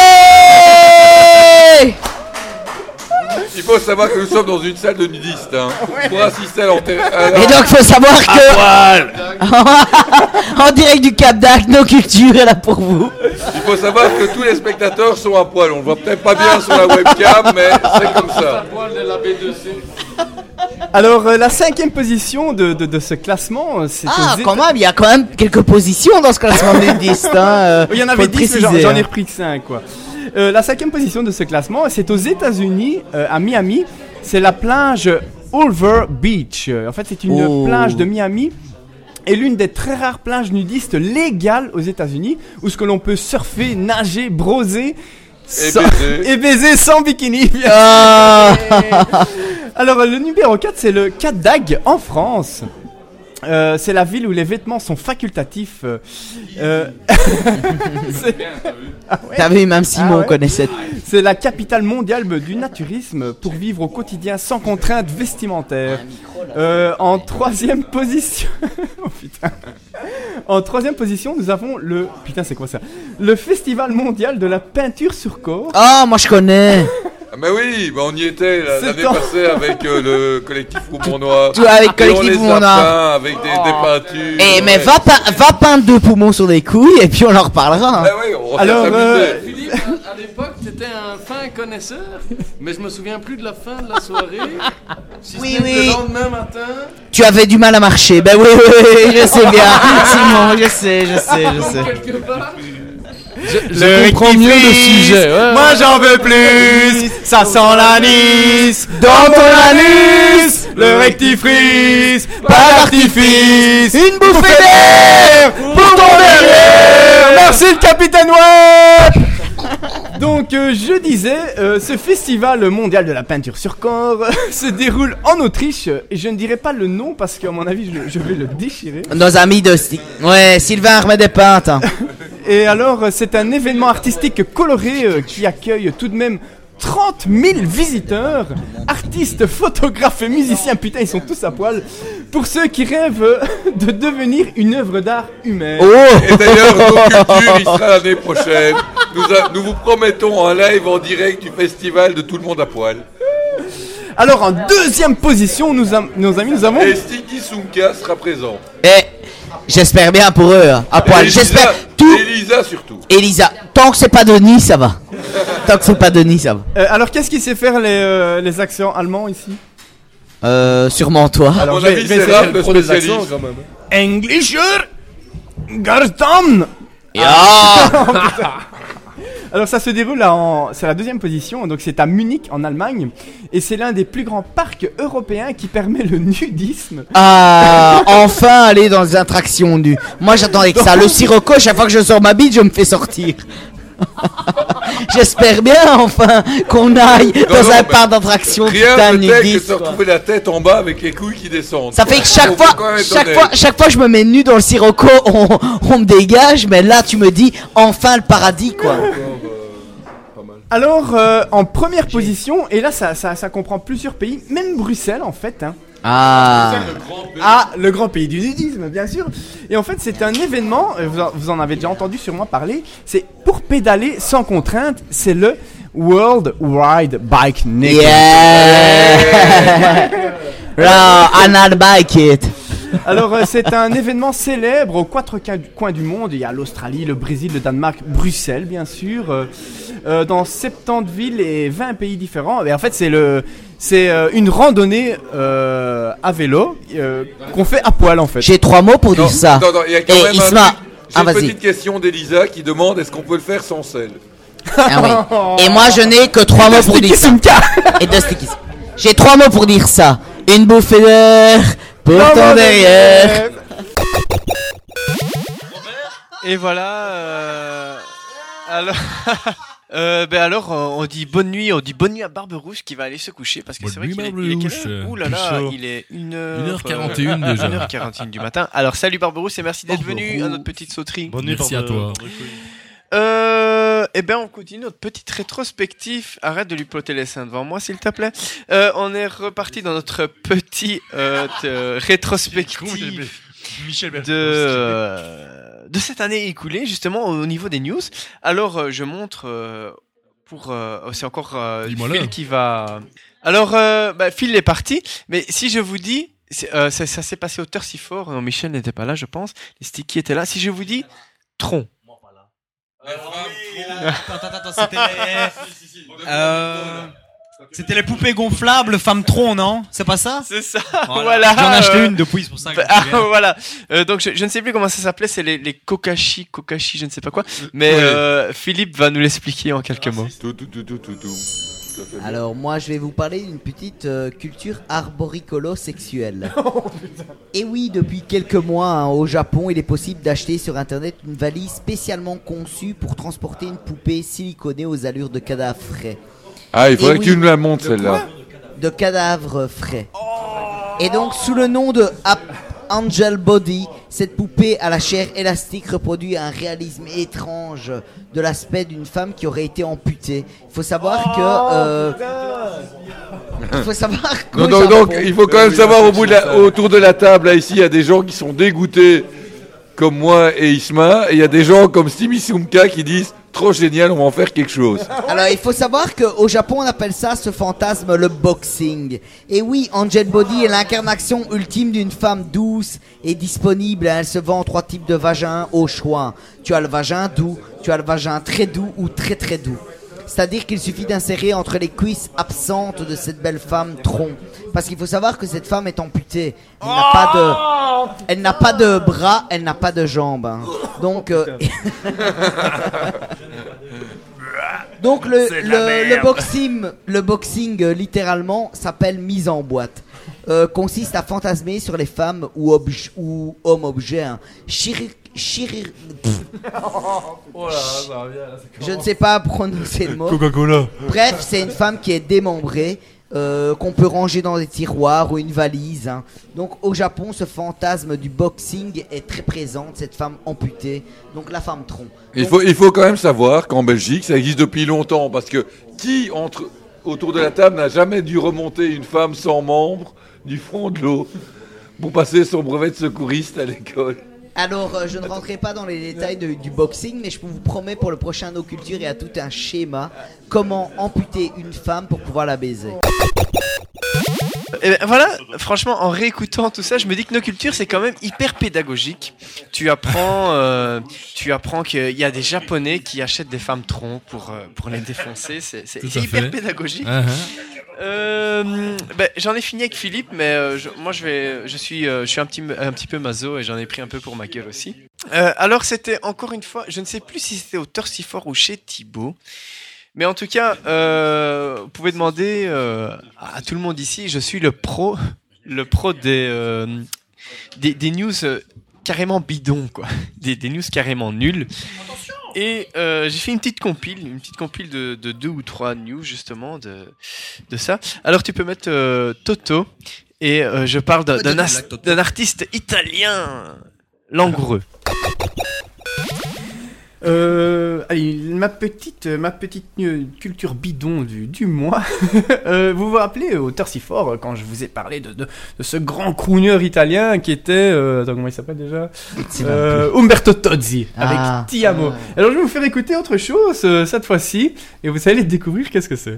Ouais. Il faut savoir que nous sommes dans une salle de nudistes, hein, ouais. Pour assister à l'enterrement. Et donc, faut savoir que en direct du Cap d'Agde, nos cultures est là pour vous. Il faut savoir que tous les spectateurs sont à poil. On le voit peut-être pas bien sur la webcam, mais c'est comme ça. Alors, euh, la cinquième position de, de, de ce classement, c'est ah, quand même, il y a quand même quelques positions dans ce classement nudiste. Hein, euh, il y en avait dix, mais j'en, j'en ai repris que cinq, quoi. Euh, la cinquième position de ce classement, c'est aux États-Unis, euh, à Miami. C'est la plage Ulver Beach. En fait, c'est une oh. plage de Miami et l'une des très rares plages nudistes légales aux États-Unis où ce que l'on peut surfer, nager, broser et, sans... baiser. et baiser sans bikini. Ah. Alors, le numéro quatre, c'est le Cap d'Agde en France. Euh, c'est la ville où les vêtements sont facultatifs. Euh, euh, c'est- Ah ouais. T'as vu, même Simon Ah ouais. connaissait. C'est la capitale mondiale du naturisme pour vivre au quotidien sans contraintes vestimentaires. Euh, en troisième position. Oh, putain. En troisième position, nous avons le. Putain, c'est quoi ça? Le Festival mondial de la peinture sur corps. Ah, moi je connais. Ah, mais oui, bah on y était la- C'est l'année en- passée avec euh, le collectif Poumon Noir. Tu vois, avec Et collectif on les Poumon a Noir. peints avec des, des peintures. Eh, mais ouais. va, pein- va peindre deux poumons sur des couilles et puis on en reparlera. hein. Ah oui, on Alors, s'est euh, amusé. Philippe, à, à l'époque, t'étais un fin connaisseur, mais je me souviens plus de la fin de la soirée. Si Oui, ce n'est que oui. le lendemain matin. Tu avais du mal à marcher. Ben oui, oui, oui, je sais bien. Simon, je sais, je sais, je sais. Quelque part. Le comprends mieux le rectifrice. sujet, ouais. Moi j'en veux plus. Ça sent l'anis dans ton anus. Le rectifrice, pas d'artifice. Une bouffée d'air pour ton derrière. Merci le capitaine Web. Donc euh, je disais, euh, ce festival mondial de la peinture sur corps euh, se déroule en Autriche et je ne dirai pas le nom parce qu'à mon avis je, je vais le déchirer. Nos amis de... Ouais, Sylvain remet des peintes. hein. Et alors, euh, c'est un événement artistique coloré euh, qui accueille tout de même trente mille visiteurs, artistes, photographes et musiciens, putain, ils sont tous à poil, pour ceux qui rêvent euh, de devenir une œuvre d'art humaine. Et d'ailleurs, nos cultures, il sera l'année prochaine. Nous, a- nous vous promettons un live en direct du festival de Tout le monde à poil. Alors, en deuxième position, nous am- nos amis, nous avons... Et Sticky Sunka sera présent. Et j'espère bien pour eux, hein, à poil. Et Elisa- J'espère tout. Elisa surtout. Elisa, tant que c'est pas Denis, ça va. Tant que c'est pas Denis, ça va. Euh, alors, qu'est-ce qui sait faire les, euh, les accents allemands ici? Euh, sûrement toi. Alors, mon je vais- avis, je vais c'est essayer Raph, de le prendre des spécialiste. accents, quand même. Englischer Garten. Alors ça se déroule là en... c'est la deuxième position, donc c'est à Munich en Allemagne, et c'est l'un des plus grands parcs européens qui permet le nudisme. Ah, enfin aller dans les attractions nues. Moi j'attendais que ça. Le sirocco, chaque fois que je sors ma bite, je me fais sortir. J'espère bien enfin qu'on aille Non, dans non, un mais parc d'attractions Rien putain de tel que de nudiste, se quoi. retrouver la tête en bas avec les couilles qui descendent. Ça fait que chaque On fois, peut quand même être chaque honnête. fois, chaque fois que je me mets nu dans le sirocco, on, on me dégage, mais là tu me dis enfin le paradis quoi. Alors euh, en première position, et là ça, ça, ça comprend plusieurs pays, même Bruxelles en fait. Hein. Ah. Ah, le grand pays du nudisme, bien sûr. Et en fait, c'est un événement, euh, vous en, vous en avez déjà entendu sûrement parler, c'est pour pédaler sans contrainte, c'est le World Ride Bike Naked. Yeah. Là, anal bike it. Alors, euh, c'est un événement célèbre aux quatre ca- coins du monde. Il y a l'Australie, le Brésil, le Danemark, Bruxelles, bien sûr, euh, euh, dans soixante-dix villes et vingt pays différents. Et en fait, c'est le, c'est euh, une randonnée euh, à vélo euh, qu'on fait à poil, en fait. J'ai trois mots pour Non, dire ça. non, non, il y a quand Et même un Isma, truc. J'ai ah une vas-y. petite question d'Elisa qui demande est-ce qu'on peut le faire sans sel. Ah oui. Et moi je n'ai que trois mots pour dire ça. Et de sticky. J'ai trois mots pour dire ça. Une bouffée d'air pour ton derrière. Et voilà. Euh... Alors, euh, ben alors, euh, on dit bonne nuit, on dit bonne nuit à Barberousse qui va aller se coucher parce que Bonne c'est vrai nuit, qu'il est, il est quelle heure Barberousse. Ouh là là, Plus chaud. il est une heure, une heure quarante et une déjà. une heure quarante et une du matin. Alors salut Barberousse et merci d'être venu à notre petite sauterie. Bonne nuit, Merci à toi. Euh, eh ben on continue notre petite rétrospective. Arrête de lui plotter les seins devant moi s'il te plaît. Euh, on est reparti dans notre petit euh, de- rétrospective Michel de euh, de cette année écoulée justement au niveau des news. Alors euh, je montre euh, pour euh, c'est encore euh, Dis-moi-le. Phil qui va. Alors euh, bah, Phil est parti, mais si je vous dis c'est, euh, ça, ça s'est passé au Tercifort. Non, Michel n'était pas là, je pense. Les Sticky étaient là. Si je vous dis Tron. Attends, attends, attends, c'était les... Euh... C'était les poupées gonflables Femme Tron, non? C'est pas ça? C'est ça, voilà. voilà. J'en ai acheté euh, une depuis, c'est pour ça que je me Ah, souviens. voilà. Euh, donc je, je ne sais plus comment ça s'appelait, c'est les, les Kokashi, Kokashi, je ne sais pas quoi. Mais Ouais. euh, Philippe va nous l'expliquer en quelques mots. Tout, tout, tout, tout, tout, tout. Tout à fait bien. Alors moi je vais vous parler d'une petite euh, culture arboricolo-sexuelle. Et oui, depuis quelques mois hein, au Japon, il est possible d'acheter sur internet une valise spécialement conçue pour transporter une poupée siliconée aux allures de cadavres frais. Ah, il faudrait Et que oui, tu nous la montres celle-là. de cadavres frais. Et donc sous le nom de ap- Angel Body. Cette poupée à la chair élastique reproduit un réalisme étrange de l'aspect d'une femme qui aurait été amputée. Il faut savoir que... Euh, il faut savoir qu'au Non, donc, Japon- donc, il faut quand même savoir au bout de la- autour de la table, là, ici, il y a des gens qui sont dégoûtés, comme moi et Isma, et il y a des gens comme Stimi Sumka qui disent trop génial, on va en faire quelque chose. Alors, il faut savoir qu'au Japon, on appelle ça, ce fantasme, le boxing. Et oui, Angel Body est l'incarnation ultime d'une femme douce et disponible. Elle se vend en trois types de vagins au choix. Tu as le vagin doux, tu as le vagin très doux ou très très doux. C'est-à-dire qu'il suffit d'insérer entre les cuisses absentes de cette belle femme tronc. Parce qu'il faut savoir que cette femme est amputée. Elle n'a pas de, elle n'a pas de bras, elle n'a pas de jambes. hein. Donc, euh, donc le, C'est de la le, merde. le boxing, le boxing euh, littéralement s'appelle mise en boîte. Euh, consiste à fantasmer sur les femmes ou, obj- ou hommes objets. hein. Chiri- chiri- Oh là, ça revient, là, ça Je ne sais pas prononcer le mot. Coca-Cola. Bref, c'est une femme qui est démembrée, euh, qu'on peut ranger dans des tiroirs ou une valise. hein. Donc au Japon, ce fantasme du boxing est très présent, cette femme amputée, donc la femme tronc. Il faut, il faut quand même savoir qu'en Belgique, ça existe depuis longtemps, parce que qui entre, autour de la table n'a jamais dû remonter une femme sans membre du front de l'eau pour passer son brevet de secouriste à l'école? Alors, euh, je ne rentrerai pas dans les détails de- du boxing, mais je vous promets pour le prochain No Culture, il y a tout un schéma comment amputer une femme pour pouvoir la baiser. Et ben, voilà, franchement, en réécoutant tout ça, je me dis que nos cultures, c'est quand même hyper pédagogique. Tu apprends, euh, tu apprends qu'il y a des Japonais qui achètent des femmes troncs pour, euh, pour les défoncer. C'est c'est Tout à hyper fait. pédagogique. Uh-huh. Euh, ben, j'en ai fini avec Philippe, mais euh, je- moi je vais, je suis, euh, je suis un petit, un petit peu maso et j'en ai pris un peu pour ma gueule aussi. Euh, alors c'était encore une fois, je ne sais plus si c'était au Torsifor ou chez Thibaut, mais en tout cas, euh, vous pouvez demander euh, à tout le monde ici. Je suis le pro, le pro des, euh, des, des news euh, carrément bidons, quoi, des, des news carrément nulles. Et euh, j'ai fait une petite compile, une petite compile de, de deux ou trois news justement de, de ça. Alors tu peux mettre euh, Toto et euh, je parle d'un, d'un, as- d'un artiste italien langoureux. Euh, allez, ma petite, ma petite euh, culture bidon du, du mois. Euh, vous vous rappelez au Torsifor quand je vous ai parlé de, de, de ce grand crooner italien qui était, euh, attends comment il s'appelle déjà, sais euh, même plus. Umberto Tozzi avec Ah. Ti Amo. Ah. Alors je vais vous faire écouter autre chose euh, cette fois-ci et vous allez découvrir qu'est-ce que c'est.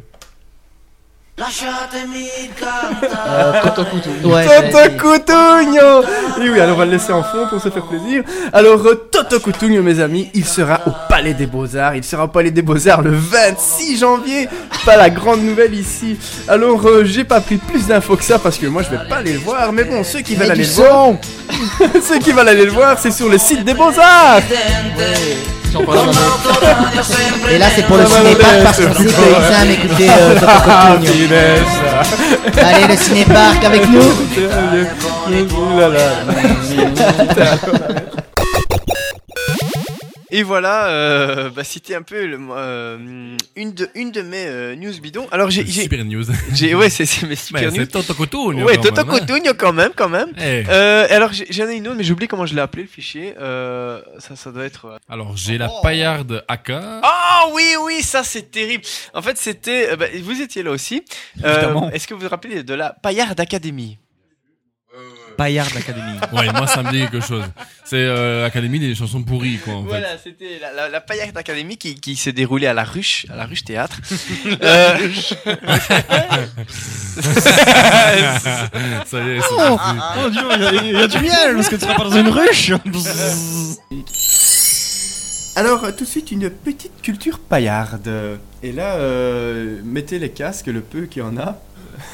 Euh, Toto Cutugno. Ouais, Toto c'est- Cutugno. Et oui, alors on va le laisser en fond pour se faire plaisir. Alors euh, Toto Cutugno, mes amis, il sera au Palais des Beaux-Arts. Il sera au Palais des Beaux-Arts le vingt-six janvier. Pas la grande nouvelle ici. Alors euh, j'ai pas pris plus d'infos que ça parce que moi je vais pas aller le voir. Mais bon, ceux qui veulent Mais aller du le voir, ceux qui veulent aller le voir, c'est sur le site des Beaux-Arts. Et là, c'est pour le cinépark parce qu'on sait que Issa aime écouter euh, Toto Cutugno. Allez, le cinépark avec nous. Et voilà, euh, bah, c'était un peu le, euh, une de une de mes euh, news bidons. Alors j'ai j'ai Super news. j'ai ouais c'est c'est mes super Mais news. c'est Toto Cutugno, Ouais, quand Toto même, hein. Cutugno quand même quand même. Eh. Euh, alors j'ai- j'en ai une autre mais j'ai oublié comment je l'ai appelé le fichier. Euh, ça ça doit être. euh, Alors, j'ai la paillarde A K. Oh oui oui ça c'est terrible. En fait c'était euh, bah, vous étiez là aussi. Euh, Évidemment. Est-ce que vous vous rappelez de la Paillarde Academy? Paillard l'Académie. Ouais, moi, ça me dit quelque chose. C'est euh, l'Académie des chansons pourries, quoi, en Voilà, fait. c'était la, la, la Paillarde Academy qui, qui s'est déroulée à la Ruche, à la Ruche Théâtre. Euh, Ça y est, c'est Oh, parti. oh Dieu, il y, a- il y a du miel parce que tu seras pas dans une ruche. Alors, euh, tout de suite, une petite culture paillarde. Et là, euh, mettez les casques, le peu qu'il y en a.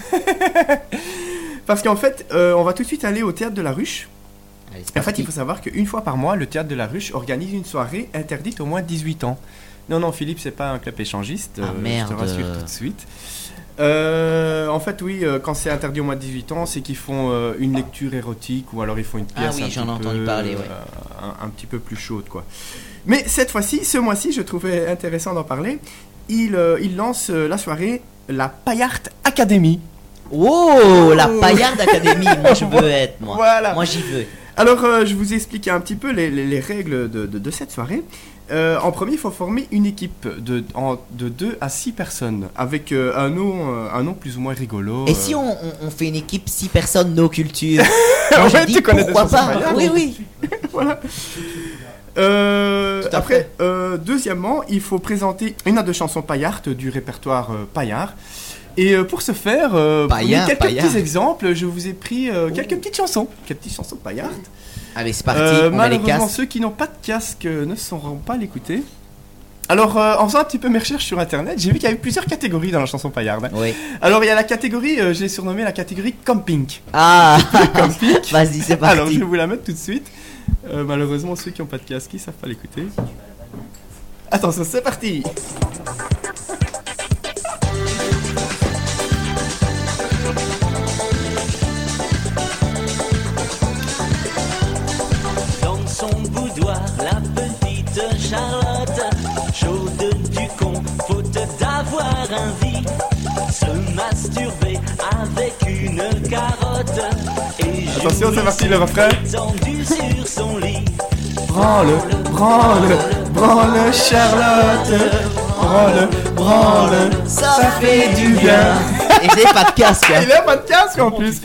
Parce qu'en fait, euh, on va tout de suite aller au Théâtre de la Ruche. Allez, c'est En fait, parti. il faut savoir qu'une fois par mois, le Théâtre de la Ruche organise une soirée interdite aux moins de dix-huit ans. Non, non, Philippe, c'est pas un club échangiste. Ah, euh, merde. Je te rassure tout de suite. Euh, en fait, oui, euh, quand c'est interdit aux moins de dix-huit ans, c'est qu'ils font euh, une lecture érotique ou alors ils font une Ah pièce oui, un j'en ai petit entendu peu, parler, ouais. euh, un, un petit peu plus chaude, quoi. Mais cette fois-ci, ce mois-ci, je trouvais intéressant d'en parler. Il, euh, il lance euh, la soirée la Paillarde Academy. Oh, la Paillarde Academy, moi je veux être, moi. Voilà. Moi j'y veux. Alors, euh, je vous ai expliqué un petit peu les, les- les règles de, de- de cette soirée. Euh, en premier, il faut former une équipe de, en- de deux à six personnes, avec euh, un, nom, euh, un nom plus ou moins rigolo. Et euh. si on, on- on fait une équipe six personnes no culture? En Moi je fait, dis tu connais des pourquoi chansons pas. paillardes. Oui, oui. Voilà. Euh, Tout à après, euh, deuxièmement, il faut présenter une à deux chansons paillardes du répertoire euh, paillard. Et euh, pour ce faire, euh, pour Paillard, donner quelques paillard. petits exemples, je vous ai pris euh, quelques petites chansons, quelques petites chansons paillardes. Allez, c'est parti, Euh, on met les malheureusement, casques. ceux qui n'ont pas de casque euh, ne sauront pas l'écouter. Alors, euh, en faisant un petit peu mes recherches sur internet, j'ai vu qu'il y avait plusieurs catégories dans la chanson paillarde. hein. Oui. Alors, il y a la catégorie, euh, je l'ai surnommée la catégorie camping. Ah Camping. Vas-y, c'est parti. Alors, je vais vous la mettre tout de suite. Euh, malheureusement, ceux qui n'ont pas de casque, ils savent pas l'écouter. Attention, c'est parti. Dans son boudoir, la petite Charlotte, chaude du con, faute d'avoir envie, se masturber avec une carotte. Et Attention, c'est parti, le refrain. tendu sur son lit. Branle, branle, branle, Charlotte. Branle, branle, ça fait du bien. Et j'ai pas de casque. hein. Il a pas de casque en plus.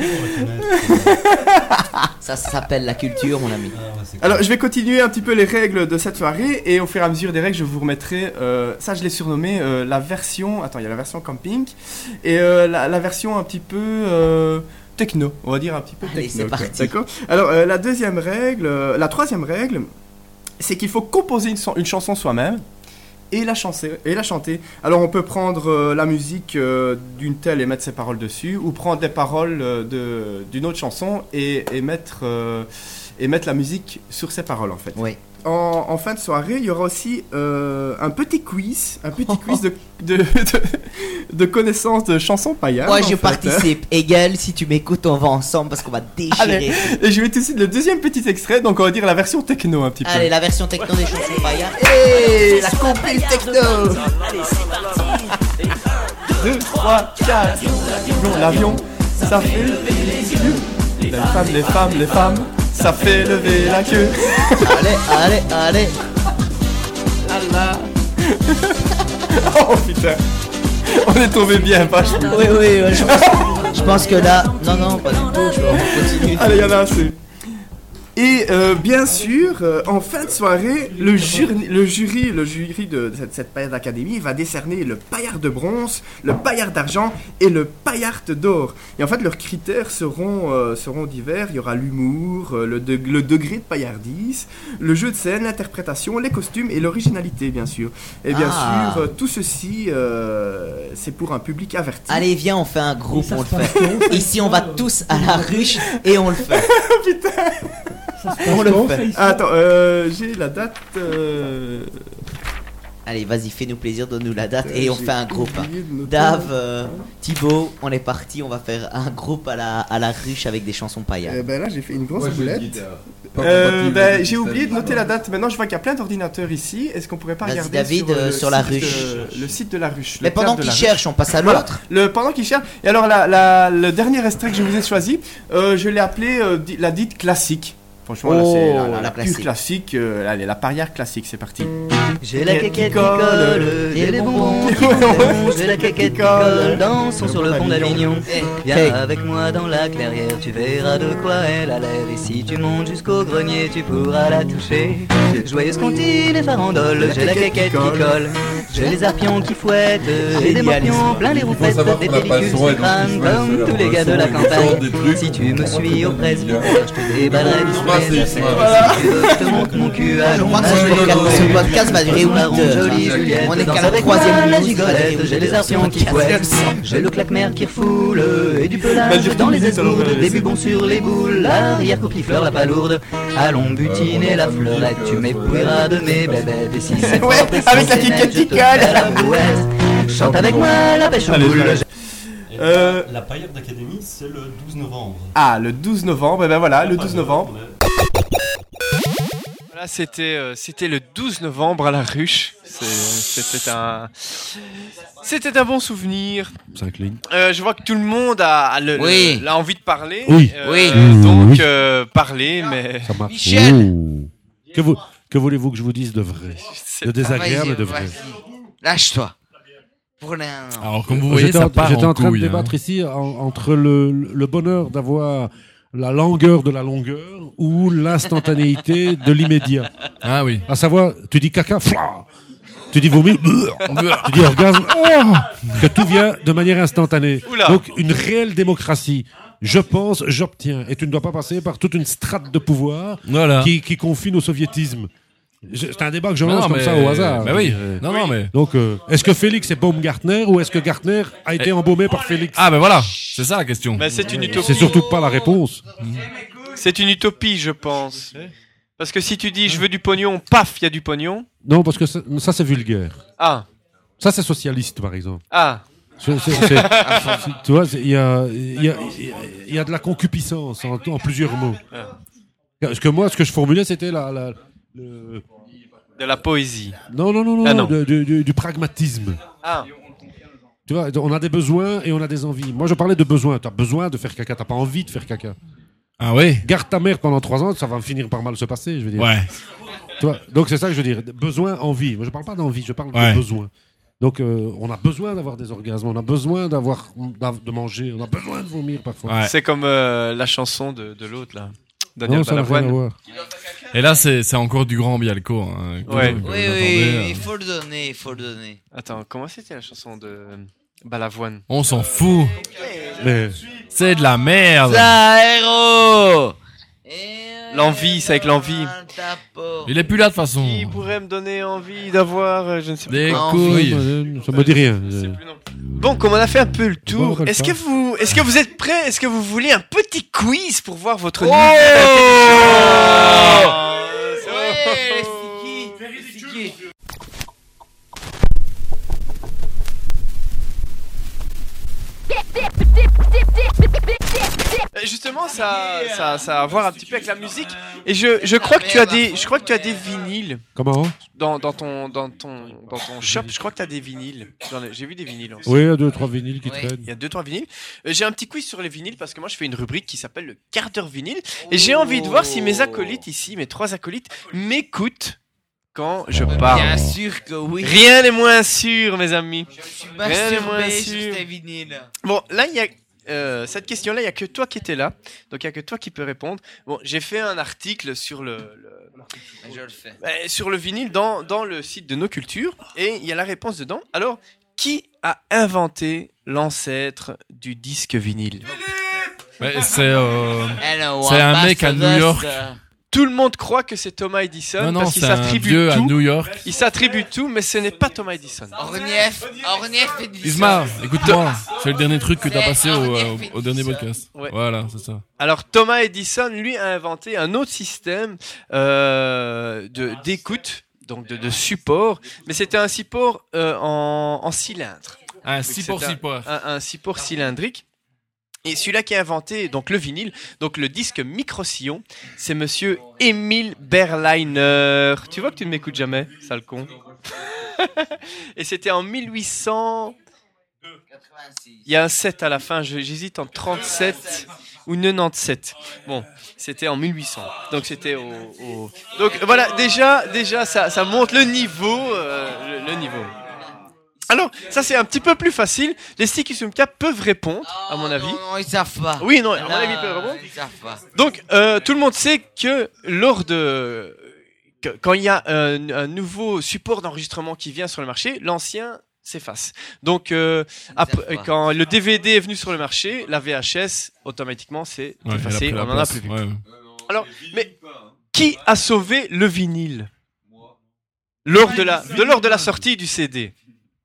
Ça, ça s'appelle la culture, mon ami. Alors, je vais continuer un petit peu les règles de cette soirée et au fur et à mesure des règles, je vous remettrai. euh, ça, je l'ai surnommé euh, la version. Attends, il y a la version camping et euh, la, la version un petit peu euh, techno. On va dire un petit peu Allez, techno. c'est quoi. parti. D'accord. Alors, euh, la deuxième règle, euh, la troisième règle, c'est qu'il faut composer une, son- une chanson soi-même. Et la, chancer, et la chanter. Alors on peut prendre euh, la musique euh, d'une telle et mettre ses paroles dessus, ou prendre les paroles euh, de- d'une autre chanson et, et, mettre, euh, et mettre la musique sur ses paroles en fait. Oui. En, en fin de soirée, il y aura aussi euh, un petit quiz, un petit quiz de, de, de, de connaissances de chansons paillardes. Moi, en je fait, participe. Égal, si tu m'écoutes, on va ensemble parce qu'on va déchirer. Allez, et je vais tout de suite le deuxième petit extrait, donc on va dire la version techno un petit peu. Allez, la version techno des chansons paillardes. Hey, la compil techno. Allez, c'est parti. deux, trois, quatre. L'avion, l'avion, ça fait lever les yeux. Les femmes, les femmes, les femmes, ça fait lever la queue. Allez, allez, allez. Allah. Oh putain. On est tombé bien, vache. Oui, oui, oui, je pense, je pense que là. Non, non, pas du tout, je vais continuer. Allez, il y en a assez. Et euh, bien sûr, euh, en fin de soirée, le jury, le jury, le jury de cette, cette paillarde d'académie va décerner le paillard de bronze, le paillard d'argent et le paillard d'or. Et en fait, leurs critères seront, euh, seront divers. Il y aura l'humour, euh, le, de- le degré de paillardise, le jeu de scène, l'interprétation, les costumes et l'originalité, bien sûr. Et bien Ah. sûr, euh, tout ceci, euh, c'est pour un public averti. Allez, viens, on fait un groupe, Et ça on le se passe fait. comment, ça Ici, on va tous à la ruche et on le fait. On le fait. Ah, attends, euh, j'ai la date. euh, Allez, vas-y, fais-nous plaisir, donne-nous la date Euh, et on j'ai fait un groupe. hein. oublié de noter. Dave, euh, Thibaut, on est parti, on va faire un groupe à la, à la ruche avec des chansons paillardes. Eh ben là, j'ai fait une grosse Moi, je boulette. dis, euh, Euh, pas compatible ben, avec j'ai le oublié de système. noter la date. Maintenant, je vois qu'il y a plein d'ordinateurs ici. Est-ce qu'on pourrait pas Vas-y, regarder David, sur, euh, le sur la site, ruche. euh, le site de la ruche. Mais le pendant théâtre de qu'il la cherche, ruche. on passe à Voilà. l'autre. Le pendant qu'il cherche. Et alors, la, la- le dernier extrait que je vous ai choisi, euh, je l'ai appelé euh, di- la dite classique. Franchement, là, c'est Oh, la, la, la la pure classique. classique. euh, allez, la parière classique, c'est parti. J'ai la quéquette qui colle, j'ai les bonbons qui font, j'ai la quéquette qui colle, dansons sur le pont d'Avignon. Viens Hey. avec moi dans la clairière, tu verras de quoi elle a l'air. Et si tu montes jusqu'au grenier, tu pourras la toucher. Joyeuse comptine et farandole, j'ai la quéquette qui colle, j'ai les arpions qui fouettent, et des morpions plein les roupettes, des pellicules qui crânent comme tous les gars de la campagne. Si tu me suis au presbytère, je te déballerai du Voilà. Si tu veux, je te montre mon cul à Je crois que ce podcast- ce podcast va durer huit heures. On est qu'à la troisième la minute. gigolette, j'ai les arpions qui fouettent, j'ai le claque-mer qui refoule, et du pelage dans les esgourdes, des bubons sur les boules, l'arrière coquille-fleur la palourde, allons butiner la fleurette, tu m'épouilleras de mes bébés, et si c'est Ouais, propre et si avec la c'est net, quiquette je qui te colle. fais la brouette, chante avec moi la pêche aux Allez, boules. allez. Euh, La paillarde d'Académie, c'est le douze novembre. Ah, le douze novembre. Et ben voilà, le douze novembre. Voilà, Là, c'était euh, c'était le douze novembre à la Ruche. C'est- C'était un c'était un bon souvenir. Cinq lignes. Euh, je vois que tout le monde a, a le, Oui. le- a envie de parler. Oui. Euh, Oui. Mmh, Donc oui. euh, parler, mais Ça marche. Michel. Ouh. Que, vous, que voulez-vous que je vous dise de vrai? sais De pas. désagréable Vas-y, et de vrai. vas-y. Lâche-toi. Pour les un an. Alors, comme vous voyez, J'étais ça en, part j'étais en en train couille, de hein. débattre ici en- entre le, le bonheur d'avoir la longueur de la longueur ou l'instantanéité de l'immédiat. Ah oui. À savoir, tu dis caca, fla, tu dis vomi, tu dis orgasme, oh, que tout vient de manière instantanée. Oula. Donc une réelle démocratie. Je pense, j'obtiens. Et tu ne dois pas passer par toute une strate de pouvoir Voilà. qui, qui confine au soviétisme. Je- C'est un débat que je Mais lance non, comme mais- ça au hasard. bah oui. Euh, Non, non, mais- Donc, euh, est-ce que Félix est Baumgartner ou est-ce que Gartner a été Eh. embaumé par Félix? Ah ben voilà, c'est ça la question. Mais c'est une utopie. C'est surtout pas la réponse. C'est une utopie, je pense. Parce que si tu dis je veux du pognon, paf, il y a du pognon. Non, parce que ça, ça, c'est vulgaire. Ah. Ça, c'est socialiste, par exemple. Ah. C'est- c'est- c'est- c'est- tu vois, c'est- il y a, il y, a, il y a de la concupiscence en, en plusieurs mots. Ah. Parce que moi, ce que je formulais, c'était la, la, le... De la poésie. Non, non, non, non, Ah non. de- de- du, du pragmatisme. Ah. Tu vois, on a des besoins et on a des envies. Moi, je parlais de besoins. Tu as besoin de faire caca, t'as pas envie de faire caca. Ah oui. Garde ta mère pendant trois ans, ça va finir par mal se passer, je veux dire. Ouais. Tu vois, donc c'est ça que je veux dire. Besoin, envie. Moi, je parle pas d'envie, je parle Ouais. de besoin. Donc, euh, on a besoin d'avoir des orgasmes, on a besoin d'avoir, de manger, on a besoin de vomir parfois. C'est comme euh, la chanson de, de l'autre là. Daniel Non, ça n'a rien Balavoine. à voir. Et là, c'est c'est encore du grand Bialco. Hein, que- Ouais. que vous Oui, oui, attendez, oui, euh. il faut le donner, il faut le donner. Attends, comment c'était la chanson de Balavoine? On s'en fout. Mais c'est de la merde. Ça, héros. L'envie, c'est avec l'envie. Il est plus là de toute façon. Qui pourrait me donner envie d'avoir, euh, je ne sais plus Des quoi. couilles. Ça me dit rien. Bon, comme on a fait un peu le Bon, tour, on est-ce le que vous, est-ce que vous êtes prêts? Est-ce que vous voulez un petit quiz pour voir votre Oh niveau Euh, Justement, ça, ça, ça a à voir un petit peu avec la musique. Et je, je crois que tu as des, je crois que tu as des vinyles. Comment? Dans, dans ton, dans ton, dans ton shop, je crois que tu as des vinyles. J'en ai- J'ai vu des vinyles aussi. Oui, il y a deux, trois vinyles qui traînent. Il y a deux, trois vinyles. Euh, j'ai un petit quiz sur les vinyles parce que moi je fais une rubrique qui s'appelle le quart d'heure vinyle. Et j'ai envie de voir si mes acolytes ici, mes trois acolytes, m'écoutent quand je parle. Bien sûr que oui. Rien n'est moins sûr, mes amis. Je suis Rien n'est moins masturbé sur sûr. tes vinyles. Bon, là, il y a. euh, cette question-là, il n'y a que toi qui étais là, donc il n'y a que toi qui peux répondre. Bon, j'ai fait un article sur le, le- Je le fais. euh, sur le vinyle dans, dans le site de Nos Cultures, et il y a la réponse dedans. Alors, qui a inventé l'ancêtre du disque vinyle? Ouais, c'est euh, Hello, c'est un mec à New York. Tout le monde croit que c'est Thomas Edison Non, non, parce qu'il c'est un s'attribue vieux à tout. New York. Il s'attribue tout, mais ce n'est pas Thomas Edison. Ornief, Ornief Edison. Isma, écoute-moi. C'est le dernier truc que t'as C'est passé au, Ornief euh, au dernier podcast. Ouais. Voilà, c'est ça. Alors Thomas Edison, lui, a inventé un autre système euh, de d'écoute, donc de, de support, mais c'était un support euh, en, en cylindre. Un Donc, support c'est un- support. Un, un support cylindrique. Et celui-là qui a inventé donc le vinyle, donc le disque micro-sillon, c'est monsieur Émile Berliner. Tu vois que tu ne m'écoutes jamais, sale con. Et c'était en mille huit cents. Il y a un sept à la fin, je- j'hésite entre trente-sept ou quatre-vingt-dix-sept. Bon, c'était en mille huit cents. Donc c'était au, au- Donc voilà, déjà, déjà ça, ça montre le niveau, euh, le, le niveau. Alors, ça c'est un petit peu plus facile. Les Sticky Sumka peuvent répondre, à mon avis. Non, non, ils savent pas. Oui, non, à mon Non, avis, ils peuvent répondre. Ils savent pas. Donc, euh, tout le monde sait que lors de... que- quand il y a un, un nouveau support d'enregistrement qui vient sur le marché, l'ancien s'efface. Donc, euh, après, quand le D V D est venu sur le marché, la V H S, automatiquement, c'est Ouais, effacé. elle a pris la On en a place. plus vu. Ouais, ouais. Alors, mais qui a sauvé le vinyle lors de la, de lors de la sortie du C D?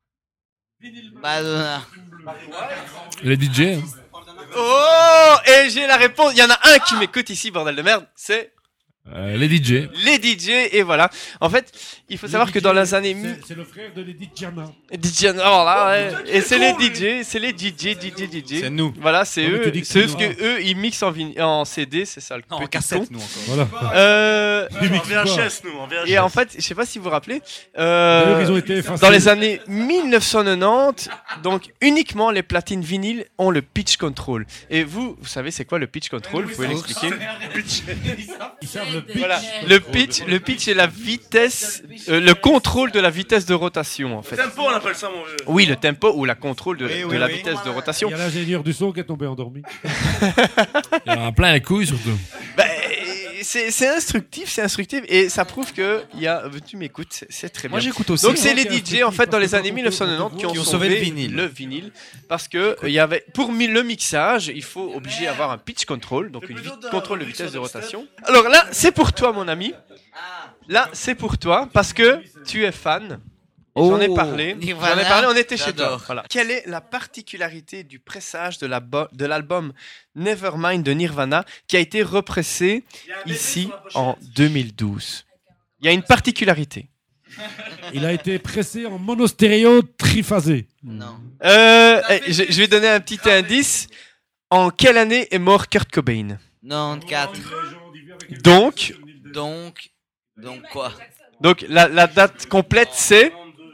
Madonna. Les D J. hein. Oh, et j'ai la réponse. Il y en a un qui m'écoute ici, bordel de merde. C'est Euh, les D J. Les D J, et voilà. En fait, il faut savoir que dans les années... C'est- C'est le frère de Lady Diana. D J, oh là, ouais. Et c'est les D J, c'est les D J, D J, D J. C'est nous. Voilà, c'est Non, mais eux, tu dis que c'est c'est eux, parce que eux, ils mixent en, vin- en C D, c'est ça le Non, en petit cassette, con. nous encore. Voilà. Euh, En V H S, nous, en V H S. et en fait, je sais pas si vous vous rappelez, euh, D'ailleurs, ils ont été effacés. dans les années mille neuf cent quatre-vingt-dix, donc uniquement les platines vinyles ont le pitch control. Et vous, vous savez c'est quoi le pitch control? Vous pouvez l'expliquer? Ils savent le pitch. Voilà, le pitch, le pitch est la vitesse, euh, le contrôle de la vitesse de rotation en fait. Tempo, on appelle ça, mon vieux. Oui, le tempo ou la contrôle de, Oui, de oui, la oui. vitesse de Il rotation. y a l'ingénieur du son qui est tombé endormi. Il y en a plein les couilles surtout. Bah, c'est c'est instructif, c'est instructif et ça prouve que il y a. Tu m'écoutes, c'est- c'est très bien. Moi, j'écoute aussi. Donc c'est les C'est D J instructif en fait dans parce les que années quand mille neuf cent quatre-vingt-dix qui ont, Qui ont sauvé sauvé le vinyle. le vinyle parce que il y avait pour mi- le mixage, il faut obliger à avoir un pitch control, donc une vi- contrôle de vitesse de rotation. Alors là, c'est pour toi mon ami. Là, c'est pour toi parce que tu es fan. J'en ai Oh, parlé. Nirvana, J'en ai parlé, on était chez toi. j'adore. Voilà. Quelle est la particularité du pressage de la bo- de l'album Nevermind de Nirvana qui a été repressé ici en deux mille douze? Il y a une particularité. Il a été pressé en monostéréo triphasé. Non. Euh, eh, je, je vais donner un petit indice. En quelle année est mort Kurt Cobain? quatre-vingt-quatorze. Donc, Donc, donc quoi? donc la, la date complète c'est.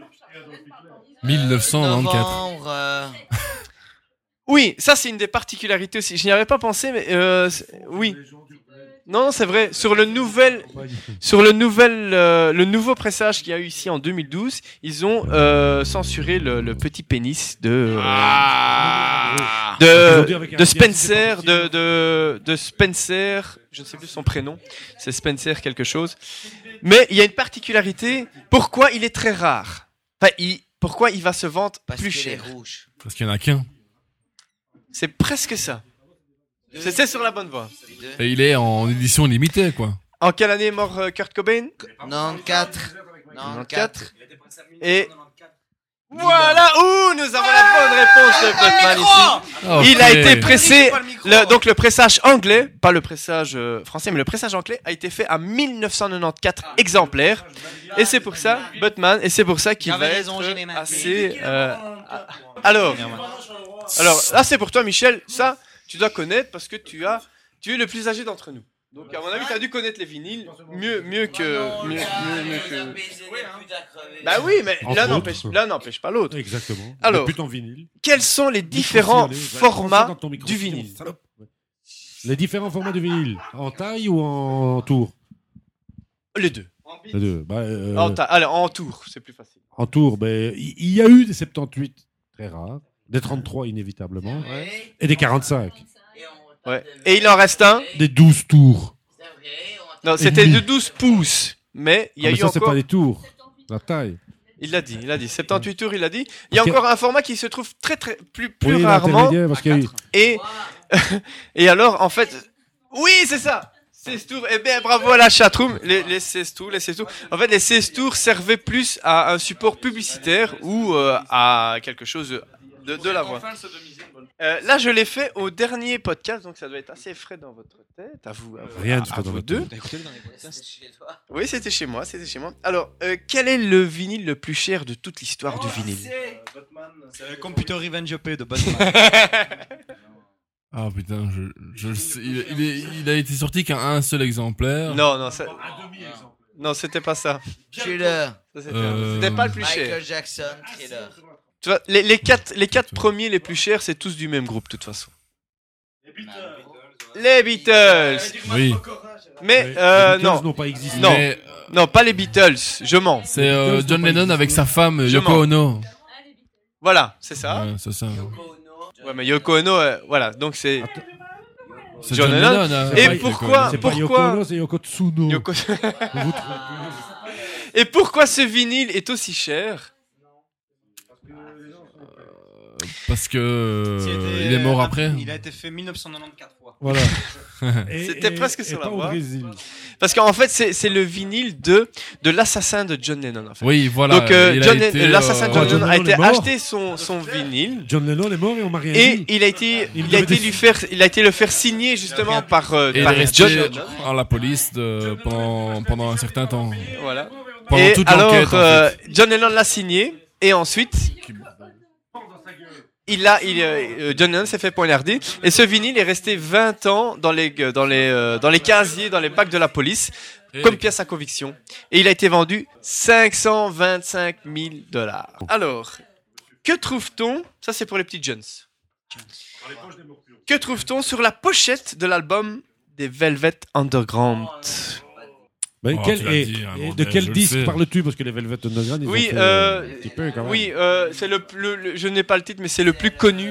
mille neuf cent quatre-vingt-quatre. Novembre. euh, Oui, ça c'est une des particularités aussi. Je n'y avais pas pensé, mais euh, c'est- oui. Non, non, c'est vrai. Sur le nouvel, sur le nouvel, euh, le nouveau pressage qu'il y a eu ici en deux mille douze, ils ont euh, censuré le, le petit pénis de euh, Ah. Ils ont dit de, avec un de lien, c'était Spencer, pas de, de de Spencer. Je ne sais plus son prénom. C'est Spencer quelque chose. Mais il y a une particularité. Pourquoi il est très rare? Enfin, il, pourquoi il va se vendre Parce plus qu'il est cher? rouge. Parce qu'il y en a qu'un. C'est presque ça. C'est c'est sur la bonne voie. Et il est en édition limitée, quoi. En quelle année est mort euh, Kurt Cobain? quatre-vingt-quatorze. quatre-vingt-quatorze. Et voilà où nous avons la bonne réponse de Batman ici. Ok. Il a été pressé, le- donc le pressage anglais, pas le pressage euh, français, mais le pressage anglais a été fait à mille neuf cent quatre-vingt-quatorze exemplaires. Et c'est pour ça, Batman, et c'est pour ça qu'il J'avais va raison, je l'ai être maintenu. assez... euh, alors, alors, là c'est pour toi Michel, ça tu dois connaître parce que tu as, tu es le plus âgé d'entre nous. Donc à mon avis tu as dû connaître les vinyles mieux, mieux que... Mieux, mieux, mieux que... Bah oui, mais Entre l'un autres. n'empêche l'un n'empêche pas l'autre. Exactement. Alors, Le but en vinyle. quels sont les Micro différents signalé, va, formats prends ça dans ton micro du signalé, vinyle? salope. Les différents formats du vinyle. En taille ou en tour? Les deux. Les deux. Bah, euh, En, ta- allez, en tour, c'est plus facile. en tour, ben, il il y a eu des soixante-dix-huit, très rares. Des trente-trois, inévitablement. Et des quarante-cinq. Ouais. Et il en reste un. Des douze tours. Non, Et c'était demi. de douze pouces. Mais il y a Ah, mais eu ça, c'est encore. pas des tours. La taille. Il l'a dit, il a dit. soixante-dix tours, il a dit. Il y a Ok. encore un format qui se trouve très, très, plus, plus Oui, rarement. l'intermédiaire, parce qu'il y a eu- Et, et alors, en fait. Oui, c'est ça! seize tours. Eh bien, bravo à la chatroom. Les, les seize tours, les seize tours. En fait, les seize tours servaient plus à un support publicitaire ou euh, à quelque chose de, de la voix. Euh, là, je l'ai fait au dernier podcast, donc ça doit être assez frais dans votre tête. À vous, à vous, Rien à- de frais à dans vous notre deux. tête. T'as écouté le dernier podcast? Oui, c'était chez moi, c'était chez moi. Alors, euh, quel est le vinyle le plus cher de toute l'histoire du vinyle? C'est le Computer Revenge E P de Batman. Ah putain, je, je le sais. Il, il est- il a été sorti qu'un un seul exemplaire. Non, non, ça... non, c'était pas ça. Thriller. Ça, C'était Euh, c'était pas le plus cher. Michael Jackson, Thriller. Tu vois, les, les quatre, les quatre premiers les plus chers, c'est tous du même groupe, de toute façon. Les Beatles. Oui. Mais Les- euh, les Beatles non, n'ont pas existé. non, Mais, non, pas les Beatles. Je mens. C'est euh, Beatles John n'ont pas Lennon existé. avec sa femme Je Yoko mens. Ono. Voilà, c'est ça. Ouais, c'est ça. Ouais, mais Yoko Ono, euh, voilà, donc c'est C'est John John Lennon. Lennon, hein. Et Ouais, pourquoi, C'est pas Yoko pourquoi, Ono, c'est Yoko Tsuno. Yoko- Vous trompez. et pourquoi ce vinyle est aussi cher? parce que euh, C'était, il est mort euh, après. Il a été fait mille neuf cent quatre-vingt-quatorze fois. Voilà. C'était presque sur la pas au voie. Brésil. Parce qu'en fait, c'est, c'est le vinyle de, de l'assassin de John Lennon. En fait. Oui, voilà. Donc, euh, il a John été, Lennon- l'assassin de John euh, Lennon a John été Lennon est mort. acheté son, son vinyle. John Lennon est mort et on m'a rien Et dit. il a été, Il il a devait été être- lui faire, il a été le faire signer justement par, euh, Et il est par resté John Lennon. à la police de, pendant, pendant un certain temps. Voilà. Pendant Et toute alors, l'enquête, en euh, fait. John Lennon l'a signé et ensuite, il a, il, euh, John Lennon s'est fait poignarder et ce vinyle est resté vingt ans dans les, dans les, euh, dans les casiers, dans les bacs de la police, Et comme les- pièce à conviction. Et il a été vendu cinq cent vingt-cinq mille dollars. Alors, que trouve-t-on? Ça, c'est pour les petits jeunes. Que trouve-t-on sur la pochette de l'album des Velvet Underground? Mais Oh, quel- tu l'as et- dit, hein, et bordel, de je quel le disque sais. parles-tu? Parce que les Velvet Underground, ils Oui, ont fait euh, un petit peu quand même. oui, euh, c'est le, le- le- je n'ai pas le titre, mais c'est le plus connu.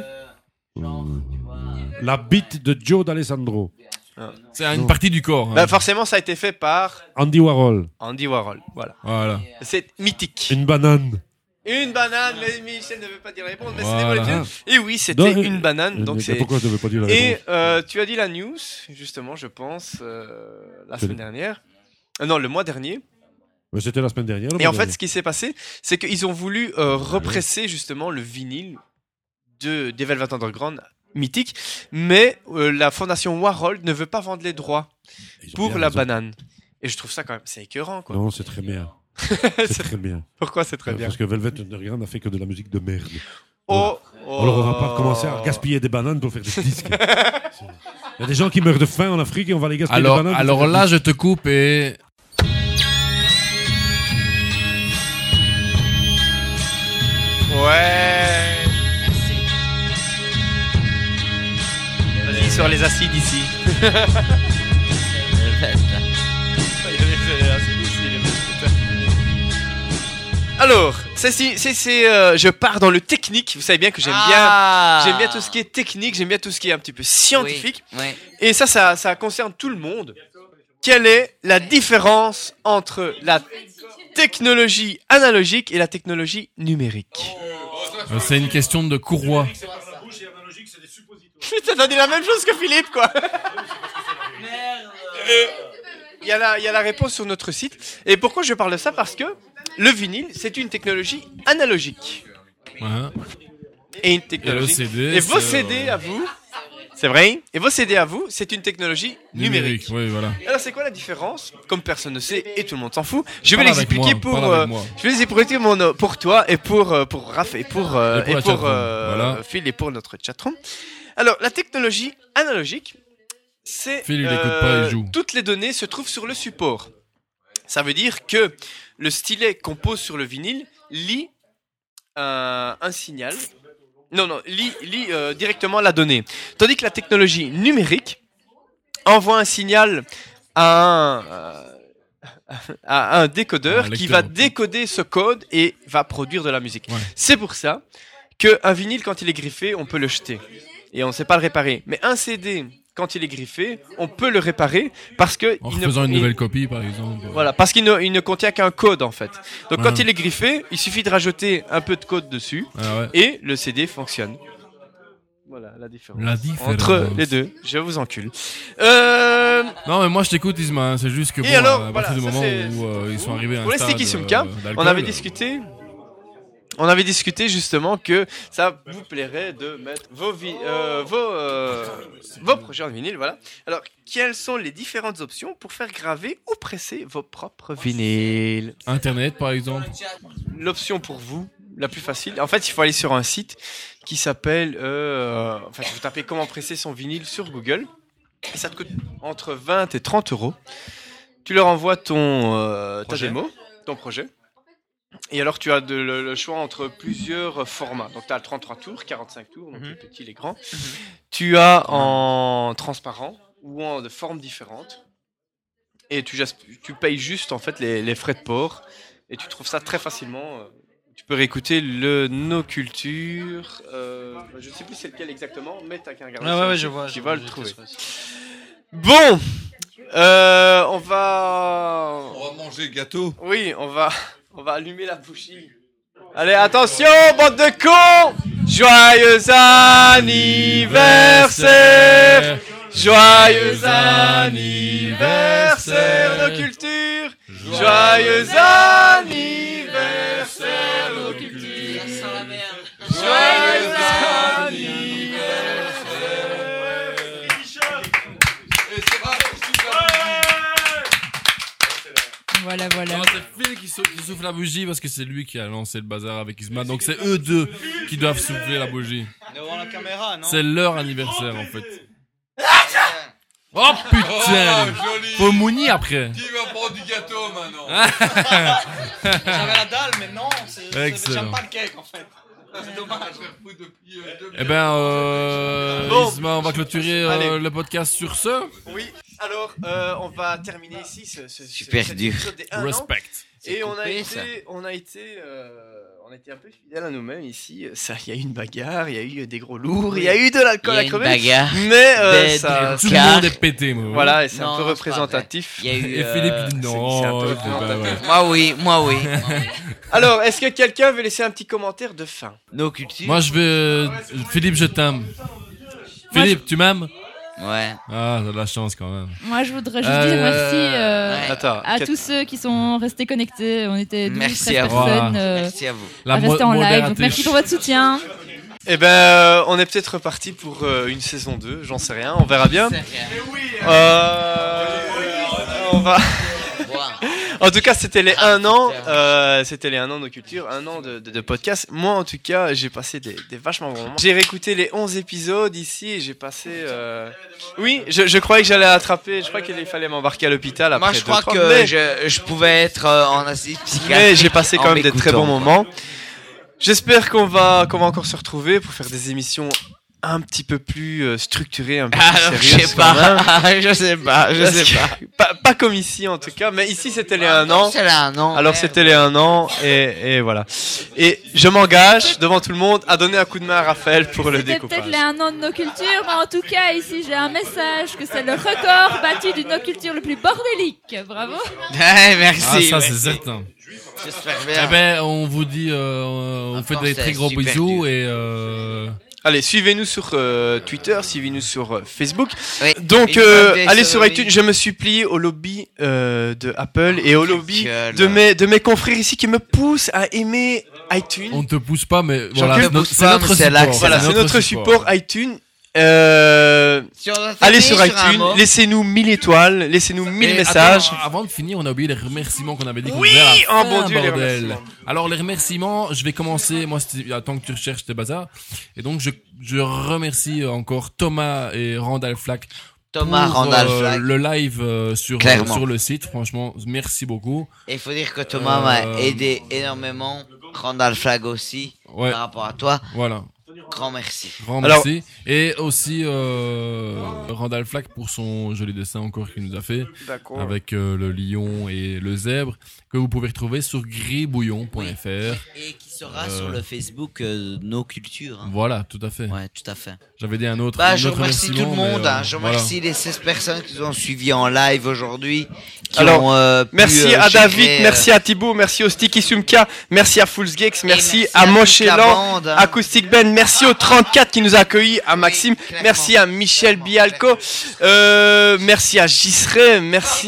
La beat de Joe D'Alessandro. C'est une partie du corps. hein. Bah, forcément, ça a été fait par Andy Warhol. Andy Warhol. Voilà. Voilà. C'est mythique. Une banane. Une banane, mais Michel ne veut pas dire la réponse, mais Voilà. c'était pour les vieux. Et oui, c'était Non, une banane. euh, Donc mais c'est... pourquoi je ne veux pas dire la Et réponse euh, tu as dit la news, justement, je pense, euh, la C'est- semaine dernière. Euh, non, le mois dernier. Mais C'était la semaine dernière. le Et en mois fait, dernier. ce qui s'est passé, c'est qu'ils ont voulu euh, represser justement le vinyle de des Velvet Underground mythique, mais euh, la fondation Warhol ne veut pas vendre les droits pour bien la raison. banane. Et je trouve ça quand même, c'est écœurant, quoi. Non, c'est très bien. C'est C'est- très bien. Pourquoi c'est très Euh, bien? Parce que Velvet Underground n'a fait que de la musique de merde. Oh, Alors on va pas commencer à gaspiller des bananes pour faire des disques. Il y a des gens qui meurent de faim en Afrique et on va les gaspiller Alors, des bananes. pour alors faire des là, disques. je te coupe et Ouais. Vas-y, sur les acides ici. Alors, c'est si, c'est, c'est, euh, je pars dans le technique. Vous savez bien que j'aime Ah. bien, j'aime bien tout ce qui est technique, j'aime bien tout ce qui est un petit peu scientifique. Oui, oui. Et ça, ça, ça concerne tout le monde. Quelle est la différence entre la technologie analogique et la technologie numérique? euh, c'est une question de courroie. Putain, t'as dit la même chose que Philippe, quoi. Et Il y, a la- il y a la réponse sur notre site. Et pourquoi je parle de ça? Parce que le vinyle, c'est une technologie analogique. Ouais. Et une technologie. Et le C D, Et vos c'est, C D euh, à vous, c'est vrai. Et vos C D à vous, c'est une technologie numérique. Oui, voilà. Alors c'est quoi la différence? Comme personne ne sait et tout le monde s'en fout, je vais Parle les avec expliquer moi, pour, parle avec euh, moi. je vais les expliquer mon, euh, pour toi et pour euh, pour Raph et pour euh, Et pour et la pour, chatroom, euh, voilà. Phil et pour notre chatroom. Alors la technologie analogique, c'est Phil, il écoute pas, il joue. toutes les données se trouvent sur le support. Ça veut dire que le stylet qu'on pose sur le vinyle lit un, un signal. Non, non, lit, lit euh, directement la donnée. Tandis que la technologie numérique envoie un signal à un, euh, à un décodeur Un qui lecteur. va décoder ce code et va produire de la musique. Ouais. C'est pour ça qu'un vinyle, quand il est griffé, on peut le jeter. Et on ne sait pas le réparer. Mais un C D, quand il est griffé, on peut le réparer parce que... En il ne- faisant une il- nouvelle copie, par exemple. voilà, parce qu'il ne, il ne contient qu'un code en fait. Donc quand Ouais. il est griffé, il suffit de rajouter un peu de code dessus Ah ouais. et le C D fonctionne. Voilà la différence. La différence. Entre les deux, je vous encule. Euh... Non, mais moi je t'écoute, Isma. C'est juste que bon, Et alors, à voilà, partir du ça, moment c'est- où euh, ils sont arrivés à un Pour les stade Sticky euh, Sumka, d'alcool, on avait euh, discuté. On avait discuté justement que ça vous plairait de mettre vos, vi- euh, vos, euh, vos projets en vinyle, voilà. Alors, quelles sont les différentes options pour faire graver ou presser vos propres vinyles? Internet, par exemple. L'option pour vous, la plus facile, en fait, il faut aller sur un site qui s'appelle... Euh, enfin, vous tapez comment presser son vinyle sur Google, et ça te coûte entre vingt et trente euros. Tu leur envoies ton, euh, ta Projet. démo, ton projet. Et alors, tu as de- le, le choix entre plusieurs formats. Donc, tu as le trente-trois tours, quarante-cinq tours, donc les petits, les grands. Tu as en transparent ou en de formes différentes. Et tu, jas- tu payes juste, en fait, les, les frais de port. Et tu trouves ça très facilement. euh, Tu peux réécouter le No Culture. Euh, je ne sais plus c'est lequel exactement, mais tu as qu'à regarder. Ah sur ouais, le ouais, site, je vois, Tu je vas vois, le j'ai trouver. été sur le Bon, euh, on va. On va manger gâteau. Oui, on va, on va allumer la bougie. Allez, attention, bande de cons! Joyeux anniversaire, joyeux anniversaire, nos cultures. Joyeux anniversaire, nos cultures. Joyeux Voilà, voilà. Non, c'est Phil qui, sou- qui souffle la bougie parce que c'est lui qui a lancé le bazar avec Isma. Donc c'est eux deux qui doivent souffler la bougie. Devant la caméra, non? C'est leur anniversaire en fait. Oh putain! Faut mouni après. Qui va prendre du gâteau maintenant? J'avais la dalle, mais non, c'est c'est Excellent. déjà pas le cake en fait. C'est dommage. Eh ben, euh, Bon. Isma, on va clôturer euh, Allez. le podcast sur ce. Oui, alors euh, on va terminer ici ce, ce, ce- Super cet dur. épisode des un an. Respect. Et C'est on a coupé, été, ça. on a été, euh, on a été un peu fidèles à nous-mêmes ici. Ça, il y a eu une bagarre, il y a eu des gros lourds, il y a eu de l'alcool Il y a à une crever. bagarre. Mais euh, Des- ça, des Tout le monde est pété, moi. voilà, et c'est un Non, peu c'est représentatif. pas vrai. Il y a eu, Et euh, Philippe qui dit c'est- non. c'est un peu c'est pas représentatif. vrai. Moi oui, moi oui. Alors, est-ce que quelqu'un veut laisser un petit commentaire de fin? Nos cultures. Moi je vais. euh, Philippe, je t'aime. Philippe, tu m'aimes? Ouais. Ah, t'as de la chance quand même. Moi, je voudrais juste Euh, dire merci euh, ouais. Attends, à quel- tous ceux qui sont restés connectés. On était douze, Merci treize à vous. personnes Voilà. euh, Merci à vous. La à mo- rester en live. Donc, modératrice. merci pour votre soutien. Eh ben, euh, on est peut-être reparti pour euh, une saison deux, j'en sais rien, on verra bien. Euh, on va. En tout cas, c'était les un an, euh, c'était les un an de nos cultures, un an de, de, de podcast. Moi, en tout cas, j'ai passé des, des vachement bons moments. J'ai réécouté les onze épisodes ici et j'ai passé. Euh... Oui, je, je croyais que j'allais attraper. Je crois qu'il fallait m'embarquer à l'hôpital après. Moi, je deux, crois trois, que mais- je, je pouvais être euh, en assise psychiatrique. mais j'ai passé quand en même des très m'écoutant, bons quoi. moments. J'espère qu'on va qu'on va encore se retrouver pour faire des émissions un petit peu plus euh, structurées, un peu plus Alors, je sérieuses. sais quand même. pas, je sais pas, je Parce sais que- pas. pas. Pas comme ici en tout cas, mais ici c'était les un an. C'est là un an. Alors merde. c'était les un an et, et voilà. Et je m'engage devant tout le monde à donner un coup de main à Raphaël pour le C'était découpage. peut-être les un an de nos cultures, mais en tout cas, ici, j'ai un message que c'est le record battu du no culture le plus bordélique. Bravo. Ouais, merci. Ah, ça merci. c'est certain. J'espère Eh bien. ben, on vous dit, euh, on fait Attends, des c'est très gros super bisous dur. et euh, Allez, suivez-nous sur euh, Twitter, suivez-nous sur euh, Facebook. Oui. Donc, Et euh, Sunday allez sur Sorry. iTunes. Je me suis plié au lobby euh, de Apple et au lobby gueule. de mes de mes confrères ici qui me poussent à aimer iTunes. on ne te pousse pas, mais J'en voilà, te c'est notre, pousse c'est pas, notre mais c'est support. l'accès. Voilà, c'est notre support iTunes. Euh, Si on doit allez terminer sur un iTunes, mot. laissez-nous mille étoiles, laissez-nous mille Et messages. attends, avant de finir, on a oublié les remerciements qu'on avait dit qu'on Oui, faisait à la oh fin, mon Dieu, les bordel. remerciements. Alors les remerciements, je vais commencer. Moi, c'était- attends que tu recherches tes bazars. Et donc je, je remercie encore Thomas et Randall Flack. Thomas pour, Randall euh, Flack. le live euh, sur euh, Clairement. sur le site. Franchement, merci beaucoup. Et il faut dire que Thomas Euh, m'a aidé énormément. Randall Flag aussi. Ouais. Par rapport à toi. Voilà. Grand merci. Grand Alors- merci. Et aussi euh, Randall Flack pour son joli dessin encore qu'il nous a fait. D'accord. Avec euh, le lion et le zèbre que vous pouvez retrouver sur gribouillon point f r. Et qui sera Euh, sur le Facebook euh, Nos Cultures. hein. Voilà, tout à fait. Ouais, tout à fait. J'avais dit un autre. Bah, un je autre remercie tout le remerciement, monde. mais, hein. euh, Je voilà. remercie les seize personnes qui nous ont suivis en live aujourd'hui. Qui Alors, ont, euh, pu, merci euh, à gérer, David, euh, merci à Thibaut, merci au Sticky Sumka, merci à Foolsgeeks, merci, merci à à toute Mochelan, la bande, hein. Acoustic Ben, merci au trente-quatre qui nous a accueillis, à Maxime, clairement. merci à Michel Bialco, euh, merci à Gisret, merci,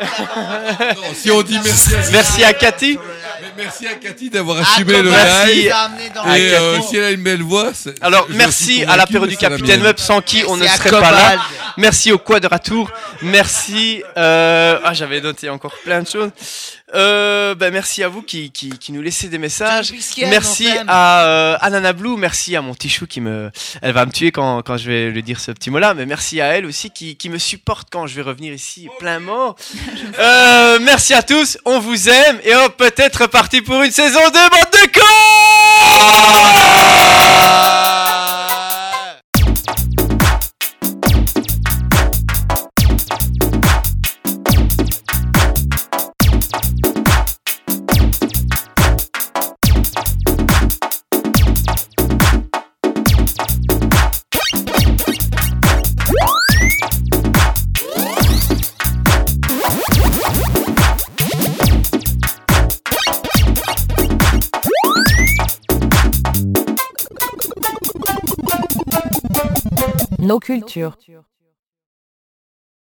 Non, si on dit merci à merci à Cathy. Mais merci à Cathy d'avoir assumé Ah, le merci. live. a amené dans Et la euh, Cathy. si elle a une belle voix, c'est- Alors je merci suis à l'apéro convaincu du que c'est la Capitaine mienne. Web sans qui on ne Merci à serait pas Cobalt. là. Merci au Quadratour. Merci. Euh... Ah j'avais noté encore plein de choses. Euh, ben merci à vous qui, qui, qui nous laissez des messages. John Bisquier, Merci on t'aime. à euh, Anana Blue. Merci à mon Tichou qui me, elle va me tuer quand quand je vais lui dire ce petit mot-là. Mais merci à elle aussi qui qui me supporte quand je vais revenir ici plein mort. Euh, merci à tous. On vous aime et on peut être reparti pour une saison de bande de cons. nos cultures.